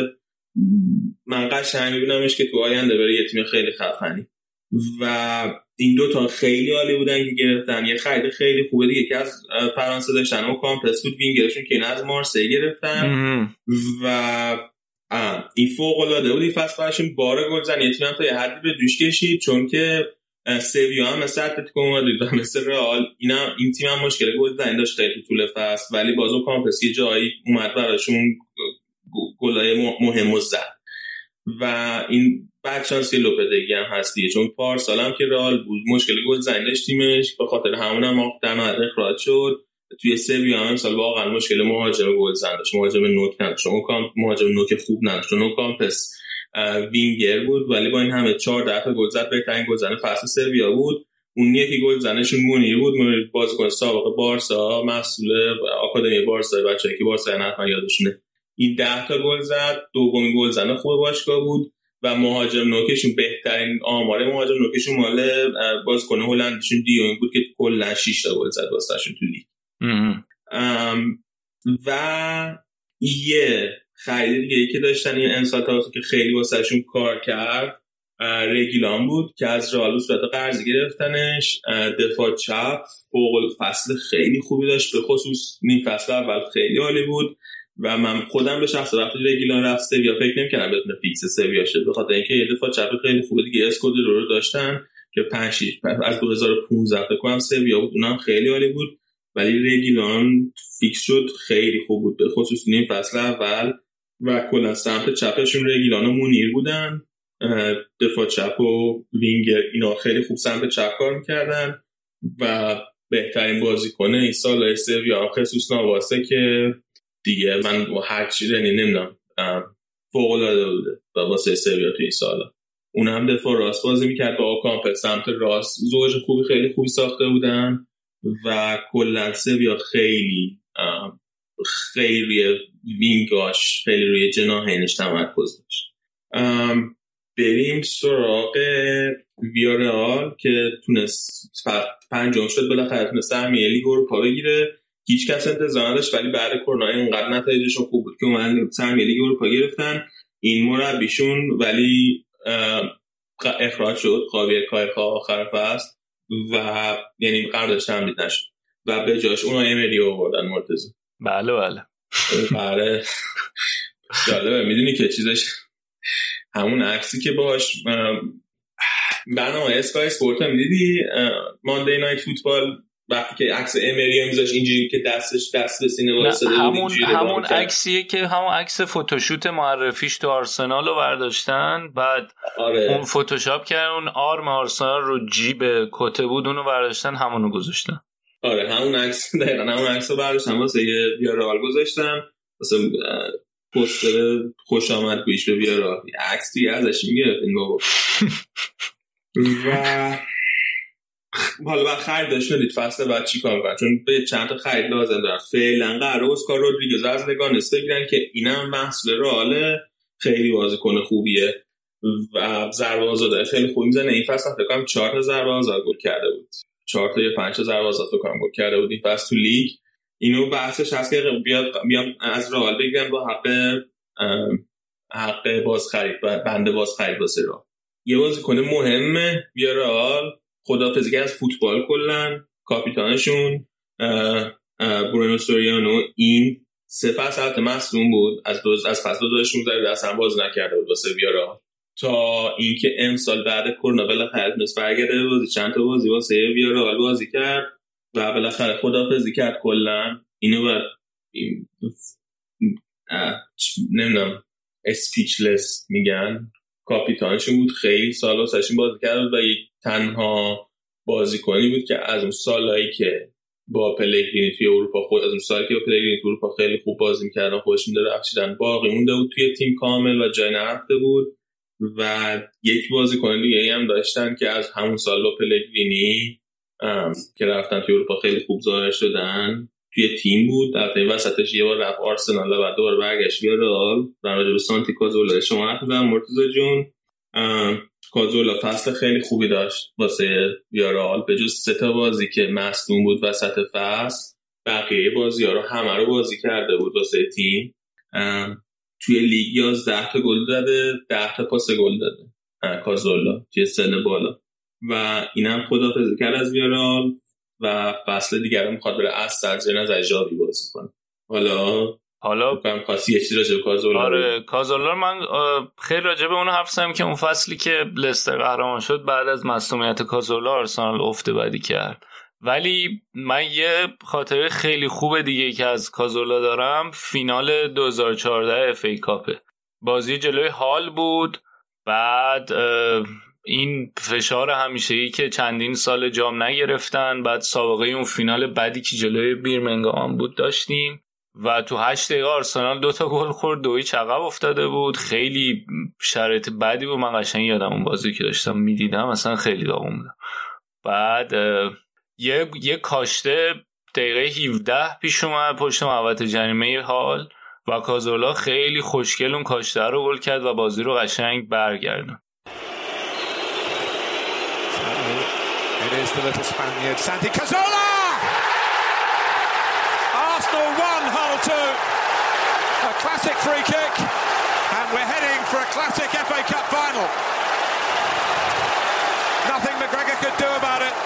من قشنگ می‌بینمش که تو آینده بره یه تیم خیلی خفنی و این دو تا خیلی عالی بودن که گرفتن. یه خرید خیلی خوبه دیگه که از فرانسه داشتن و کامپلکس بود وینگرشون که این از مارسی گرفتن و این فوق العاده بود. این فصل براشون بار گلزن یه تیم هم تا یه حدی به دوش کشید، چون که سویا هم مثل اتلتیکو مادرید و مثل رئال این تیم هم مشکل گلزنی داشت خیلی طول فصل، ولی بازو کامپلکس یه جایی اومد براشون گلای مهم زد و این بعد شانسی لوپتگی هم هست دیگه، چون پارسال هم که رئال بود مشکل گلزنی داشت تیمش، به خاطر همون هم در نهایت اخراج شد. توی سویا هم امسال واقعا مشکل مهاجم گلزن داشت، مهاجم نوک نداشت، مهاجم نوک خوب نداشت، چون کامپس وینگر بود ولی با این همه 14 تا گل زد، بهترین گلزن فصل سویا بود. اون یکی گلزنشون مونیر بود، بازیکن سابق بارسا، مسئول آکادمی بارسا، بچه‌ای که بارسا حتما یادشونه. این 10 تا گل زد، دومین گلزن خوب باشگاه بود و مهاجم نوکشون بهترین آمار مهاجم نوکشون مال بازیکن هلندشون دیونگ بود که کلا 6 تا گل زد واسهشون تو لیگ. و یه خرید دیگه که داشتن این امسال تاوسو که خیلی واسهشون کار کرد رگیلان بود که از رئال صورت قرضی گرفتنش. دفاع چپ فوق فصل خیلی خوبی داشت، به خصوص نیم فصل اول خیلی عالی بود و من خودم به شخص وقتی رگیلان رفت سویا فکر نمی‌کردم بتونه فیکس سویا شه، به خاطر اینکه یه دفاع چپ خیلی خوبه دیگه اسکود رو داشتن که 5 از 2015 فکر کنم سویا بود، اونم خیلی عالی بود، ولی رگیلان فیکس شد خیلی خوب بود به خصوص نیم فصل اول و کلا سمت چپشون رگیلان و مونیر بودن، دفاع چپ و وینگر اینا خیلی خوب سمت چپ کار می‌کردن و بهترین بازیکن این سال سویا خصوص نواسه که دیگه من هر چی نمیدونم فوق العاده بوده و واسه سویا توی این سالا. اون هم دفاع راست بازی میکرد با کامپل سمت راست، زوج خوبی خیلی خوبی ساخته بودن و کلا سویا خیلی روی وینگاش خیلی روی جناحینش تمرکز داشت. بریم سراغ ویارئال که تونست پنجم شد، بالاخره تونست سهمیه لیگ اروپا بگیره. هیچ کس انتظار نداشت ولی بعد کرونا اینقدر نتایجشون خوب بود که اومدن سهمیه لیگ اروپا گرفتن. این مربیشون ولی اخراج شد، خاویر کایخا آخر فصل و یعنی قراردادش تمدید نشد و به جاش اونها امری آوردن مرتضی. بله آره جالبه. میدونی که چیزش همون عکسی که باهاش برنامه اسکای اسپورت هم دیدی ماندی نایت فوتبال وقتی که عکس امری میذاش اینجوری که دست به سینه واسطه همون عکسیه که همون عکس فتوشوت معرفیش تو آرسنال رو برداشتن، بعد اون فتوشاپ کردن اون آرم آرسنال رو جیب کته بود اونو برداشتن همونو گذاشتن. آره همون عکس دقیقاً همون عکس رو برداشتن واسه ویارئال گذاشتن، واسه پوستر خوش آمد گویش به ویارئال. عکس دیگه ازش میگرفت این بابا. و حالا بعد خریدش ندید فصل بعد چی کار کنن، چون به چند تا خرید لازم دارن. فعلا قراره اسکار رودریگز از لگانس بگیرن که اینم محصول رئال، خیلی بازیکن خوبیه و ضربه آزاد خیلی خوب میزنه. این فصل فکر کنم 4 تا ضربه آزاد گل کرده بود، 4 تا یا 5 تا ضربه آزاد فکر کنم گل کرده بود این فصل تو لیگ. اینو بحثش هست که بیان از رئال بگیرن با حق باز خرید، بنده باز خرید واسه رئال. یه بازیکن مهمه ویارئال خدافظی از فوتبال کلا کاپیتانشون برونو سوریانو این 3 فصل مصدوم بود، از فصل 2016 اصلا بازی نکرده بود واسه ویارال تا اینکه امسال بعد کرونا بالاخره تونست برگرده به بازی، چند تا بازی واسه ویارال بازی کرد و بالاخره خداحافظی کرد کلا. اینو بعد نمیدونم اسپیچلس میگن، کاپیتانشون بود، خیلی سال واسهشون بازی کرد و یک تنها بازیکنی بود که از اون سالایی که با پلگرینی توی اروپا خیلی خوب بازی می‌کردن، خودشون درخشیدن، باقی مونده بود توی تیم کامل و جای نرفته بود. و یک بازیکن دیگه هم داشتن که از همون سال با پلگرینی که رفتن توی اروپا خیلی خوب ظاهر شدن توی تیم بود. در طی وسطش یه بار رفت آرسنال و بعد دوباره برگشت ویارال. در راجع به سانتی کازورلا شما حرف بزن مرتضی جون. کازورلا فصل خیلی خوبی داشت واسه ویارال، به جز 3 تا بازی که مصدوم بود وسط فصل بقیه بازی‌ها رو همه رو بازی کرده بود واسه تیم. توی لیگ 11 تا گل زده، 10 تا پاس گل داده کازورلا توی سن بالا و اینم خداحافظی کرد از ویارال و فصل دیگر میخواد بره از سرجن از اجابی بازی کنه. حالا بکنم خاصی یه چیزی راجع به کازورلا. آره کازورلا من خیلی راجع به اون حرف زدم که اون فصلی که لستر قهرمان شد بعد از مصونیت کازورلا آرسنال افت بدی کرد، ولی من یه خاطره خیلی خوب دیگه که از کازورلا دارم فینال 2014 اف ای کاپه. بازی جلوی هال بود، بعد این فشار همیشه‌ای که چندین سال جام نگرفتن، بعد سابقه اون فینال بعدی که جلوی بیرمنگام بود داشتیم و تو 8 دقیقه آرسنال 2 تا گل خورد، 2-0 عقب افتاده بود. خیلی شرایط بدی بود، من قشنگ یادم اون بازی که داشتم میدیدم اصلا خیلی داغون بود. بعد یه کاشته دقیقه 17 پیش اومد پشت محوطه جریمه هال و کازورلا خیلی خوشگل اون کاشته رو گل کرد و بازی رو قشنگ برگردوند. It is the little Spaniard, Santi Cazorla! Arsenal 1, Hull 2. A classic free kick, and we're heading for a classic FA Cup final. Nothing McGregor could do about it.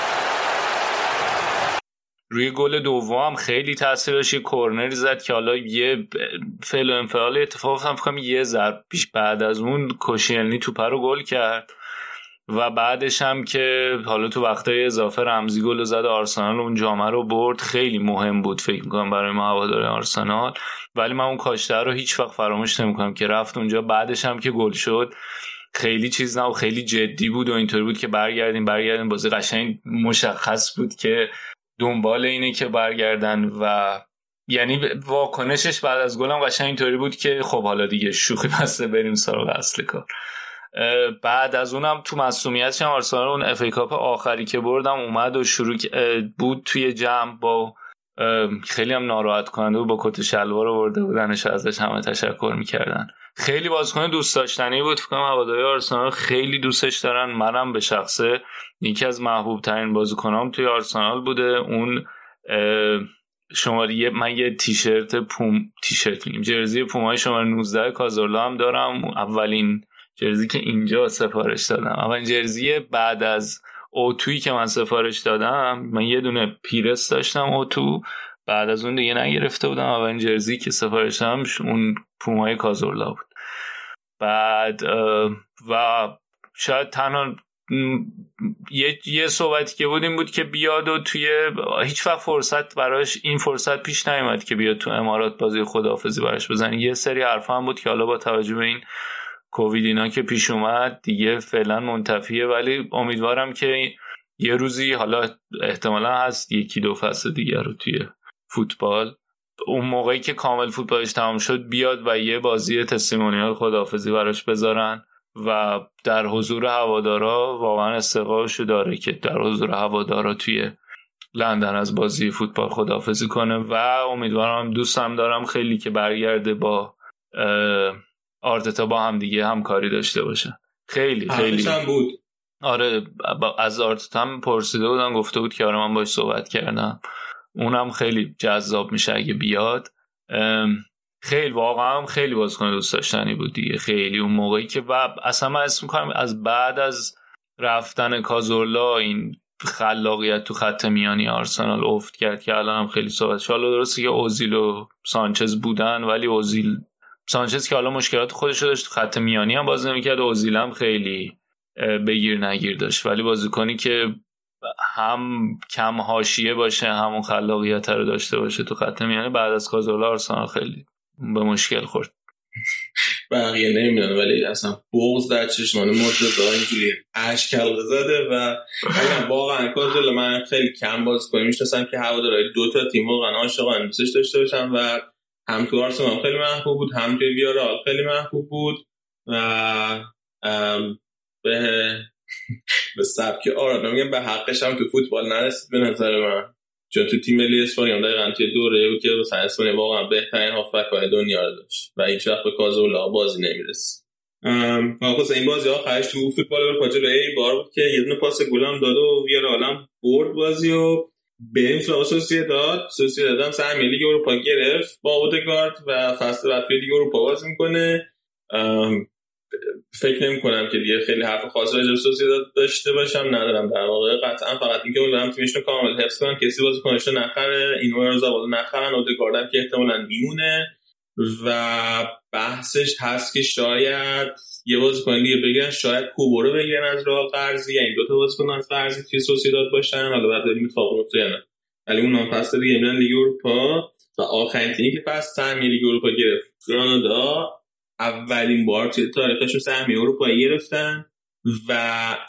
روی گل دوم خیلی تاثیر داشت، یه کورنری زد که حالا یه فعل و انفعال اتفاق افتاد، فکر کنم یه ضرب پیش بعد از اون کوشیلنی توپ رو گل کرد و بعدش هم که حالا تو وقتای اضافه رمزی گل زد آرسنال اون جام رو برد. خیلی مهم بود فکر می‌کنم برای ما هوادار آرسنال، ولی من اون کاشته رو هیچ وقت فراموش نمی‌کنم که رفت اونجا. بعدش هم که گل شد خیلی چیز نه و خیلی جدی بود و اینطوری بود که برگردیم بازی قشنگ مشخص بود که دنبال اینه که برگردن و یعنی واکنشش بعد از گل هم قشنگ اینطوری بود که خب حالا دیگه شوخی بسته بریم سراغ اصل کار. بعد از اونم تو معصومیتش هم آرسنال اون اف ای کاپ آخری که بردم اومد و شروع بود توی جمع با خیلی هم ناراحت کننده و با کت شلوار آورده بودنش، ازش همه تشکر میکردن. خیلی بازیکن دوست داشتنی بود، فکر کنم هواداری آرسنال خیلی دوستش دارن. منم به شخصه یکی از محبوب ترین بازیکنام توی آرسنال بوده. اون شماره من یه جرزی پومای شماره 19 کازورلا هم دارم، اولین جرزی که اینجا سفارش دادم. اولین جرزی بعد از اوتویی که من سفارش دادم، من یه دونه پیرس داشتم اوتو، بعد از اون دیگه نگرفته بودم. اولین جرزی که سفارش دادم اون پومای کازورلا بود. بعد و شاید تنها یه صحبتی که بود این بود که بیاد و توی هیچ وقت فرصت براش این فرصت پیش نیومد که بیاد تو امارات بازی خداحافظی براش بزنه. یه سری حرفا هم بود که حالا با توجه به این کووید اینا که پیش اومد دیگه فعلا منتفیه، ولی امیدوارم که یه روزی حالا احتمالا هست 1-2 فصل دیگه رو توی فوتبال اون موقعی که کامل فوتبالش تمام شد بیاد و یه بازی تستیمونیال خداحافظی براش بذارن و در حضور هوادارا واقعا استحقاقشو داره که در حضور هوادارا توی لندن از بازی فوتبال خداحافظی کنه و امیدوارم، دوستم دارم خیلی که برگرده با آرتتا با هم دیگه همکاری داشته باشن. خیلی بود. آره از آرتتا هم پرسیده بودن، گفته بود که آره من باش صحبت کردم، اونم خیلی جذاب میشه اگه بیاد. خیلی واقعا خیلی بازیکن دوست داشتنی بود دیگه. خیلی اون موقعی که و اصلا من اسم می‌کنم از بعد از رفتن کازورلا این خلاقیت تو خط میانی آرسنال افت کرد که الان هم خیلی صحبت. حالا درسته که اوزیل و سانچز بودن، ولی سانچز که حالا مشکلات خودش داشت، تو خط میانی هم بازی نمی‌کرد، اوزیل هم خیلی بگیر نگیر داشت. ولی بازیکنی که هم کم حاشیه باشه همون خلاقیت رو داشته باشه تو خط میانی، بعد از کازولا آرسنال خیلی به مشکل خورد. بقیه نمیدونم ولی اصلا بغض در چشمان مرتضی اینجوری اشک حلقه زده و اگر واقعا کازولا من خیلی کم بازیکن میشناسم که هوادارهای دو تا تیم واقعا عاشقانه دوستش داشته باشن و هم تو آرسنال خیلی محبوب بود، هم تو ویارال خیلی محبوب بود و به سبک آراد میگم به حقش هم تو فوتبال نرسید به نظر من، چون تو تیم ملی اسپانیا دقیقاً توی دوره بود که مثلا اسپانیا واقعا بهترین هافبک‌های دنیا رو داشت و هیچ وقت به کازولا بازی نمیرسید. واقعا این بازی آخرش تو فوتبال اروپا جلوی ایبار بود که یه دونه پاس گل هم داد و ویارال هم برد بازی و بریم سراغ سوسییداد هم سهمیه لیگ اروپا گرفت با اودگارد و فصل بعد توی لیگ اروپا بازی میکنه. فکر نمی‌کنم که دیگه خیلی حرف خاصی راجع به سوسییداد داشته باشم، ندارم در واقع. قطعا فقط اینکه امیدوارم تیمش رو کامل حفظ کنن، کسی بازیکنش رو نخره، اینو ارزا نخرن، اودگارد هم که احتمالاً میمونه و بحثش هست که شاید یه بازیکن دیگه بگیرن، شاید کوبو رو بگیرن از رئال قرضی، یعنی دو تا بازیکن از قرضی توی سوسییداد باشن. حالا بعد بریم اتفاق میفته یا نه، ولی اونها پس دیگه میرن لیگ اروپا و آخرین تیمی که فصل سهمیه لیگ اروپا گرفت گرانادا، اولین بار توی تاریخشون سهمیه اروپایی گرفتن و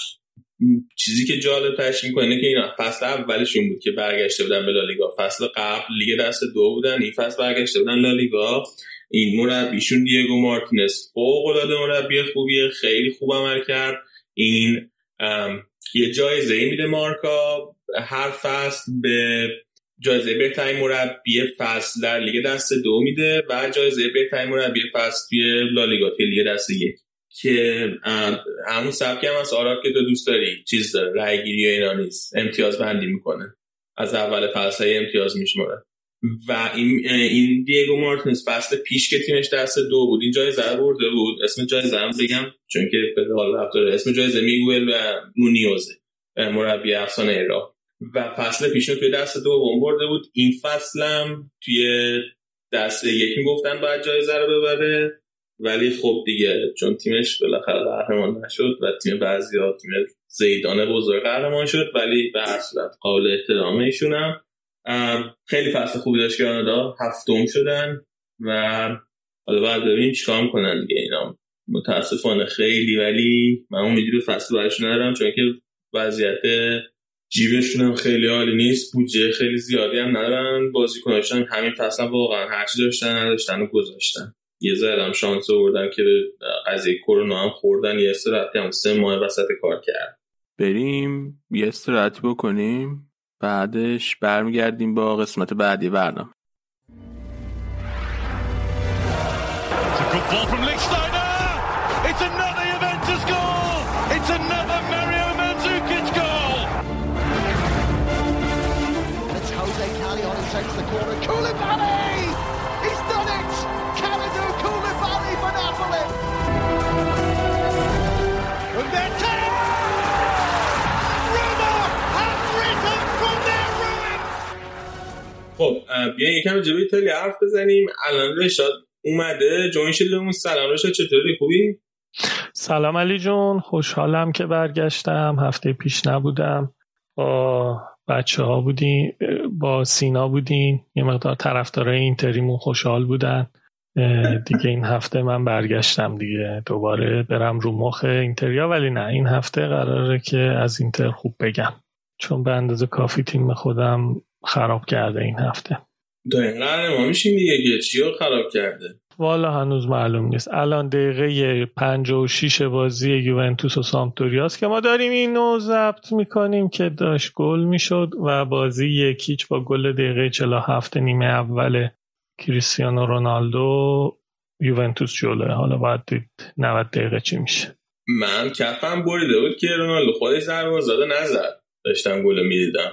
چیزی که جالب ترش میکنه اینه که اینا فصل اولشون بود که برگشته بودن به لالیگا، فصل قبل لیگ دست دو بودن، این فصل برگشته بودن لالیگا. این مربیشون دیگو مارتینز فوق‌العاده مربی خوبیه، خیلی خوب عمل کرد. این یه جایزه میده مارکا هر فصل به جایزه بهترین مربی فصل در لیگ دست دو میده و جایزه بهترین مربی فصل توی لالیگا توی لیگ دست یک که همون سبکی هم از آراد که تو دوست داری، چیز داره، رای گیری اینا نیست، امتیاز بندی میکنه، از اول فصل امتیاز میشماره و این دیگو مارتینز فصل پیش که تیمش دست دو بود این جایزه رو برده بود. اسم جایزه هم بگم چون که به حال رفت داره، اسم جایزه میگوئل و مونیوزه، مربی افسانه راه، و فصل پیشون توی دست دوم برده بود. این فصلم توی دست یک میگفتن باید جایزه رو ببره، ولی خب دیگه چون تیمش بالاخره قهرمان نشد و تیم بعضیا تیم زیدان بزرگ قهرمان شد، ولی به هر صورت قابل احترامه ایشونم. خیلی فصل خوبی داشت که کانادا هفتم شدن و حالا باید ببینیم چیکار میکنن دیگه اینا. متاسفانه خیلی، ولی من امیدی به فصل بعدشون ندارم چون که وضعیت جیبشون هم خیلی عالی نیست، بودجه خیلی زیادی هم ندارن، بازیکناشون همین فصل واقعا هرچی داشتن نداشتن و گذاشتن. یه ذره هم شانس آوردن که قضیه کرونا هم خوردن، یه استراحتی هم 3 ماه وسط کار کرد. بریم یه استراحتی بکنیم، بعدش برمیگردیم با قسمت بعدی برنامه. Takes the corner, Koulibaly! He's done it! Kalidou Koulibaly for Napoli! And they're taken! Roma have risen from their ruins! خب بیاین یکم راجع به ایتالیا حرف بزنیم. الان رشاد اومده جوین شدمون. سلام رشاد، چطوری؟ خوبی؟ سلام علی جون، خوشحالم که برگشتم. هفته پیش نبودم، با بچه ها بودین، با سینا بودین، یه مقدار طرفدارای اینتریمون خوشحال بودن دیگه. این هفته من برگشتم دیگه، دوباره برم رو مخ اینتریا، ولی نه، این هفته قراره که از اینتر خوب بگم چون به اندازه کافی تیم خودم خراب کرده این هفته. دارین قهرمان میشین دیگه، که چی رو خراب کرده؟ والا هنوز معلوم نیست. الان دقیقه 56 بازی یوونتوس و سامپدوریاست که ما داریم اینو ضبط میکنیم که داشت گل میشد و بازی 1-0 با گل دقیقه 47 نیمه اول کریستیانو رونالدو یوونتوس جلوه. حالا باید دید 90 دقیقه چی میشه. من کفم بریده بود که رونالدو خودش ضربه زده نزد، داشتم گل میدیدم.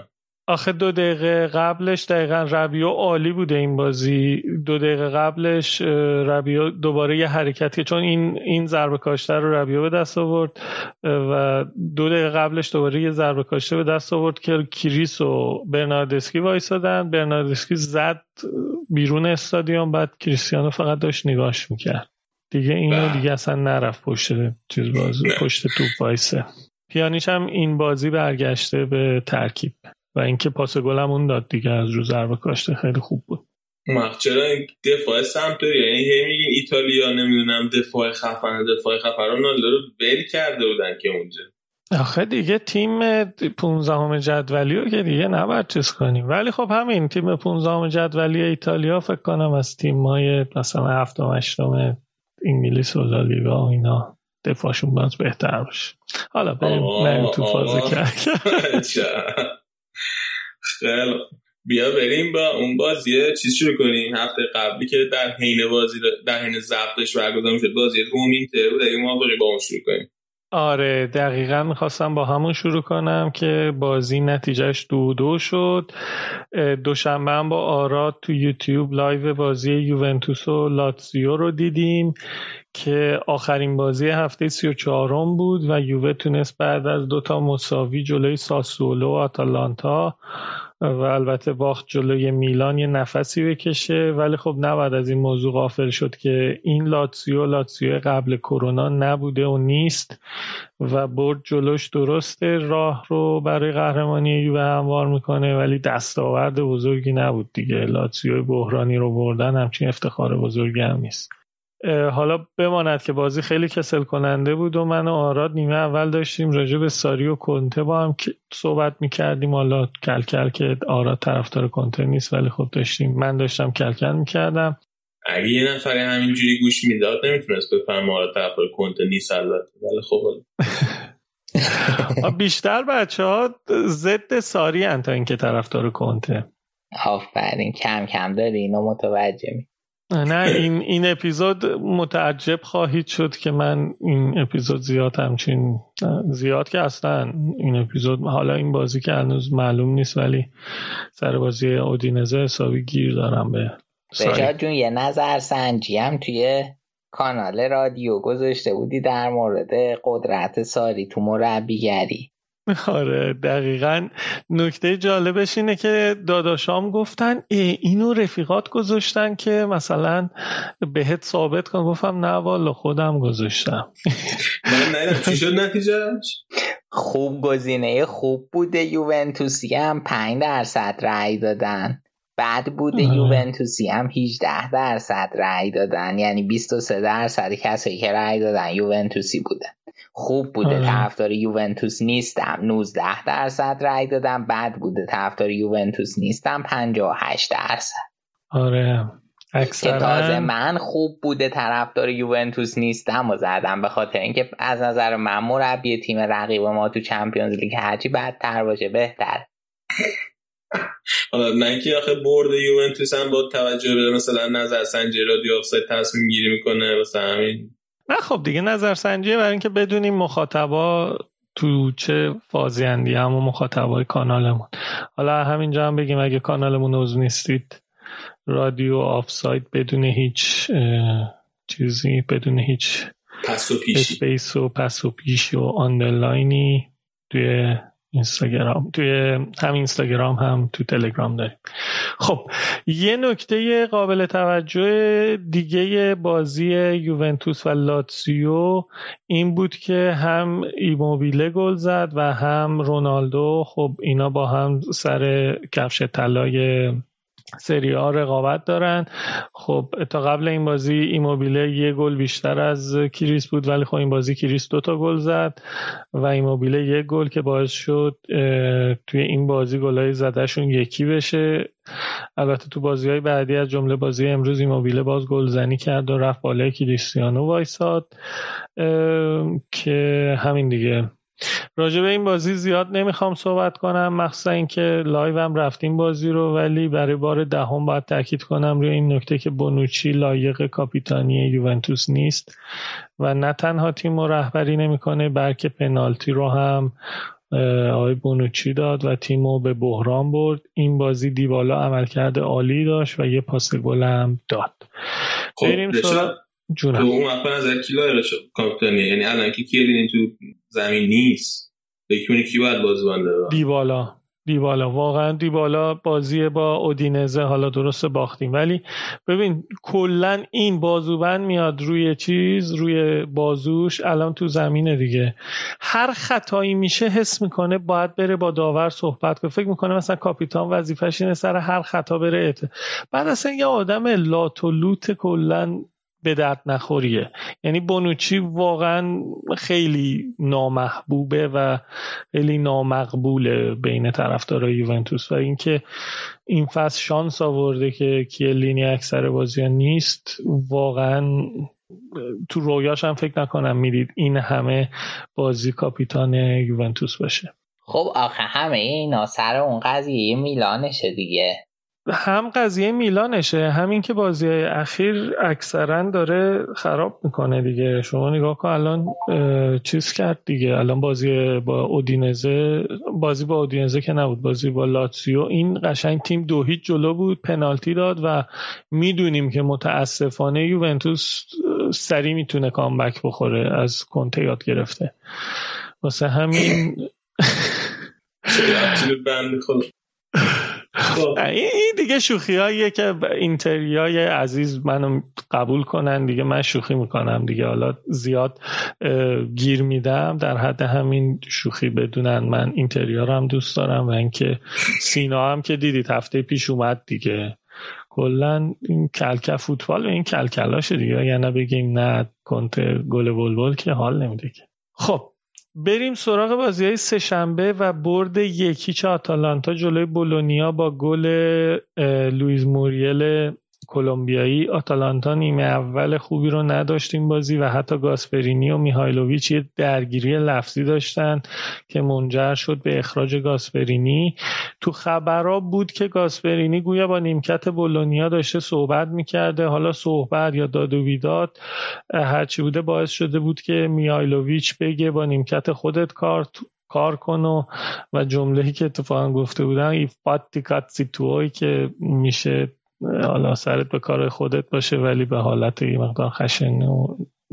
آخه 2 دقیقه قبلش دقیقاً ربیو عالی بوده این بازی. 2 دقیقه قبلش ربیو دوباره یه حرکتی، چون این ضربه کاشته رو ربیو به دست آورد و 2 دقیقه قبلش دوباره یه ضربه کاشته به دست آورد که کریس و برناردسکی وایسادن. برناردسکی زد بیرون استادیوم، بعد کریستیانو فقط داشت نگاش میکرد دیگه. اینو دیگه اصلا نرفت پشت توپ وایسه. پیانیش هم این بازی برگشته به ترکیب و اینکه پاس گلم اون داد دیگه از رو ضربه کاشته، خیلی خوب بود. چرا دفاع سمتوری یعنی میگین ایتالیا نمیدونم دفاع خفن رونالدو رو ول کرده بودن که اونجا. آخه دیگه تیم 15ام جدولی رو که دیگه نباید چیز کنیم، ولی خب همین تیم 15ام جدولی ایتالیا فکر کنم از تیم‌های مثلا 7م 8م انگلیس و لالیگا و اینا دفاعشون باید بهتر باشه. حالا بریم تو فاز کرد. خیلی بیا بریم با اون بازی چیز شروع کنیم. هفته قبلی که در حین ضبطش برگزار شد بازی روم اینتر بود، اگه موافقی با اون شروع کنیم. آره دقیقاً میخواستم با همون شروع کنم که بازی نتیجهش 2-2 شد. دوشنبه هم با آراد تو یوتیوب لایو بازی یوونتوس و لاتزیو رو دیدیم که آخرین بازی هفته 34م بود و یووه تونست بعد از 2 مساوی جلوی ساسولو و آتالانتا و البته باخت جلوی میلان یه نفسی بکشه. ولی خب نباید از این موضوع غافل شد که این لاتزیو قبل کرونا نبوده و نیست و برد جلوش. درسته راه رو برای قهرمانی یووه هموار میکنه ولی دستاورد بزرگی نبود دیگه. لاتزیو بحرانی رو بردن همچین افتخار بزرگی هم نیست. حالا بماند که بازی خیلی کسل کننده بود و من و آراد نیمه اول داشتیم راجع به ساری و کنته با هم صحبت میکردیم. حالا کلکل که آراد طرفدار کنته نیست ولی خب من داشتم کلکل میکردم. اگه یه نفری همینجوری گوش میداد نمیتونست بفهم آراد طرفدار کنته نیست البته، ولی خب بیشتر بچه‌ها ضد ساری ان تا اینکه طرفدار کنته. آفرین، کم کم داری اینو متوجه می. نه این اپیزود متعجب خواهید شد که من این اپیزود زیاد که اصلا این اپیزود، حالا این بازی که هنوز معلوم نیست ولی سر بازی اودینزه حسابی گیر دارم به بهجاد جون. یه نظر سنجی هم توی کانال رادیو گذاشته بودی در مورد قدرت ساری تو مربیگری. آره دقیقاً. نکته جالبش اینه که داداشام گفتن اینو رفیقات گذاشتن که مثلا بهت ثابت کن. گفتم نه والا خودم گذاشتم. من نه چی شد نتیجهش؟ خوب گزینه خوب بوده. یوونتوسی هم 5% رأی دادن. بعد بوده یوونتوسی هم 18% رأی دادن، یعنی 23% کسایی که رأی دادن یوونتوسی بودن. خوب بوده طرفدار یوونتوس نیستم 19% رأی دادم. بد بوده طرفدار یوونتوس نیستم 58%. آره اکثرا که تازه من خوب بوده طرفدار یوونتوس نیستم و زدم، به خاطر اینکه از نظر من مربی تیم رقیب ما تو چمپیونز لیگ هرچی بدتر باشه بهتر. حالا من که آخه برد یوونتوس هم با توجه به مثلا نظرسنجی رادیو آفساید تصمیم گیری میکنه مثلا همین. نه خب دیگه نظرسنجیه برای اینکه بدونیم مخاطبا تو چه فازی اندی، همون مخاطبای کانالمون. حالا همینجا هم بگیم اگه کانالمون عضو نیستید، رادیو آفساید بدون هیچ چیزی، بدون هیچ پس و پیشی، اسپیس و پس و پیشی و آندرلاینی توی اینستاگرام، توی هم اینستاگرام هم تو تلگرام داریم. خب یه نکته قابل توجه دیگه بازی یوونتوس و لاتزیو این بود که هم ایموبیله گل زد و هم رونالدو. خب اینا با هم سر کفش طلای سری آ رقابت دارن. خب تا قبل این بازی ایموبیله یه گل بیشتر از کریس بود ولی خب این بازی کریس 2 گل زد و ایموبیله 1 گل که باعث شد توی این بازی گلای زدهشون یکی بشه. البته تو بازی‌های بعدی از جمله بازی امروز ایموبیله باز گلزنی کرد و رفت بالای کریستیانو وایساد که همین دیگه. راجع به این بازی زیاد نمیخوام صحبت کنم، مخصوصا اینکه لایو هم رفتیم بازی رو، ولی برای بار 10 باید تاکید کنم روی این نکته که بونوچی لایق کاپیتانی یوونتوس نیست و نه تنها تیم رو رهبری نمیکنه بلکه پنالتی رو هم آقای بونوچی داد و تیمو به بحران برد. این بازی دیبالا عملکرد عالی داشت و یه پاس گل هم داد. بریم سراغ تو اون وقت نظر کی لایق کاپیتانیه؟ یعنی الان که کیلینی تو زمین نیست بکنی کی باید بازیکن داره؟ دیبالا واقعا دیبالا بازی با اودینزه حالا درست باختیم ولی ببین کلن این بازوبند میاد روی بازوش الان تو زمینه دیگه. هر خطایی میشه حس میکنه باید بره با داور صحبت کنه. فکر میکنه مثلا کاپیتان وظیفش اینه سر هر خطا بره بعد اصلا یه آدم لات و لوت کلن به درد نخوریه. یعنی بونوچی واقعا خیلی نامحبوبه و خیلی نامقبوله بین طرفدارای یوونتوس و اینکه این فصل شانس آورده که کیلینی اکثر بازی‌ها نیست. واقعا تو رویاش هم فکر نکنم میدید این همه بازی کاپیتان یوونتوس باشه. خب آخه همه اینا سر اون قضیه میلانشه دیگه. هم قضیه میلانشه، همین که بازی‌های اخیر اکثرا داره خراب میکنه دیگه. شما نگاه کن الان چیز کرد دیگه، الان بازی با اودینزه که نبود، بازی با لاتزیو این قشنگ تیم 2-0 جلو بود، پنالتی داد و میدونیم که متاسفانه یوونتوس سری میتونه کامبک بخوره، از کنته یاد گرفته. واسه همین این دیگه شوخی هاییه که اینتریای عزیز منو قبول کنن دیگه، من شوخی میکنم دیگه، حالا زیاد گیر میدم، در حد همین شوخی بدونن من اینتریا رو هم دوست دارم و اینکه سینا هم که دیدید هفته پیش اومد دیگه، کلن این کلکه فوتبال و این کلکلاشه دیگه، یعنی بگیم نه کنته گل بلبل که حال نمیده که. خب بریم سراغ بازی‌های سه شنبه و برد 1-0 آتالانتا جلوی بولونیا با گل لوئیز موریل کلمبیایی. آتالانتا نیمه اول خوبی رو نداشت این بازی و حتی گاسپرینی و میهایلوویچ یه درگیری لفظی داشتن که منجر شد به اخراج گاسپرینی. تو خبرها بود که گاسپرینی گویا با نیمکت بولونیا داشته صحبت میکرده، حالا صحبت یا داد و بیداد هرچی بوده باعث شده بود که میهایلوویچ بگه با نیمکت خودت کار کن و جمله‌ای که اتفاقا گفته بودن ایفاتی کاتسی توی که میشه حالا سرت به کار خودت باشه ولی به حالت یه مقدار خشن و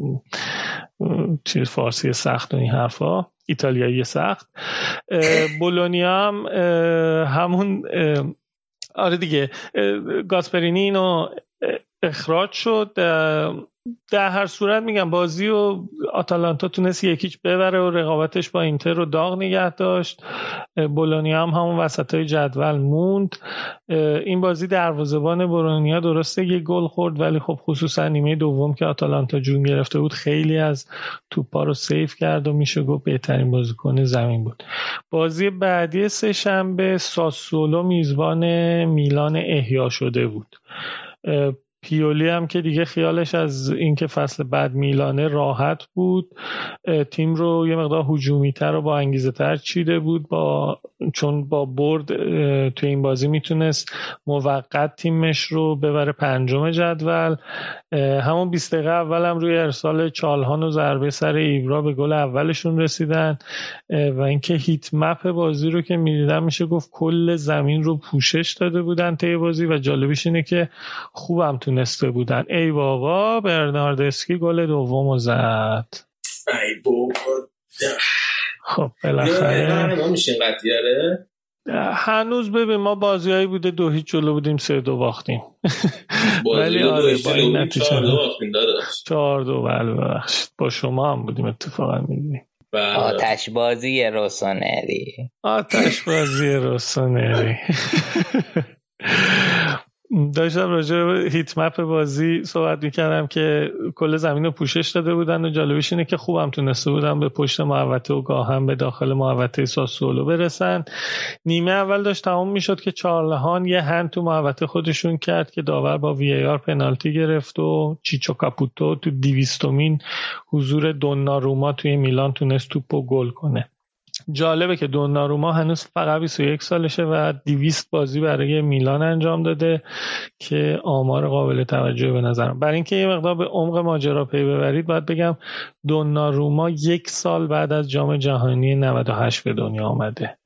چیز فارسی سخت و این حرفا، ایتالیایی سخت. بولونیا هم همون آره دیگه گاسپرینی اینو اخراج شد. در هر صورت میگم بازی و آتالانتا تونست 1-0 ببره و رقابتش با اینتر رو داغ نگه داشت. بولونیا هم همون وسطای جدول موند. این بازی دروازه‌بان بولونیا درسته یه گل خورد ولی خب خصوصا نیمه دوم که آتالانتا جون گرفته بود خیلی از توپا رو سیو کرد و میشه گفت بهترین بازیکن زمین بود. بازی بعدی سه شنبه ساسولو میزبان میلان احیا شده بود. پیولی هم که دیگه خیالش از اینکه فصل بعد میلانه راحت بود، تیم رو یه مقدار هجومی‌تر و با انگیزه‌تر چیده بود چون با برد توی این بازی میتونست موقت تیمش رو ببره پنجم جدول. همون 20 دقیقه اول هم روی ارسال چالهان و ضربه سر ایبرا به گل اولشون رسیدن و اینکه هیت مپ بازی رو که می‌دیدن میشه گفت کل زمین رو پوشش داده بودن طی بازی و جالبیش اینه که خوبم تونسته بودن. ای بابا برناردسکی گل دومو زد. ای بابا خب بالاخره ما میشین قطیاره. هنوز ببین ما بازیایی بوده 2-0 جلو بودیم 3-2 باختیم. ولی آره با این نتیجه 4-2 باختیم داداش. 4-2 بله ببخشید با شما هم بودیم اتفاقا می‌بینی. آتش بازی روسونری. داشتم راجع به هیت مپ بازی صحبت میکردم که کل زمین رو پوشش داده بودن و جالبیش اینه که خوبم تونسته بودن به پشت محوطه و گاه هم به داخل محوطه ساسولو برسن. نیمه اول داشت تمام میشد که چارلهان یه هند تو محوطه خودشون کرد که داور با وی ای آر پنالتی گرفت و چیچو کاپوتو تو 200مین حضور دوناروما توی میلان تونست توپو گل کنه. جالبه که دوناروما هنوز فقط 21 سالشه و 200 بازی برای میلان انجام داده که آمار قابل توجه به نظرم. برای اینکه یه مقدار به عمق ماجرا پی ببرید باید بگم دوناروما 1 سال بعد از جام جهانی 98 به دنیا آمده.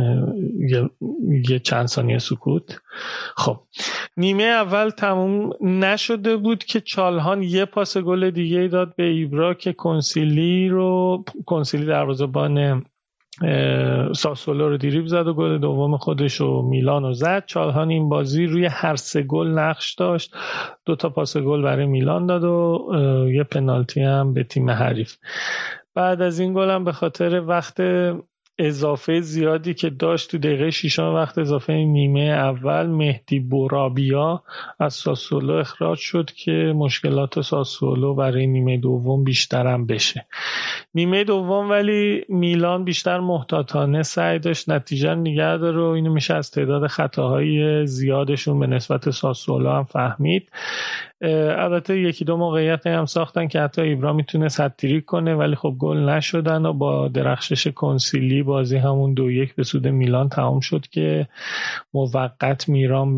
یه چند ثانیه سکوت. خب نیمه اول تموم نشده بود که چالهان یه پاس گل دیگه داد به ایبرا که کنسیلی دروازه‌بان ساسولو رو دریبل زد و گل دوم خودش رو میلانو زد. چالهان این بازی روی هر 3 گل نقش داشت، 2 تا پاس گل برای میلان داد و یه پنالتی هم به تیم حریف. بعد از این گل هم به خاطر وقت اضافه زیادی که داشت تو دقیقه 6 وقت اضافه نیمه اول مهدی بورابیا از ساسولو اخراج شد که مشکلات ساسولو برای نیمه دوم بیشتر هم بشه. نیمه دوم ولی میلان بیشتر محتاطانه سعی داشت نتیجه نگه داره و اینو میشه از تعداد خطاهای زیادشون به نسبت ساسولو هم فهمید. البته 1-2 موقعیت هم ساختن که حتی ایبرا میتونه هتریک کنه ولی خب گل نشدن و با درخشش کنسیلی بازی همون 2-1 به سود میلان تمام شد که موقت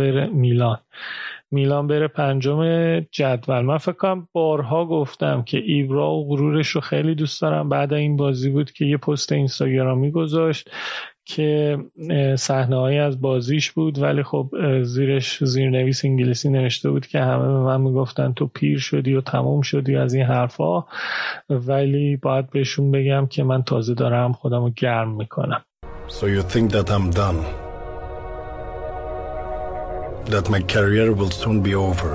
میلان بره 5 جدول. من فکر کنم بارها گفتم که ایبرا و غرورش رو خیلی دوست دارم. بعد این بازی بود که یه پست اینستاگرامی گذاشت که صحنه‌هایی از بازیش بود ولی خب زیرنویس انگلیسی نوشته بود که همه به من میگفتن تو پیر شدی و تموم شدی از این حرفا، ولی باید بهشون بگم که من تازه دارم خودمو گرم میکنم. So you think that I'm done? That my career will soon be over?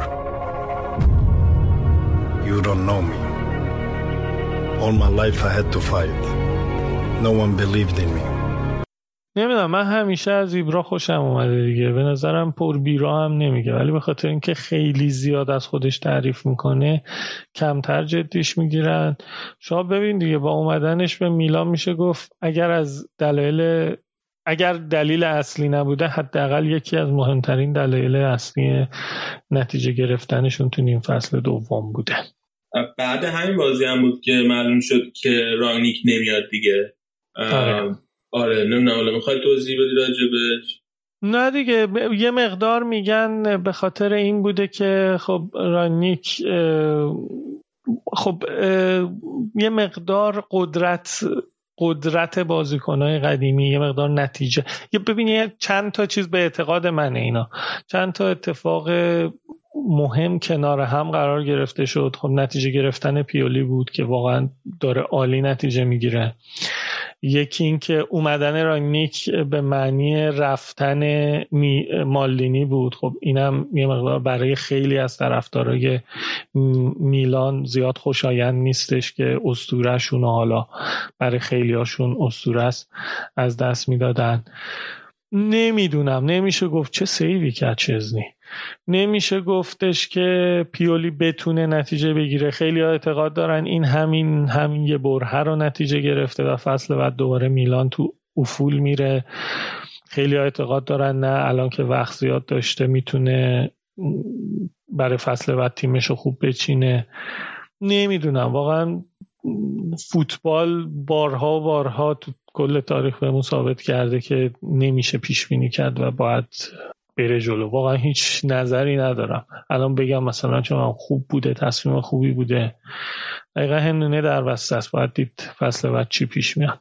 You don't know me. All my life I had to fight. No one believed in me. نمیدونم، من همیشه از ایبرا خوشم اومده دیگه. به نظرم پر بیرا هم نمیگه ولی به خاطر اینکه خیلی زیاد از خودش تعریف میکنه کمتر جدیش میگیرن. شما ببین دیگه با اومدنش به میلان میشه گفت اگر دلیل اصلی نبوده حداقل یکی از مهمترین دلایل اصلی نتیجه گرفتنشون تو نیم فصل دوم بوده. بعد همین بازی هم بود که معلوم شد که رانیک نمیاد دیگه. آره نمیدونم میخوای توضیح بدی راجبش؟ نه دیگه یه مقدار میگن به خاطر این بوده که خب رانیک یه مقدار قدرت بازیکن‌های قدیمی، یه مقدار نتیجه، یه ببینید چند تا چیز به اعتقاد منه اینا چند تا اتفاق مهم کنار هم قرار گرفته شد. خب نتیجه گرفتن پیولی بود که واقعا داره عالی نتیجه میگیره. یکی این که اومدن رانیک به معنی رفتن مالدینی بود. خب اینم یه مقدار برای خیلی از طرفدارای میلان زیاد خوشایند نیستش که اسطوره‌شون حالا برای خیلی هاشون اسطوره است از دست میدادن. نمیدونم، نمیشه گفت چه سیوی کرد چزنی، نمیشه گفتش که پیولی بتونه نتیجه بگیره. خیلی ها اعتقاد دارن این همین یه بره رو نتیجه گرفته و فصل بعد دوباره میلان تو افول میره. خیلی ها اعتقاد دارن نه الان که وقت زیاد داشته میتونه برای فصل بعد تیمشو خوب بچینه. نمیدونم واقعا فوتبال بارها تو کل تاریخ بهمون ثابت کرده که نمیشه پیش بینی کرد و باید بره جلو. واقعا هیچ نظری ندارم الان بگم مثلا چون خوب بوده تصمیم خوبی بوده. دقیقا هندونه در وسط است، باید دید فصل بعد چی پیش میاد.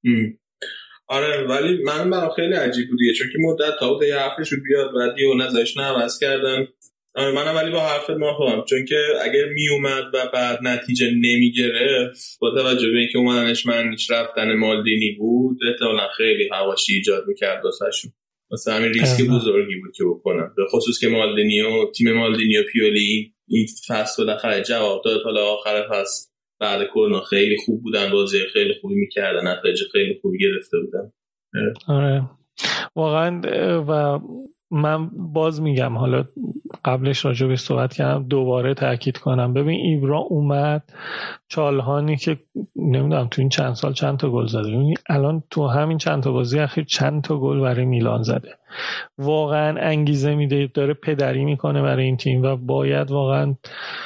آره ولی برام خیلی عجیب بودیه چون که مدت تا بود یه حرفش رو بیاد بعد یه نظرش عوض کردن. منم ولی با حرفت موافقم چون که اگر می اومد و بعد نتیجه نمی گرفت با توجه به اینکه اومدنش معنیش رفتن مالدینی بود احتمالاً خیلی حواشی ایجاد می‌کرد واسهشون. مثلا همین ریسک بزرگی بود که بکنن، به خصوص که مالدینی و تیم مالدینی و پیولی این فصل بالاخره جواب داد. حالا آخر فصل بعد کرونا خیلی خوب بودن، بازی خیلی خوبی می‌کردن، نتایج خیلی خوبی گرفته بودن. آره واقعا. و من باز میگم حالا قبلش راجع به صحبت کردم دوباره تاکید کنم، ببین ایبرا اومد چالهانی که نمیدونم تو این چند سال چند تا گل زده، یعنی الان تو همین چند تا بازی اخیر چند تا گل برای میلان زده. واقعا انگیزه میده، داره پدری میکنه برای این تیم و باید واقعا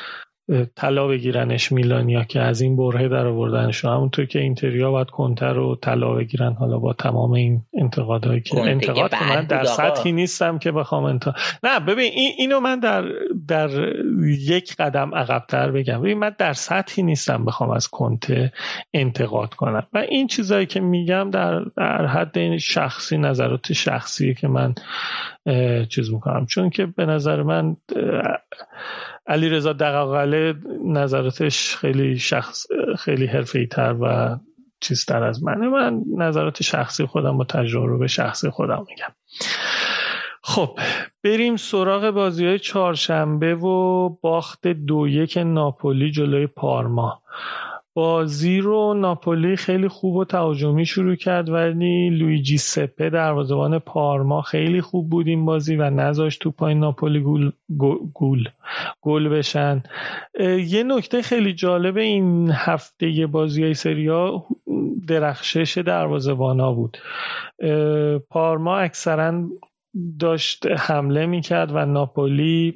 طلا بگیرنش میلانیا که از این برهه در آوردنش، همونطور که اینتریا باید کنته رو طلا بگیرن. حالا با تمام این انتقادایی که انتقاد که من در سطحی نیستم که بخوام نه ببین اینو من در یک قدم عقب‌تر بگم. ببین من در سطحی نیستم بخوام از کنته انتقاد کنم و این چیزایی که میگم در حد این شخصی، نظرات شخصی که من چیز میکنم، چون که به نظر من علیرضا دقاقله نظراتش خیلی حرفه‌ای‌تر و چیزتر از منه. من نظرات شخصی خودم با تجربه شخصی خودم میگم. خب بریم سراغ بازی‌های چهارشنبه و باخت 2-1 ناپولی جلوی پارما. بازی رو ناپولی خیلی خوب و تهاجمی شروع کرد ولی لویجی سپه دروازه‌بان پارما خیلی خوب بود این بازی و نذاشت تو پای ناپولی گل بشن. یه نکته خیلی جالب این هفته بازی‌های سری آ درخشش دروازه‌بانا بود. پارما اکثرا داشت حمله میکرد و ناپولی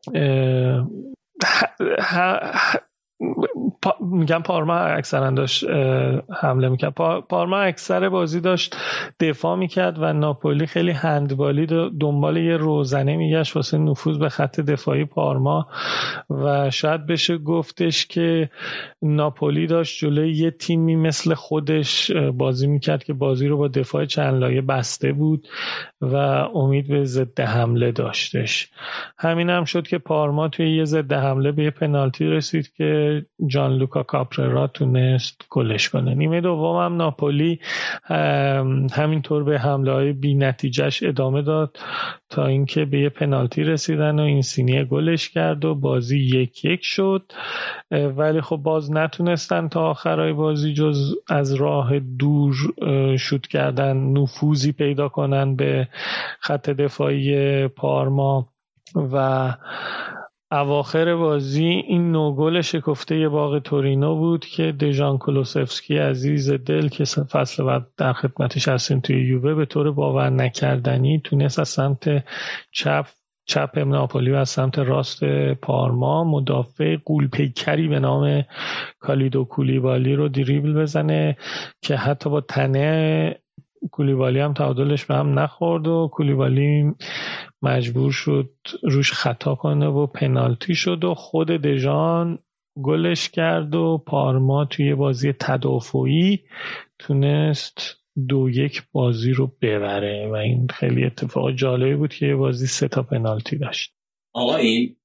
میگم پارما اکثرا داشت حمله میکرد. پارما اکثر بازی داشت دفاع میکرد و ناپولی خیلی هندبالی دنبال یه روزنه میگشت واسه نفوذ به خط دفاعی پارما و شاید بشه گفتش که ناپولی داشت جلوی یه تیمی مثل خودش بازی میکرد که بازی رو با دفاع چند لایه بسته بود و امید به ضد حمله داشتش. همین هم شد که پارما توی یه ضد حمله به یه پنالتی رسید که جان لوکا کاپررا تونست گلش کنه. نیمه دوم هم ناپولی همینطور به حمله‌های بی نتیجهش ادامه داد تا اینکه به یه پنالتی رسیدن و اینسینیه گلش کرد و بازی 1-1 شد. ولی خب باز نتونستن تا آخرای بازی جز از راه دور شوت کردن نفوذی پیدا کنن به خط دفاعی پارما و اواخر بازی این نوگل شکفته باغ تورینو بود که دژان کولوسفسکی عزیز دل که فصل بعد در خدمتش هستیم توی یووه به طور باور نکردنی تونست از سمت چپ ناپولی و از سمت راست پارما مدافع غول‌پیکری به نام کالیدو کولیبالی رو دریبل بزنه که حتی با تنه کولیبالی هم تعادلش به هم نخورد و کولیبالی مجبور شد روش خطا کنه و پنالتی شد و خود دژان گلش کرد و پارما توی بازی تدافعی تونست 2-1 بازی رو ببره و این خیلی اتفاق جالبی بود که یه بازی 3 تا پنالتی داشت. آقا این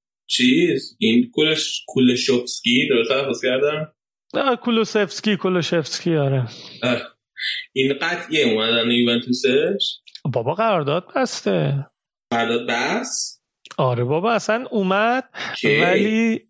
کولوشفسکی درست تلفظ کردم؟ کولوشفسکی آره. این قطعیه اومدن یوونتوسش؟ بابا قرارداد بسته. قرارداد بس؟ آره بابا اصلا اومد ولی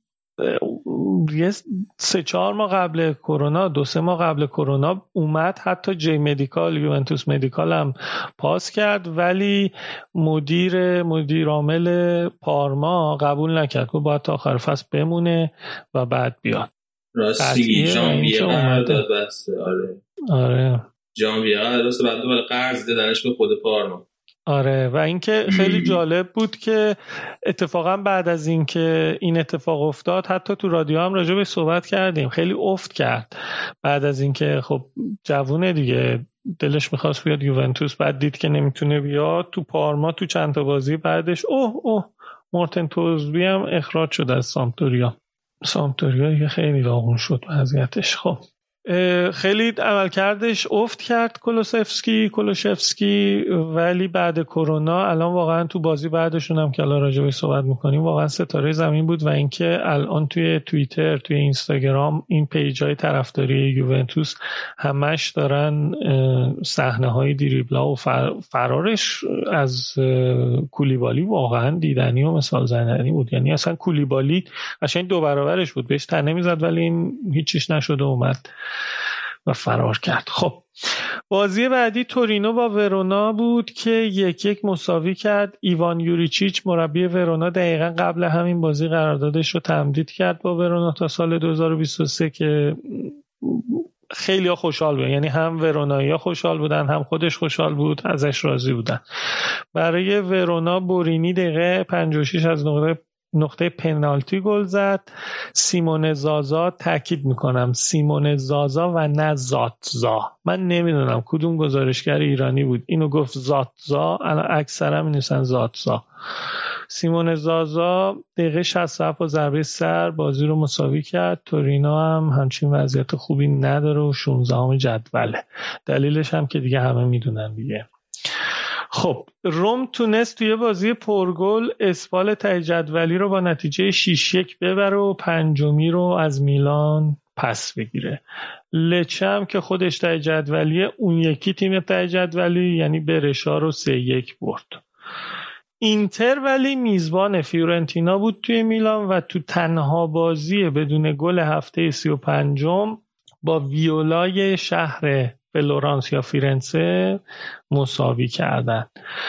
3-4 ماه قبل کرونا 2-3 ماه قبل کرونا اومد، حتی جی مدیکال یوونتوس مدیکال هم پاس کرد ولی مدیر عامل پارما قبول نکرد، گفت باید تا آخر فصل بمونه و بعد بیاد. راستی ژانویه قرارداد بسته. آره ژانویه درست بعد دوباره قرض دادنش به خود پارما. آره و اینکه خیلی جالب بود که اتفاقا بعد از اینکه این اتفاق افتاد حتی تو رادیو هم راجع بهش صحبت کردیم، خیلی افت کرد بعد از اینکه خب جوونه دیگه دلش میخواست بیاد یوونتوس، بعد دید که نمیتونه بیاد تو پارما تو چند تا بازی بعدش مورتن توزبی هم اخراج شد از سامپدوریا که خیلی داغون شد وضعیتش. خب خیلی عملکردش افت کرد کولوشفسکی ولی بعد کرونا الان واقعا تو بازی بعدشون هم که الان راجع بهش صحبت میکنیم واقعا ستاره زمین بود و اینکه الان توی توییتر توی اینستاگرام این پیجای طرفداری یوونتوس همش دارن صحنه‌های دریبلا و فرارش از کولیبالی واقعا دیدنی و مثال زدنی بود. یعنی اصلا کولیبالی قشنگ 2 برابرش بود، بهش تنه میزد ولی این هیچیش نشد و اومد و فرار کرد. خب بازی بعدی تورینو با ورونا بود که 1-1 مساوی کرد. ایوان یوریچیچ مربی ورونا دقیقاً قبل همین بازی قراردادش رو تمدید کرد با ورونا تا سال 2023 که خیلی خوشحال بودن، یعنی هم ورونایی‌ها خوشحال بودن هم خودش خوشحال بود، ازش راضی بودن. برای ورونا بورینی دقیقه 56 از نقطه نقطه پنالتی گل زد. سیمون زازا، تاکید میکنم سیمون زازا و نه زاتزا، من نمیدونم کدوم گزارشگر ایرانی بود اینو گفت زاتزا، الان اکثرا می‌نویسن زاتزا. سیمون زازا دقیقه 67 با ضربه سر بازی رو مساوی کرد. تورینو هم همچین وضعیت خوبی نداره و 16ام جدوله، دلیلش هم که دیگه همه میدونن دیگه. خب روم تونست توی بازی پرگل اسپال ته جدولی رو با نتیجه 6-1 ببره و پنجمی رو از میلان پس بگیره. لچه هم که خودش ته جدولیه، اون یکی تیم ته جدولی یعنی برشا رو 3-1 برد. اینتر ولی میزبان فیورنتینا بود توی میلان و تو تنها بازی بدون گل هفته 35 با ویولای شهر فلورانس یا فیرنسه مساوی کردن.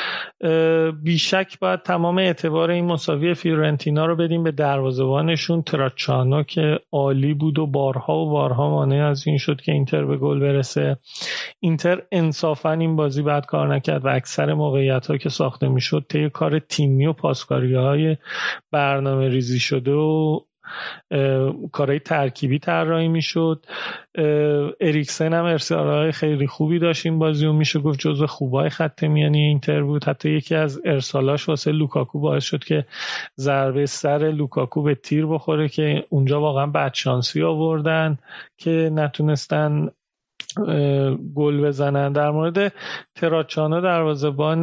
بیشک باید تمام اعتبار این مساوی فیورنتینا رو بدیم به دروازه‌بانشون تراچانو که عالی بود و بارها مانع از این شد که اینتر به گل برسه. اینتر انصافا این بازی بعد کار نکرد و اکثر موقعیت‌ها که ساخته میشد طی کار تیمی و پاسکاری‌های برنامه ریزی شده و کارهای ترکیبی طراحی میشد. اریکسن هم ارسال‌های خیلی خوبی داشت این بازی و میشه گفت جزو خوبای خط میانی اینتر بود. حتی یکی از ارسالاش واسه لوکاکو باعث شد که ضربه سر لوکاکو به تیر بخوره که اونجا واقعا بدشانسی آوردن که نتونستن گل بزنن. در مورد تراچانو دروازه‌بان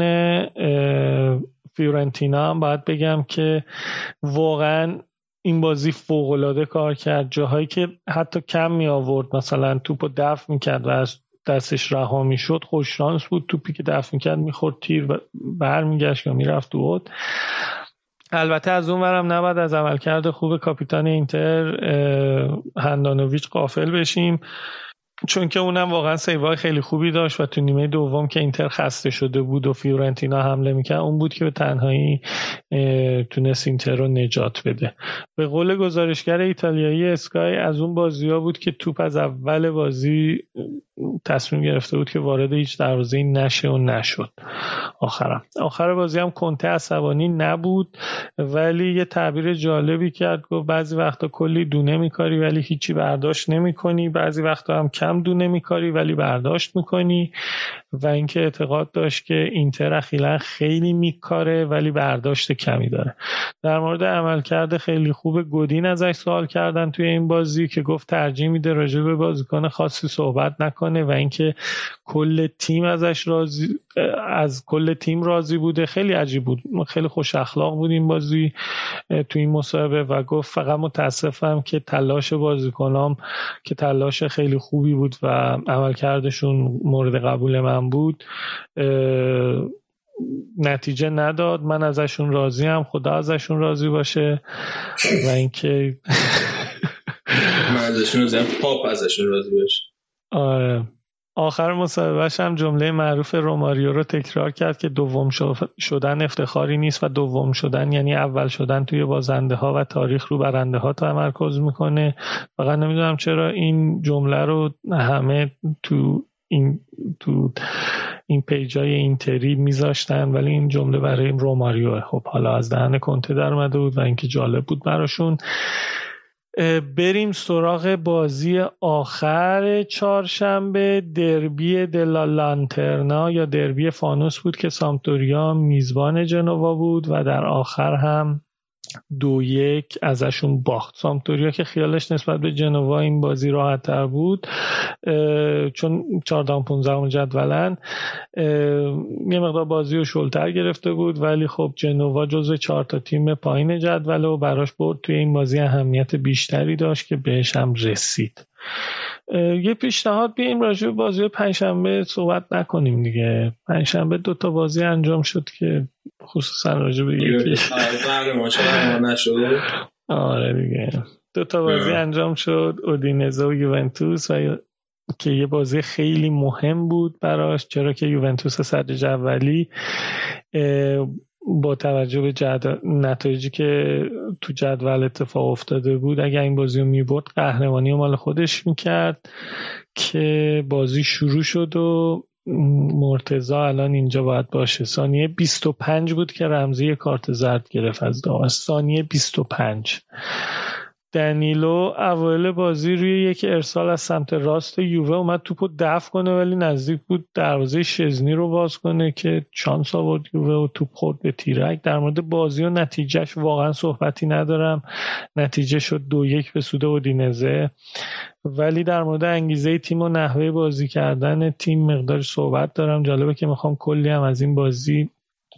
فیورنتینا هم باید بگم که واقعا این بازی فوق‌العاده کار کرد. جاهایی که حتی کم می آورد مثلا توپو دفع میکرد و از دستش رها میشد خوش شانس بود، توپی که دفع میکرد میخورد تیر و برمیگشت یا میرفت تو اوت. البته از اون ورم نباید از عملکرد خوب کاپیتان اینتر هندانویچ غافل بشیم، چون که اونم واقعا سیوای خیلی خوبی داشت و تو نیمه دوم که اینتر خسته شده بود و فیورنتینا حمله میکرد اون بود که به تنهایی تونست اینتر رو نجات بده. به قول گزارشگر ایتالیایی اسکای از اون بازی‌ها بود که توپ از اول بازی تصمیم گرفته بود که وارد هیچ دروازه‌ای نشه و نشد. آخر بازی هم کنته عصبانی نبود ولی یه تعبیر جالبی کرد، گفت بعضی وقتا کلی دونه میکاری ولی هیچی برداشت نمیکنی، بعضی وقتا هم کم دونه میکاری ولی برداشت میکنی، و اینکه اعتقاد داشت که اینتر اخیراً خیلی میکاره ولی برداشت کمی داره. در مورد عملکرد خیلی خوب گودین ازش سوال کردن توی این بازی که گفت ترجیح میده راجع به بازیکن خاصی صحبت نکنه و اینکه کل تیم ازش راضی، از کل تیم راضی بوده. خیلی عجیب بود، خیلی خوش اخلاق بود این بازی توی این مسابقه و گفت فقط متاسفم که تلاش بازیکنام که تلاش خیلی خوبی بود و عملکردشون مورد قبول من بود نتیجه نداد. من ازشون راضیم، خدا ازشون راضی باشه و اینکه من ازشون راضیم، پاپ ازشون راضی باشه. آره. آخر مسابقهش هم جمله معروف روماریو رو تکرار کرد که دوم شدن افتخاری نیست و دوم شدن یعنی اول شدن توی بازنده ها و تاریخ رو برنده ها تمرکز میکنه. فقط نمیدونم چرا این جمله رو همه تو این پیجای اینتری میذاشتن ولی این جمله برای روماریوه. خب حالا از دهن کنته در اومده بود و اینکه جالب بود براشون. بریم سراغ بازی آخر چهارشنبه، دربی دلا لانترنا یا دربی فانوس بود که سامپدوریا میزبان جنوا بود و در آخر هم 2-1 ازشون باخت. سامپدوریا که خیالش نسبت به جنوا این بازی راحت تر بود چون 14-15 جدولن، یه مقدار بازی رو شلتر گرفته بود ولی خب جنوا جزو 4 تا تیم پایین جدوله و براش برد توی این بازی اهمیت بیشتری داشت که بهش هم رسید. یه پیشنهاد بیایم راجع به بازی پنجشنبه صحبت نکنیم دیگه. پنجشنبه 2 تا بازی انجام شد که خصوصا راجع به یکی آره دیگه 2 تا بازی انجام شد، اودینزه و یوونتوس، و که یه بازی خیلی مهم بود براش چرا که یوونتوس صدر جدولی با توجه به نتایجی که تو جدول اتفاق افتاده بود اگر این بازی رو میبرد قهرمانی رو مال خودش میکرد که بازی شروع شد و مرتضی الان اینجا باید باشه. ثانیه 25 بود که رمزی کارت زرد گرفت از داور. ثانیه 25 دنیلو اوایل بازی روی یک ارسال از سمت راست یووه اومد توپو دفع کنه ولی نزدیک بود دروازه شزنی رو باز کنه که چانس آورد یووه و توپ خورد به تیرک. در مورد بازی و نتیجهش واقعا صحبتی ندارم، نتیجه شد 2-1 به سود اودینزه، ولی در مورد انگیزه تیم و نحوه بازی کردن تیم مقدار صحبت دارم. جالبه که میخوام کلی هم از این بازی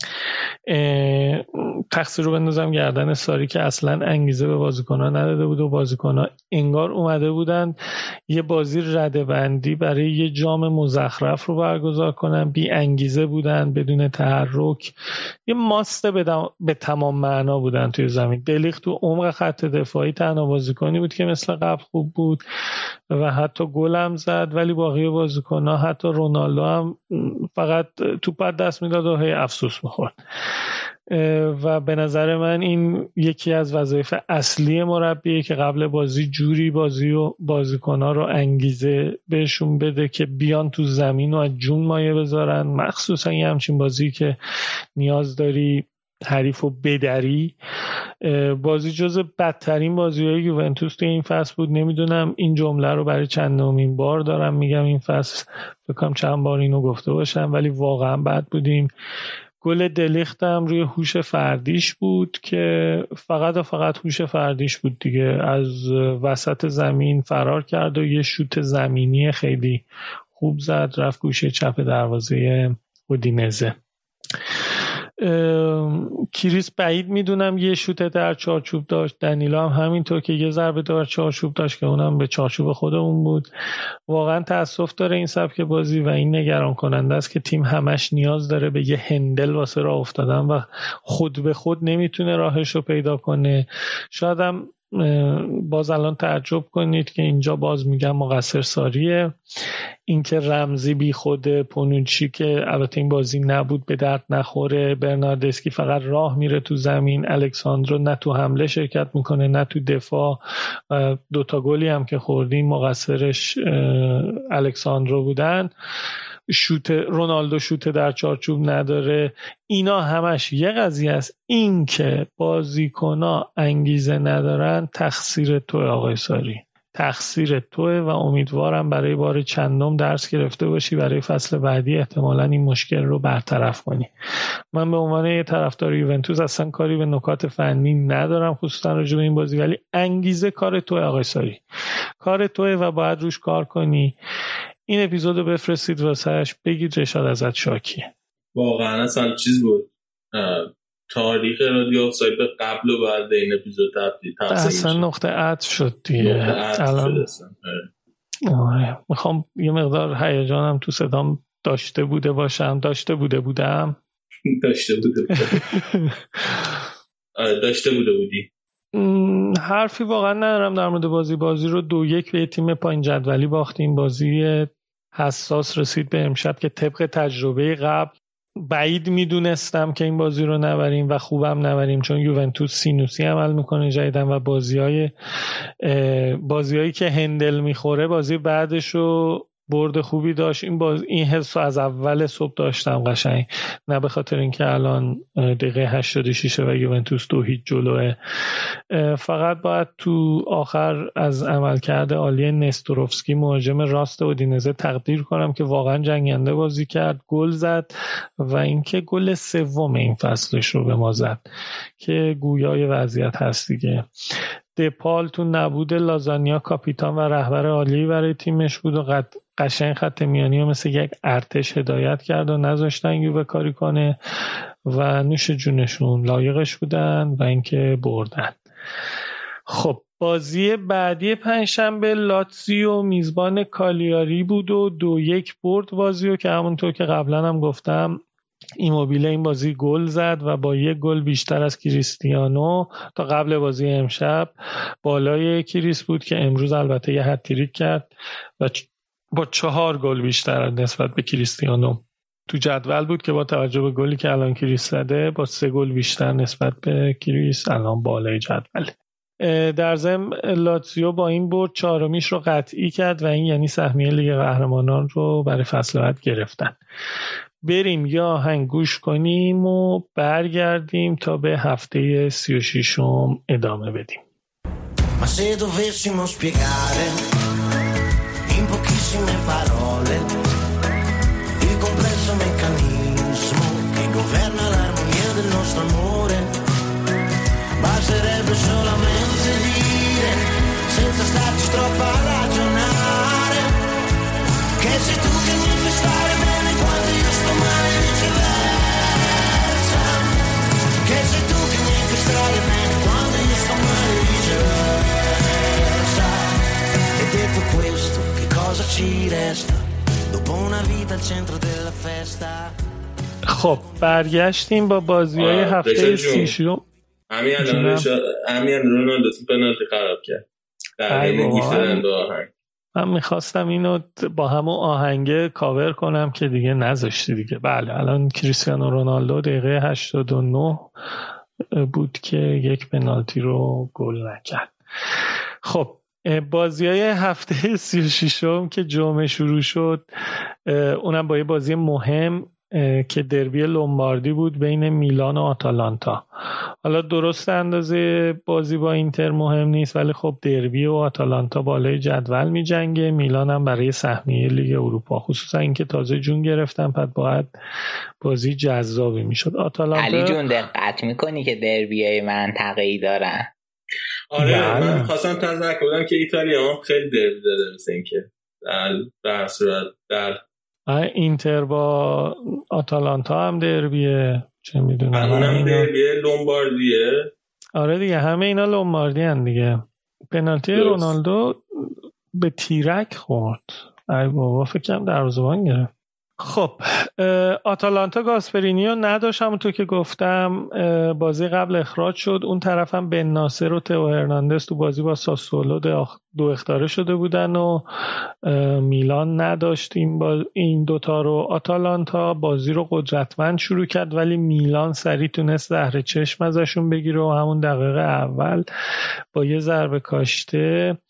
تقصیر رو بندازم گردن ساری که اصلا انگیزه به بازیکن‌ها نداده بود و بازیکن‌ها انگار اومده بودن یه بازی رده‌بندی برای یه جام مزخرف رو برگزار کنن، بی انگیزه بودن، بدون تحرک، یه ماست به تمام معنا بودن توی زمین. دلیخت تو عمق خط دفاعی تنها بازیکنی بود که مثل قبل خوب بود و حتی گل هم زد، ولی باقی بازیکن‌ها حتی رونالدو هم فقط توپ دست میداد و هی افسوس می‌خورد. و به نظر من این یکی از وظایف اصلی مربیه که قبل بازی جوری بازی و بازیکن‌ها رو انگیزه بهشون بده که بیان تو زمین و از جون مایه بذارن، مخصوصا یه همچین بازی که نیاز داری حریف و بدری. بازی جز بدترین بازی‌های یوونتوس توی این فصل بود. نمیدونم این جمله رو برای چندمین بار دارم میگم این فصل، بکنم چند بار اینو گفته باشم، ولی واقعا بد بودیم. گل دلیخت هم روی هوش فردیش بود که فقط هوش فردیش بود دیگه، از وسط زمین فرار کرد و یه شوت زمینی خیلی خوب زد، رفت گوشه چپ دروازه اودینزه. کریس بعید میدونم یه شوت در چارچوب داشت، دنیلو هم همینطور که یه ضربه در چارچوب داشت که اونم به چارچوب خودمون بود. واقعا تأسف داره این سبک بازی و این نگران کننده است که تیم همش نیاز داره به یه هندل واسه راه افتادن و خود به خود نمیتونه راهش رو پیدا کنه. شاید هم باز الان تعجب کنید که اینجا باز میگم مقصر ساریه، اینکه رمزی بی خود، پونوچی که البته این بازی نبود به درد نخوره، برناردسکی فقط راه میره تو زمین، الکساندرو نه تو حمله شرکت میکنه نه تو دفاع، دوتا گلی هم که خوردیم مقصرش الکساندرو بودن. رونالدو شوت در چارچوب نداره. اینا همش یه قضیه است. این که بازیکن‌ها انگیزه ندارن تقصیر توه آقای ساری، تقصیر توه و امیدوارم برای بار چندم درس گرفته باشی، برای فصل بعدی احتمالاً این مشکل رو برطرف کنی. من به عنوان یه طرفدار یوونتوس اصلا کاری به نکات فنی ندارم خصوصا راجع به این بازی، ولی انگیزه کار توه آقای ساری، کار توه و باید روش کار کنی. این اپیزودو بفرستید واسهش، بگید رشاد ازت شاکیه. واقعا اصلا چیز بود، تاریخ رادیو آفساید به قبل و بعد این اپیزود تبدیل اصلا نقطه عطف شد دیگه. الان میخوام یه مقدار هیجانم تو صدام داشته بودم داشته بوده بودی حرفی واقعا ندارم در مورد بازی رو 2-1 به تیم پایین جدولی باختیم. بازی حساس رسید به امشب که طبق تجربه قبل بعید میدونستم که این بازی رو نبریم و خوبم نبریم، چون یوونتوس سینوسی عمل میکنه جدیدن و بازیایی که هندل میخوره بازی بعدش رو برد خوبی داشت. این حس رو از اول صبح داشتم قشنگ، نه به خاطر اینکه الان دقیقه 86 و یوونتوس 2-0 جلوه. فقط باید تو آخر از عملکرد عالی نستوروفسکی مهاجم راست اودینزه تقدیر کنم که واقعا جنگنده بازی کرد، گل زد و اینکه گل سوم این فصلش رو به ما زد که گویای وضعیت هست دیگه. دپال تو نبود لازانیا کاپیتان و رهبر عالی برای تیمش بود و قشنگ خط میانی رو مثل یک ارتش هدایت کرد و نذاشتن یووه کاری کنه و نوش جونشون لایقش بودن و اینکه بردن. خب بازی بعدی پنجشنبه لاتزیو میزبان کالیاری بود و 2-1 برد بازیو که همونطور که قبلا هم گفتم ایموبیله این بازی گل زد و با یک گل بیشتر از کریستیانو تا قبل بازی امشب بالای کریس بود که امروز البته یه هتریک کرد و با 4 گل بیشتر نسبت به کریستیانو تو جدول بود که با توجه به گلی که الان کریس زده با 3 گل بیشتر نسبت به کریس الان بالای جدول. در ضمن لاتزیو با این برد 4میش رو قطعی کرد و این یعنی سهمیه لیگ قهرمانان رو برای فصل بعد گرفتن. بریم یا آهنگ گوش کنیم و برگردیم تا به هفته 36م ادامه بدیم. Ma se dovessimo spiegare in pochissime parole il complesso meccanismo che governa l'armonia del nostro amore, basterebbe solamente dire, senza starci troppo a ragionare, che sei tu che mi fai stare bene quando io sto male e viceversa, che sei tu che mi fai stare bene quando io sto male e viceversa. E detto questo, che cosa ci resta dopo una vita al centro della festa? خب برگشتیم با بازی‌های هفته 36. همین رونالدو تو پنالتی خراب کرد. در گوش دادن به آهنگ. من میخواستم اینو با همون آهنگه کاور کنم که دیگه نذاشتی دیگه. بله الان کریستیانو رونالدو دقیقه 89 بود که یک پنالتی رو گل نکرد. خب بازی‌های هفته 36م که جمعه شروع شد، اونم با یه بازی مهم که دربی لومباردی بود بین میلان و آتالانتا. حالا درست اندازه بازی با اینتر مهم نیست، ولی خب دربی و آتالانتا بالای جدول می جنگه، میلان هم برای سهمیه لیگ اروپا، خصوصا اینکه تازه جون گرفتن، پس باید بازی جذابی می شد. آتالانتا علی جون دقت میکنی که دربیای منطقه‌ای دارن؟ آره من خواستم تذکر بدم که ایتالیا هم خیلی دربی داده، مثل این که در صورت در اینتر با آتالانتا هم دربیه، چه میدونم اونم دربیه لومباردیه. آره دیگه همه اینا لومباردی هن دیگه. پنالتی رونالدو به تیرک خورد، ای بابا فکرم دروازه‌بان گرفت. خب آتالانتا گاسپرینیو نداشت، همونطور که گفتم بازی قبل اخراج شد. اون طرف هم بن ناصر و تئو هرناندز تو بازی با ساسولو 2 اخطاره شده بودن و میلان نداشت این دوتا رو. آتالانتا بازی رو قدرتمند شروع کرد ولی میلان سریع تونست زهر چشم ازشون بگیره و همون دقیقه اول با یه ضربه کاشته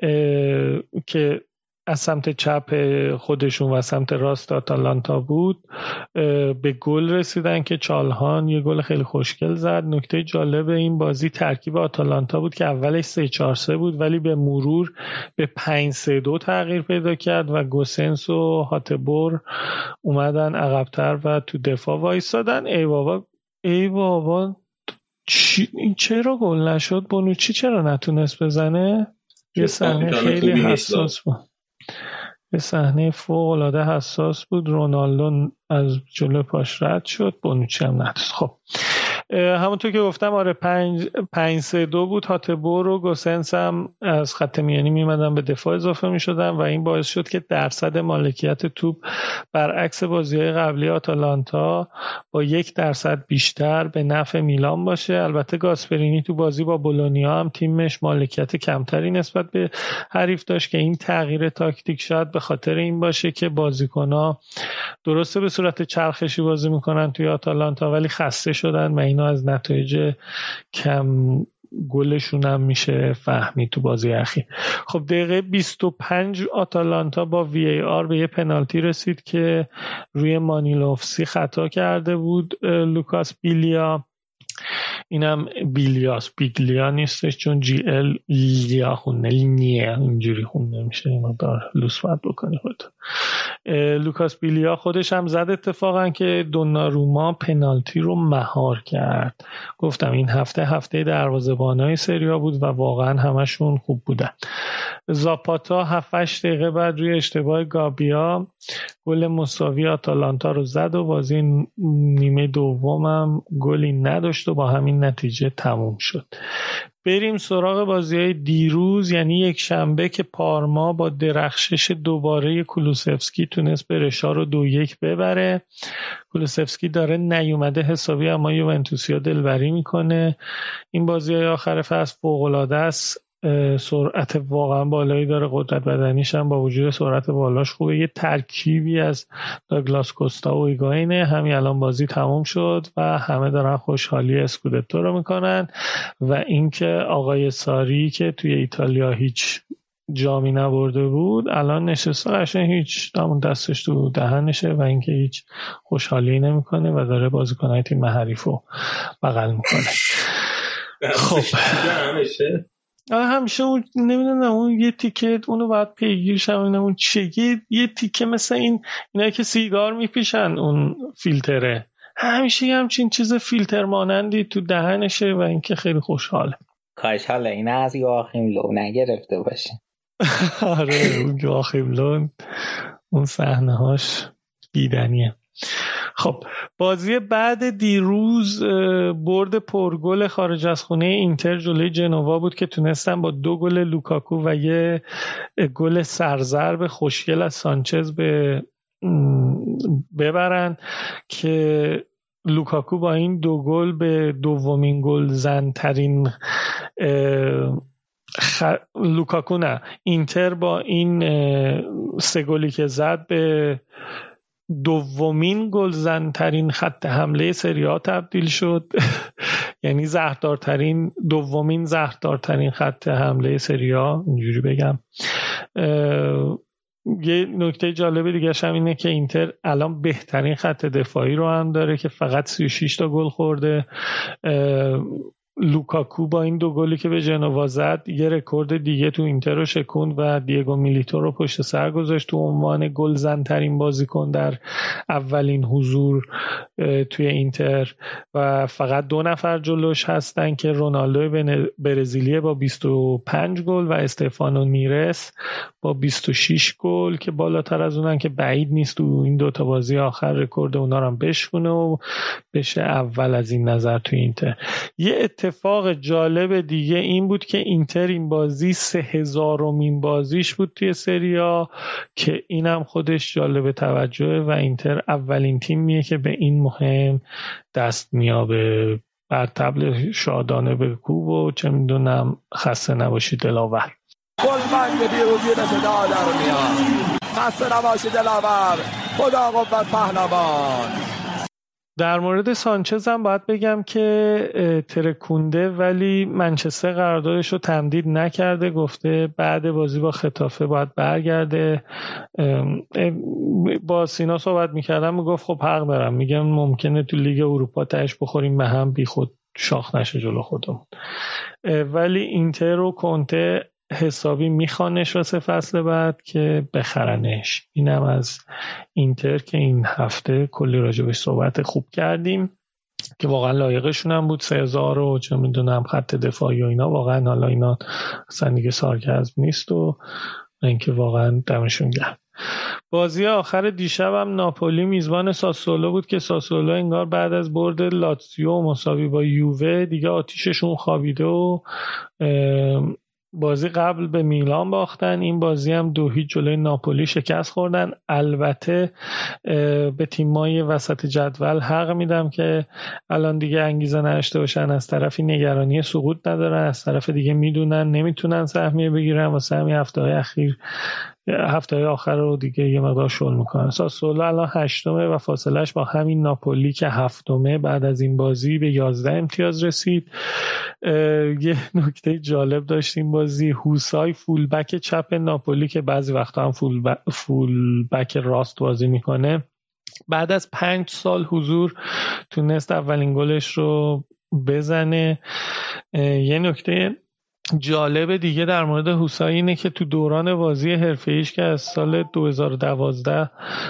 که از سمت چپ خودشون و سمت راست آتالانتا بود به گل رسیدن که چالهان یه گل خیلی خوشگل زد. نکته جالب این بازی ترکیب آتالانتا بود که اولش 3-4-3 بود ولی به مرور به 5-3-2 تغییر پیدا کرد و گوسنس و هاتبور اومدن عقب‌تر و تو دفاع وایسادن. ای بابا چرا گل نشد؟ بونوچی چرا نتونست بزنه؟ یه صحنه خیلی حساس بود، یه صحنه فوق‌العاده حساس بود. رونالدو از جلو پاش رد شد، بونوچی هم نداشت. خب همونطور که گفتم آره 5-3-2 بود. هاتبور و گوسنس هم از خط میانی میمدن به دفاع اضافه میشدن و این باعث شد که درصد مالکیت توپ برعکس بازی‌های قبلی آتالانتا با 1% بیشتر به نفع میلان باشه. البته گاسپرینی تو بازی با بولونیا هم تیمش مالکیت کمتری نسبت به حریف داشت که این تغییر تاکتیک شاید به خاطر این باشه که بازیکن‌ها درسته به صورت چرخشی بازی میکنن توی آتالانتا ولی خسته شدن و اینا از نتایج کم گلشون هم میشه فهمید تو بازی اخیر. خب دقیقه 25 آتالانتا با VAR به یه پنالتی رسید که روی مانیلوفسی خطا کرده بود لوکاس بیلیا. اینم بیگلیا نیستش چون GL لیا خونده، لینیه اینجوری خونده میشه، اینو دار لوسفت بکنی خود. لوکاس بیلیا خودش هم زد اتفاقا که دوناروما پنالتی رو مهار کرد. گفتم این هفته دروازه‌بانای سری بود و واقعا همشون خوب بودن. زاپاتا 7-8 دقیقه بعد روی اشتباه گابیا گل مساوی آتالانتا رو زد و بازی نیمه دومم گلی نداشت و با همین نتیجه تموم شد. بریم سراغ بازی‌های دیروز، یعنی یک شنبه که پارما با درخشش دوباره کولوسفسکی تونست برشا رو 2-1 ببره. کولوسفسکی داره نیومده حسابی اما یوونتوسیا دلبری میکنه. این بازی‌های آخر فصل فوق‌العاده است. سرعت واقعا بالایی داره، قدرت بدنیش هم با وجود سرعت بالاش خوبه. یه ترکیبی از داگلاس کوستا و ایگواینه. همین الان بازی تموم شد و همه دارن خوشحالی اسکودتو رو میکنن و اینکه آقای ساری که توی ایتالیا هیچ جامی نبرده بود الان نشسته قشنگ هیچ همون دستش تو دهنشه و اینکه هیچ خوشحالی نمیکنه و داره بازیکن‌های تیم حریفو بغل میکنه. خب همیشه اون نمیدونم اون یه تیکه اونو باید پیگیر شم اون چه یه تیکه مثل اینایی که سیگار میپیشن اون فیلتره همیشه همچین چیز فیلتر مانندی تو دهنشه و اینکه خیلی خوشحاله. کاش حالا این از یواخیم لو نگرفته باشه. آره اون یواخیم لو اون صحنه هاش دیدنیه. خب بازی بعد دیروز برد پرگل خارج از خونه اینتر جلوی جنوا بود که تونستن با 2 گل لوکاکو و یه گل سرضرب خوشگل از سانچز ببرن که لوکاکو با این 2 گل به دومین گل زنترین لوکاکو نه اینتر با این 3 گلی که زد به دومین گلزن ترین خط حمله سری آ تبدیل شد. یعنی دومین زهردارترین خط حمله سری آ اینجوری بگم. یه نکته جالب دیگه هم اینه که اینتر الان بهترین خط دفاعی رو هم داره که فقط 36 تا گل خورده. لوکاکو با این 2 گلی که به جنوا زد یه رکورد دیگه تو اینتر رو شکوند و دیگو میلیتو رو پشت سر گذاشت تو عنوان گلزن‌ترین بازیکن در اولین حضور توی اینتر و فقط 2 نفر جلوش هستن که رونالدو برزیلی با 25 گل و استفانو نیرس با 26 گل که بالاتر از اونن که بعید نیست تو این 2 تا بازی آخر رکورد اونا رو هم بشکنه و بشه اول از این نظر تو اینتر. یه اتفاق جالب دیگه این بود که اینتر این بازی 3000مین بازیش بود توی سری آ که اینم خودش جالب توجهه و اینتر اولین تیمیه که به این مهم دست میابه. بر طبل شادانه به کوب و چه میدونم خسته نباشی دلاور. گلمنگ پیروزی به صدا در میاد. خسته نباشی دلاور. خدا قوت پهلوان. در مورد سانچز هم باید بگم که ترکونده ولی منچستر قراردادش رو تمدید نکرده. گفته بعد بازی با خطافه باید برگرده. با سینا صحبت میکردم میگفت خب حق دارم، میگم ممکنه تو لیگ اروپا تهش بخوریم به هم بی خود شاخ نشه جلو خودمون. ولی اینتر و کنته حسابی میخوانش واسه فصل بعد که بخرنش. اینم از اینتر که این هفته کلی راجبش صحبت خوب کردیم که واقعا لایقشون هم بود. 3000 و چه میدونم خط دفاعی و اینا واقعا حالا اینا اصلا دیگه سارکزم نیست و اینکه واقعا دمشون گرم. بازی آخر دیشب هم ناپولی میزبان ساسولو بود که ساسولو انگار بعد از برد لاتزیو مساوی با یووه دیگه آتیششون خوابیده و بازی قبل به میلان باختن. این بازی هم 2-0 جلوی ناپولی شکست خوردن. البته به تیمای وسط جدول حق میدم که الان دیگه انگیزه نداشته باشن. از طرفی نگرانی سقوط ندارن، از طرف دیگه میدونن نمیتونن سهمیه بگیرن واسه همین هفته آخر رو دیگه یه مقدار شل میکنن. ساسولو الان 8م و فاصلش با همین ناپولی که 7م بعد از این بازی به 11 امتیاز رسید. یه نکته جالب داشتیم بازی هوسای فول بک چپ ناپولی که بعضی وقتا هم فول بک راست بازی میکنه بعد از 5 سال حضور تونست اولین گلش رو بزنه. یه نکته جالب دیگه در مورد هوسایی اینه که تو دوران بازی حرفه‌ایش که از سال 2012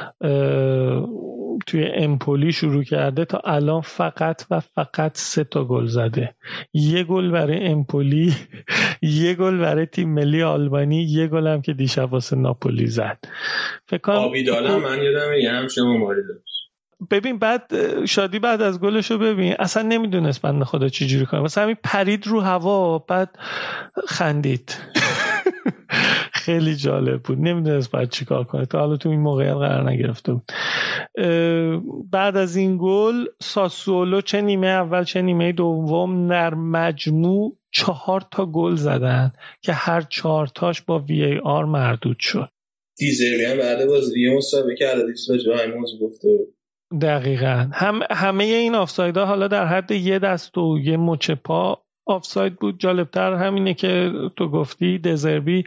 توی امپولی شروع کرده تا الان فقط 3 تا گل زده. 1 گل برای امپولی، 1 گل برای تیم ملی آلبانی، 1 گل هم که دیشب واسه ناپولی زد. فکر کنم آبیدالا من یادمه یه هم شما ماری داشت. ببین بعد شادی بعد از گلشو ببین اصلا نمیدونست بنده خدا چی جوری کنه، مثلا همین پرید رو هوا بعد خندید. خیلی جالب بود، نمیدونست باید چی کار کنه، تا حالا تو این موقعیت قرار نگرفته بود. بعد از این گل ساسولو چه نیمه اول چه نیمه دوم در مجموع 4 تا گل زدن که هر 4 تاش با VAR مردود شد. دیزربی هم بعد بازی یه مسابقه کرده دیسپاج با این موضوع گفته بود. دقیقاً همه این آفسایدها حالا در حد یه دست و یه مچ پا آفساید بود. جالبتر همینه که تو گفتی دزربی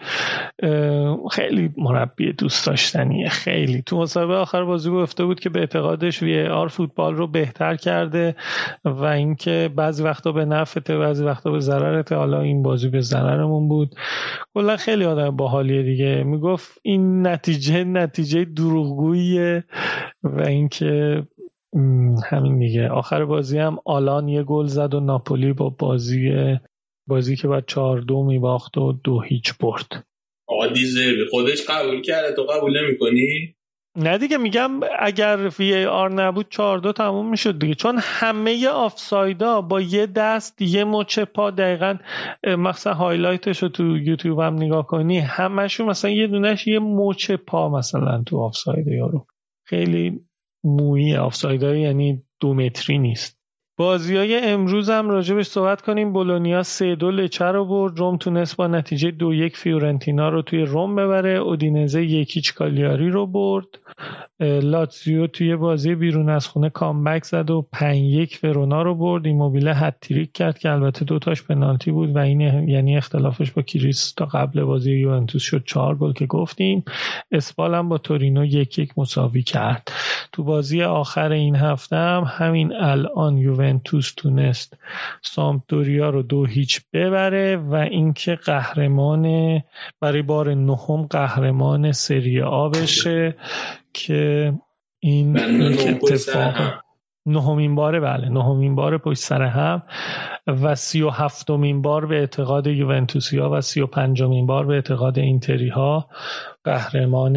خیلی مربی دوست داشتنیه، خیلی تو مسابقه آخر بازی گفته بود که به اعتقادش VAR فوتبال رو بهتر کرده و اینکه بعضی وقتا به نفعته بعضی وقتا به ضررته. حالا این بازی به ضررمون بود. کلا خیلی آدم باحالیه دیگه. میگفت این نتیجه دروغگوییه و اینکه همین دیگه. آخر بازی هم آلان یه گل زد و ناپولی با بازی که بعد 4-2 میباخت و 2-0 برد. آقا دیزربی خودش قبول کرده، تو قبول نمی‌کنی؟ نه دیگه، میگم اگر VAR نبود 4-2 تموم میشد دیگه، چون همه آفسایدا با یه دست یه مچ پا، دقیقاً مثلا هایلایتش رو تو یوتیوب هم نگاه کنی همشون مثلا یه دونش یه مچ پا مثلا تو آفساید یارو. خیلی مویی آفسایدهای، یعنی 2 متری نیست. بازیای امروز هم راجبش صحبت کنیم. بولونیا 3-2 لچه رو برد. روم تونست با نتیجه 2-1 فیورنتینا رو توی روم ببره. اودینزه 1-0 کالیاری رو برد. لاتزیو توی بازی بیرون از خونه کامبک زد و 5-1 ورونا رو برد. ایموبیله هتریک کرد که البته 2 تاش پنالتی بود و این یعنی اختلافش با کریس تا قبل بازی یوونتوس شد 4 گل که گفتیم. اسپال هم با تورینو 1-1 مساوی کرد. تو بازی آخر این هفته هم همین الان یوونتوس تونست سامپدوریا رو 2-0 ببره و اینکه قهرمان برای بار 9 قهرمان سری آ بشه که این اتفاق 9مین باره، بله 9مین بار پشت سر هم و 37مین بار به اعتقاد یوونتوسیا و 35مین بار به اعتقاد اینتری ها قهرمان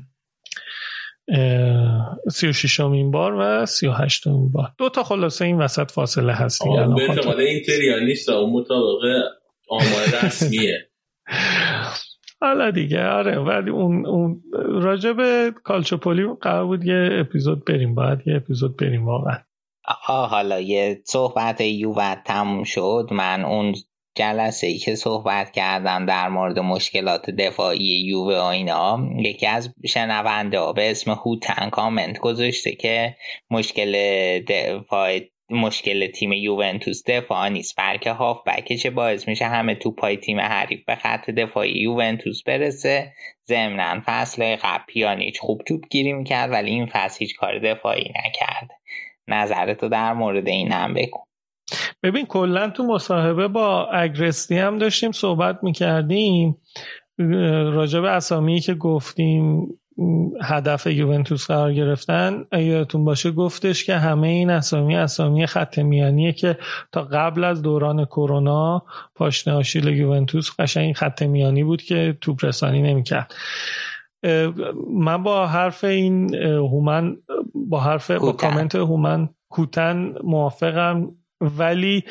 36مین بار و 38مین بار. 2 تا خلاصه این وسط فاصله هست دیگه. به اعتقاد اینتری ها نیست، اون مطابق آمار رسمیه. حالا دیگه آره، ولی اون راجب کالچوپولی قرار بود یه اپیزود بریم، باید یه اپیزود بریم واقعا. حالا یه صحبت یووه تموم شد. من اون جلسه ای که صحبت کردم در مورد مشکلات دفاعی یووه و اینا، یکی از شنونده ها به اسم هوتن کامنت گذاشته که مشکل تیم یوونتوس دفاع نیست بلکه هافبک، چه باعث میشه همه توپای تیم حریف به خط دفاعی یوونتوس برسه. ضمناً فصل قبل پیانیچ خوب توپ گیری میکرد ولی این فصل هیچ کار دفاعی نکرد. نظرتو در مورد این هم بگو. ببین کلا تو مصاحبه با اگرستی هم داشتیم صحبت میکردیم راجع به اسامی که گفتیم هدف یوونتوس قرار گرفتن. یادتون باشه گفتش که همه این اسامی خط میانیه که تا قبل از دوران کرونا پاشنه آشیل یوونتوس قشنگ خط میانی بود که توپ رسانی نمی‌کرد. من با حرف این هومن با کامنت هومن کوتن موافقم، ولی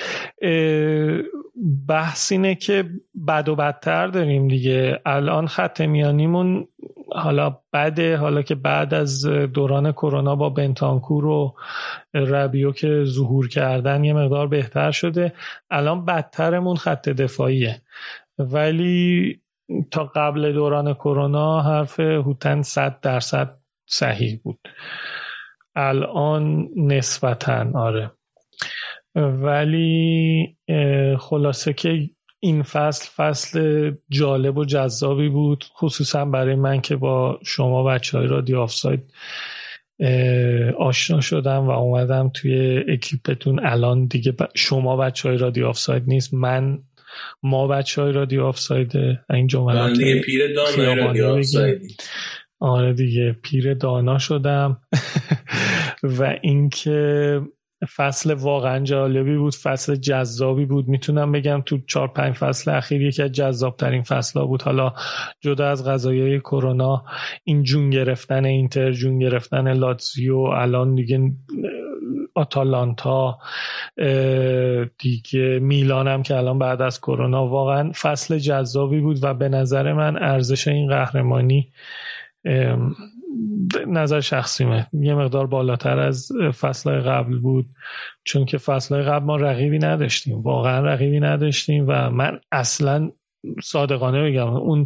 بحث اینه که بد و بدتر داریم دیگه. الان خط میانیمون حالا بده، حالا که بعد از دوران کرونا با بنتانکور و ربیو که ظهور کردن یه مقدار بهتر شده. الان بدترمون خط دفاعیه، ولی تا قبل دوران کرونا حرف هوتن 100% صحیح بود. الان نسبتاً آره، ولی خلاصه که این فصل جالب و جذابی بود، خصوصا برای من که با شما بچهای رادیو آفساید آشنا شدم و اومدم توی اکیپتون. الان دیگه شما بچهای رادیو آفساید نیست، ما بچهای رادیو آفساید. این جملات دیگه پیر دانا رادیو آفساید. آره دیگه پیر دانا شدم. و اینکه فصل واقعا جالبی بود، فصل جذابی بود. میتونم بگم تو 4-5 فصل اخیر یکی از جذابترین فصل‌ها بود. حالا جدا از قضایای کرونا، این جون گرفتن اینتر، جون گرفتن لاتزیو، الان دیگه آتالانتا، دیگه میلانم که الان بعد از کرونا، واقعا فصل جذابی بود و به نظر من ارزش این قهرمانی نظر شخصیمه یه مقدار بالاتر از فصلهای قبل بود، چون که فصلهای قبل ما رقیبی نداشتیم، واقعا رقیبی نداشتیم و من اصلا صادقانه بگم اون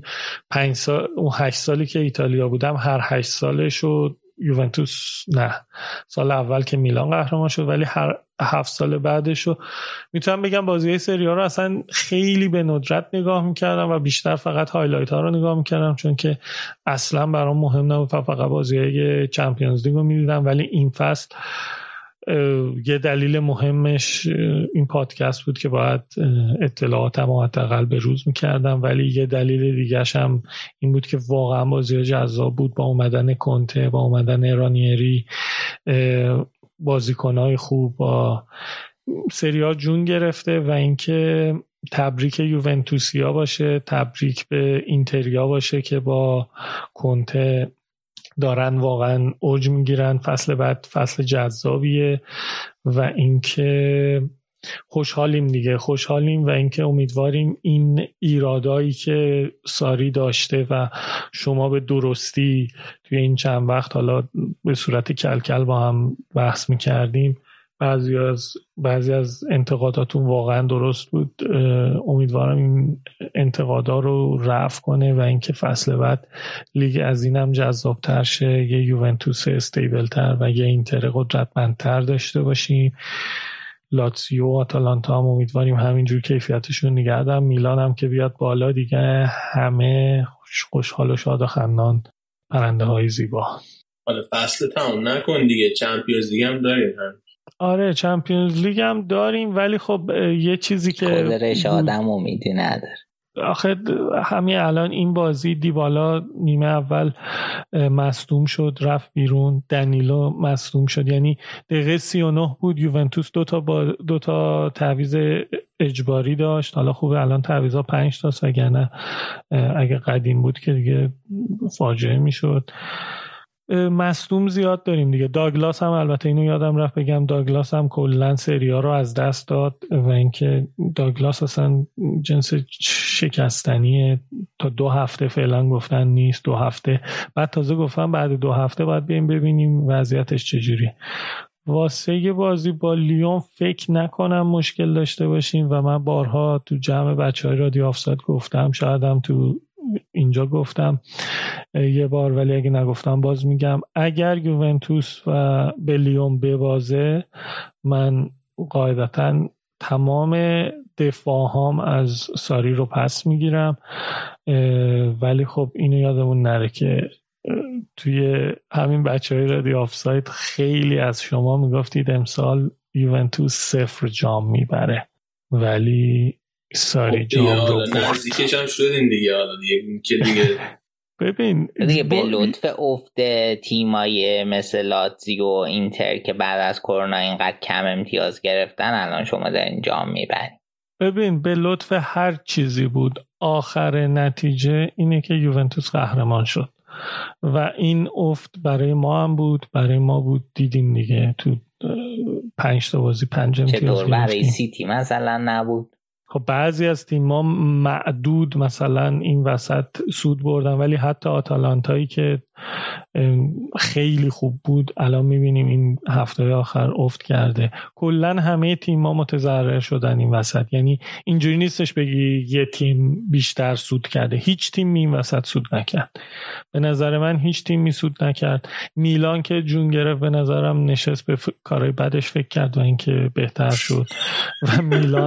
8 سالی که ایتالیا بودم هر 8 سالشو یوونتوس، نه سال اول که میلان قهرمان شد ولی هر 7 سال بعدشو میتونم بگم بازی‌های سری ها رو اصلا خیلی به ندرت نگاه میکردم و بیشتر فقط هایلایت ها رو نگاه میکردم، چون که اصلا برام مهم نبود، فقط بازی‌های چمپیونز لیگ رو میدیدم. ولی این فصل یه دلیل مهمش این پادکست بود که باید اطلاعاتم رو حداقل به روز میکردم، ولی یه دلیل دیگه‌ش هم این بود که واقعا بازی جذاب بود، با اومدن کنته، با اومدن رانیری، بازیکن‌های خوب، با سری ها جون گرفته و اینکه تبریک یوونتوسیا باشه، تبریک به اینتریا باشه که با کنته دارن واقعا اوج میگیرن، فصل بعد فصل جذابیه و اینکه خوشحالیم و اینکه امیدواریم این ایرادایی که ساری داشته و شما به درستی توی این چند وقت حالا به صورت کلکل با هم بحث میکردیم، بعضی از انتقاداتون واقعا درست بود. امیدوارم این انتقادا رو رفع کنه و اینکه فصل بعد لیگ از اینم جذابتر شه، یه یوونتوس استیبل تر و یه اینتر قدرتمندتر داشته باشیم. لاتزیو و آتالانتا هم امیدواریم همینجور کیفیتشون نگه دارن. میلان هم که بیاد بالا دیگه همه خوشحال و شاد و خندان، پرنده های زیبا. حالا فصل تمام نکن دیگه، چمپیونز لیگ هم داریم. آره چمپیونز لیگ هم داریم، ولی خب یه چیزی که خودش آدم امیدی نداره. آخه همین الان این بازی دیبالا نیمه اول مصدوم شد رفت بیرون، دنیلو مصدوم شد، یعنی دقیقه 39 بود یوونتوس دو تا تعویض اجباری داشت. حالا خوبه الان تعویضا 5 تاست، وگرنه اگه قدیم بود که دیگه فاجعه میشد. مصدوم زیاد داریم دیگه. داگلاس هم البته اینو یادم رفت بگم، داگلاس هم کلا سریا رو از دست داد و اینکه داگلاس اصلا جنس شکستنیه. تا 2 هفته فعلا گفتن نیست، 2 هفته بعد تازه گفتن بعد 2 هفته باید بریم ببینیم وضعیتش چجوری. واسه بازی با لیون فکر نکنم مشکل داشته باشیم و من بارها تو جمع بچهای رادیو آفساید گفتم، شاید هم تو اینجا گفتم یه بار، ولی اگه نگفتم باز میگم، اگر یوونتوس و به لیون ببازه من قاعدتا تمام دفاعام از ساری رو پس میگیرم. ولی خب اینو یادمون نره که توی همین بچهای رادیو آفساید خیلی از شما میگفتید امسال یوونتوس 0 جام میبره، ولی ساری جام رو نزدیکش هم شدین دیگه. حالا دیگه ببین دیگه به لطف افت تیمای مثل لاتزیو و اینتر که بعد از کرونا اینقدر کم امتیاز گرفتن الان شما دارین جام میبرین. ببین به لطف هر چیزی بود، آخر نتیجه اینه که یوونتوس قهرمان شد و این افت برای ما هم بود، برای ما بود، دیدیم دیگه تو 5 تا بازی 5 امتیاز گرفتیم. چطور برای سیتی مثلا نبود؟ خب بعضی از تیم‌ها معدود مثلا این وسط سود بردن، ولی حتی آتالانتایی که خیلی خوب بود الان می‌بینیم این هفته آخر افت کرده. کلاً همه تیم‌ها متضرر شدن این وسط، یعنی اینجوری نیستش بگی یه تیم بیشتر سود کرده، هیچ تیم این وسط سود نکرد. به نظر من هیچ تیمی سود نکرد. میلان که جون گرفت به نظرم نشست به کارهای بدش فکر کرد و اینکه بهتر شد و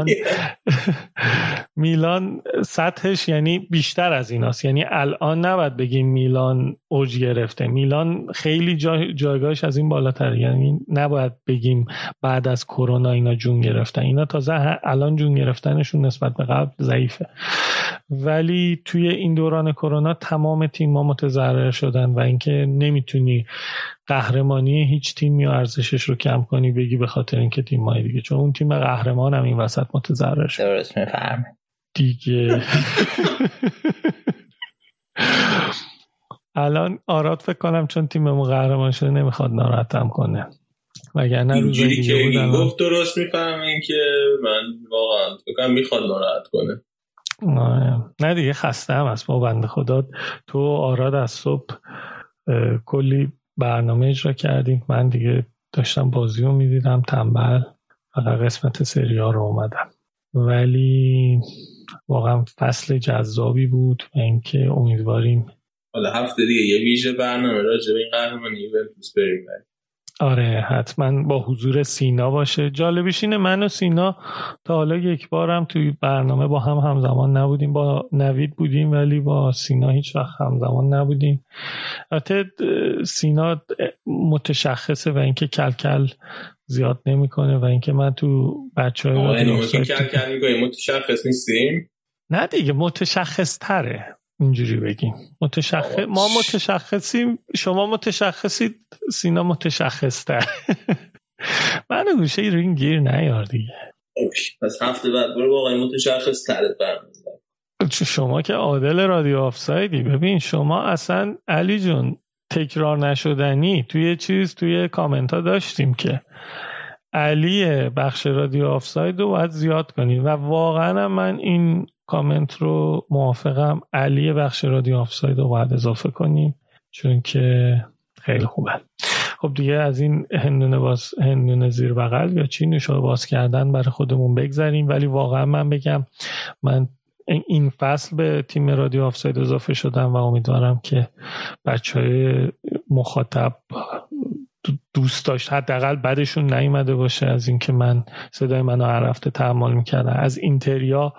میلان سطحش یعنی بیشتر از ایناست، یعنی الان نباید بگیم میلان اوج گرفته، میلان خیلی جایگاهش از این بالاتره، یعنی نباید بگیم بعد از کرونا اینا جون گرفتن، اینا تازه الان جون گرفتنشون نسبت به قبل ضعیفه، ولی توی این دوران کرونا تمام تیم‌ها متضرر شدن و اینکه نمیتونی قهرمانی هیچ تیمی و ارزشش رو کم کنی بگی به خاطر اینکه تیم‌های دیگه، چون اون تیم قهرمان هم این وسط متضرر شد. درست میفهمه دیگه. الان آراد فکر کنم چون تیممون قهرمان شده نمیخواد ناراحتم کنه، وگرنه روزای دیگه بود. اینجوری که گفت درست میفهمین که من واقعا فکر کنم میخواد ناراحت کنه. نه دیگه خسته هم هست با بنده خدا. تو آراد از صبح کلی برنامه اجرا کردیم. من دیگه داشتم بازی رو میدیدم تنبل، فقط قسمت سری ها رو اومدم. ولی واقعا فصل جذابی بود و اینکه امیدواریم حالا هفته دیگه یه ویژه برنامه راجع به این قهرمانی یوونتوس بریم. آره حتما با حضور سینا باشه. جالبیش اینه من و سینا تا حالا یک بارم توی برنامه با هم همزمان نبودیم. با نوید بودیم ولی با سینا هیچ وقت همزمان نبودیم. البته سینا متشخصه و اینکه کلکل زیاد نمیکنه و اینکه من تو بچه‌های رادیو کلکل میگه متشخص نیستیم. نه دیگه متشخص تره اینجوری بگیم. ما متشخصیم، شما متشخصید، سینا متشخص تر. منو گوشه رو این گیر نیار دیگه. پس هفته بعد برو با آقای متشخص ترت برمی‌دارم. شما که عادل رادیو آفسایدی. ببین شما اصلا علی جون تکرار نشدنی توی کامنت ها داشتیم که علی بخش رادیو آفساید رو باید زیاد کنید و واقعا من این کامنت رو موافقم. علی بخش رادیو آفساید رو باید اضافه کنیم چون که خیلی خوبه. خب دیگه از این هندونه زیر بغل یا چی نوشابه باز کردن برای خودمون بگذاریم. ولی واقعا من بگم من این فصل به تیم رادیو آفساید اضافه شدم و امیدوارم که بچهای مخاطب دوست داشت حداقل بعدشون نیومده باشه از اینکه من صدای منو هر هفته تحمل میکردم. از اینتریا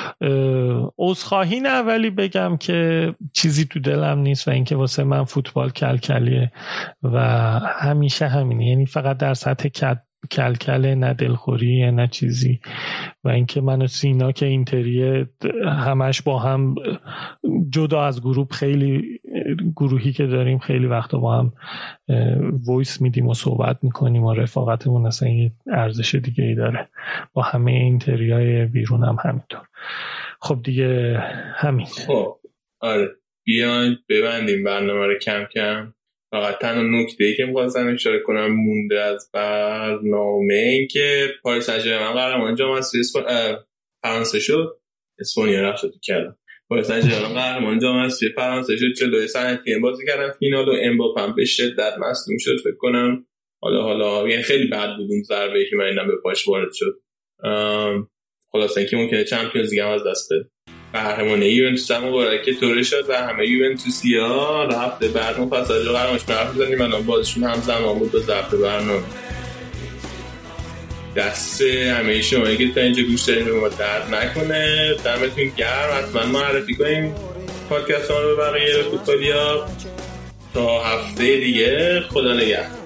عذرخواهی نه ولی بگم که چیزی تو دلم نیست و اینکه واسه من فوتبال کلکلیه و همیشه همینه. یعنی فقط در سطح کلکله، نه دلخوری نه چیزی. و اینکه من و سینا که اینتریه همش با هم جدا از گروه، خیلی گروهی که داریم خیلی وقتا با هم وایس میدیم و صحبت میکنیم و رفاقتمون اصلا یه ارزش دیگه ای داره. با همه اینتریای بیرون هم همینطور. خب دیگه همین. خب آره بیاین ببندیم برنامه رو کم کم. فقط تنها نکته‌ای که می‌خواستم اشاره کنم مونده از برنامه این که پاریس سن ژرمن قهرمان جام اسپانیا فرانسه شد. اسپانیا رفت تو کردم. پاریس سن ژرمن قهرمان جام اسپانیا فرانسه شد. 42 سنتی بازی کردن فینال و امباپه هم به شدت مصدوم شد فکر کنم. حالا یعنی خیلی بد بود اون ضربه‌ای که من اینا به پاش وارد شد. خلاص اینکه ممکنه چمپیونز لیگ هم از دست بده. قهرمانی یوونتوس هم مبارکه طوره شد و همه یوونتوسیا هفته بعد مفصل قهرمانش حرف بزنیم. الان بازشون هم زمان بود به ضبط برنامه. دست همه شما که تا اینجا گوش دارین به ما درد نکنه. دمتون گرم. حتما معرفی کنیم پادکست ها رو به بقیه فوتبالیا. تا هفته دیگه خدا نگهدار.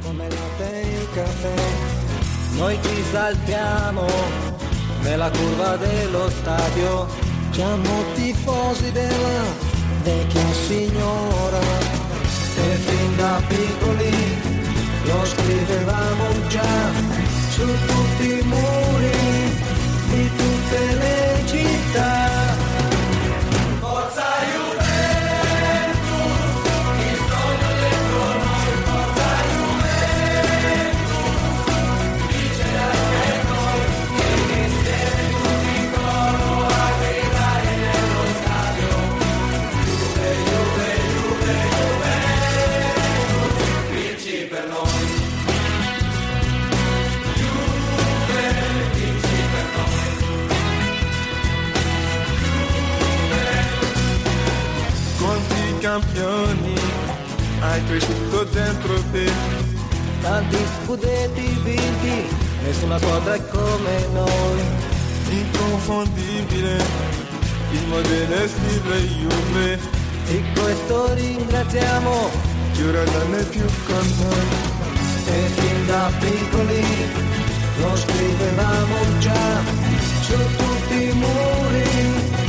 Noi ti saltiamo nella curva dello stadio, siamo tifosi della vecchia signora e fin da piccoli lo scrivevamo già su tutti i muri di tutte le città. Forza Juventus, il sogno dentro noi, forza Juventus, vincerà per noi, e insieme tutti in coro a gridare nello stadio. Juve, Juve, Juve, Juventus, vinci per noi. Juve, vinci per noi. Quanti campioni hai cresciuto dentro te, Tanti scudetti vinti, nessuna squadra è come noi. inconfondibile, il modello è stile Juve, Di questo ringraziamo, che ora non è più con noi. e fin da piccoli lo scrivevamo già su tutti i muri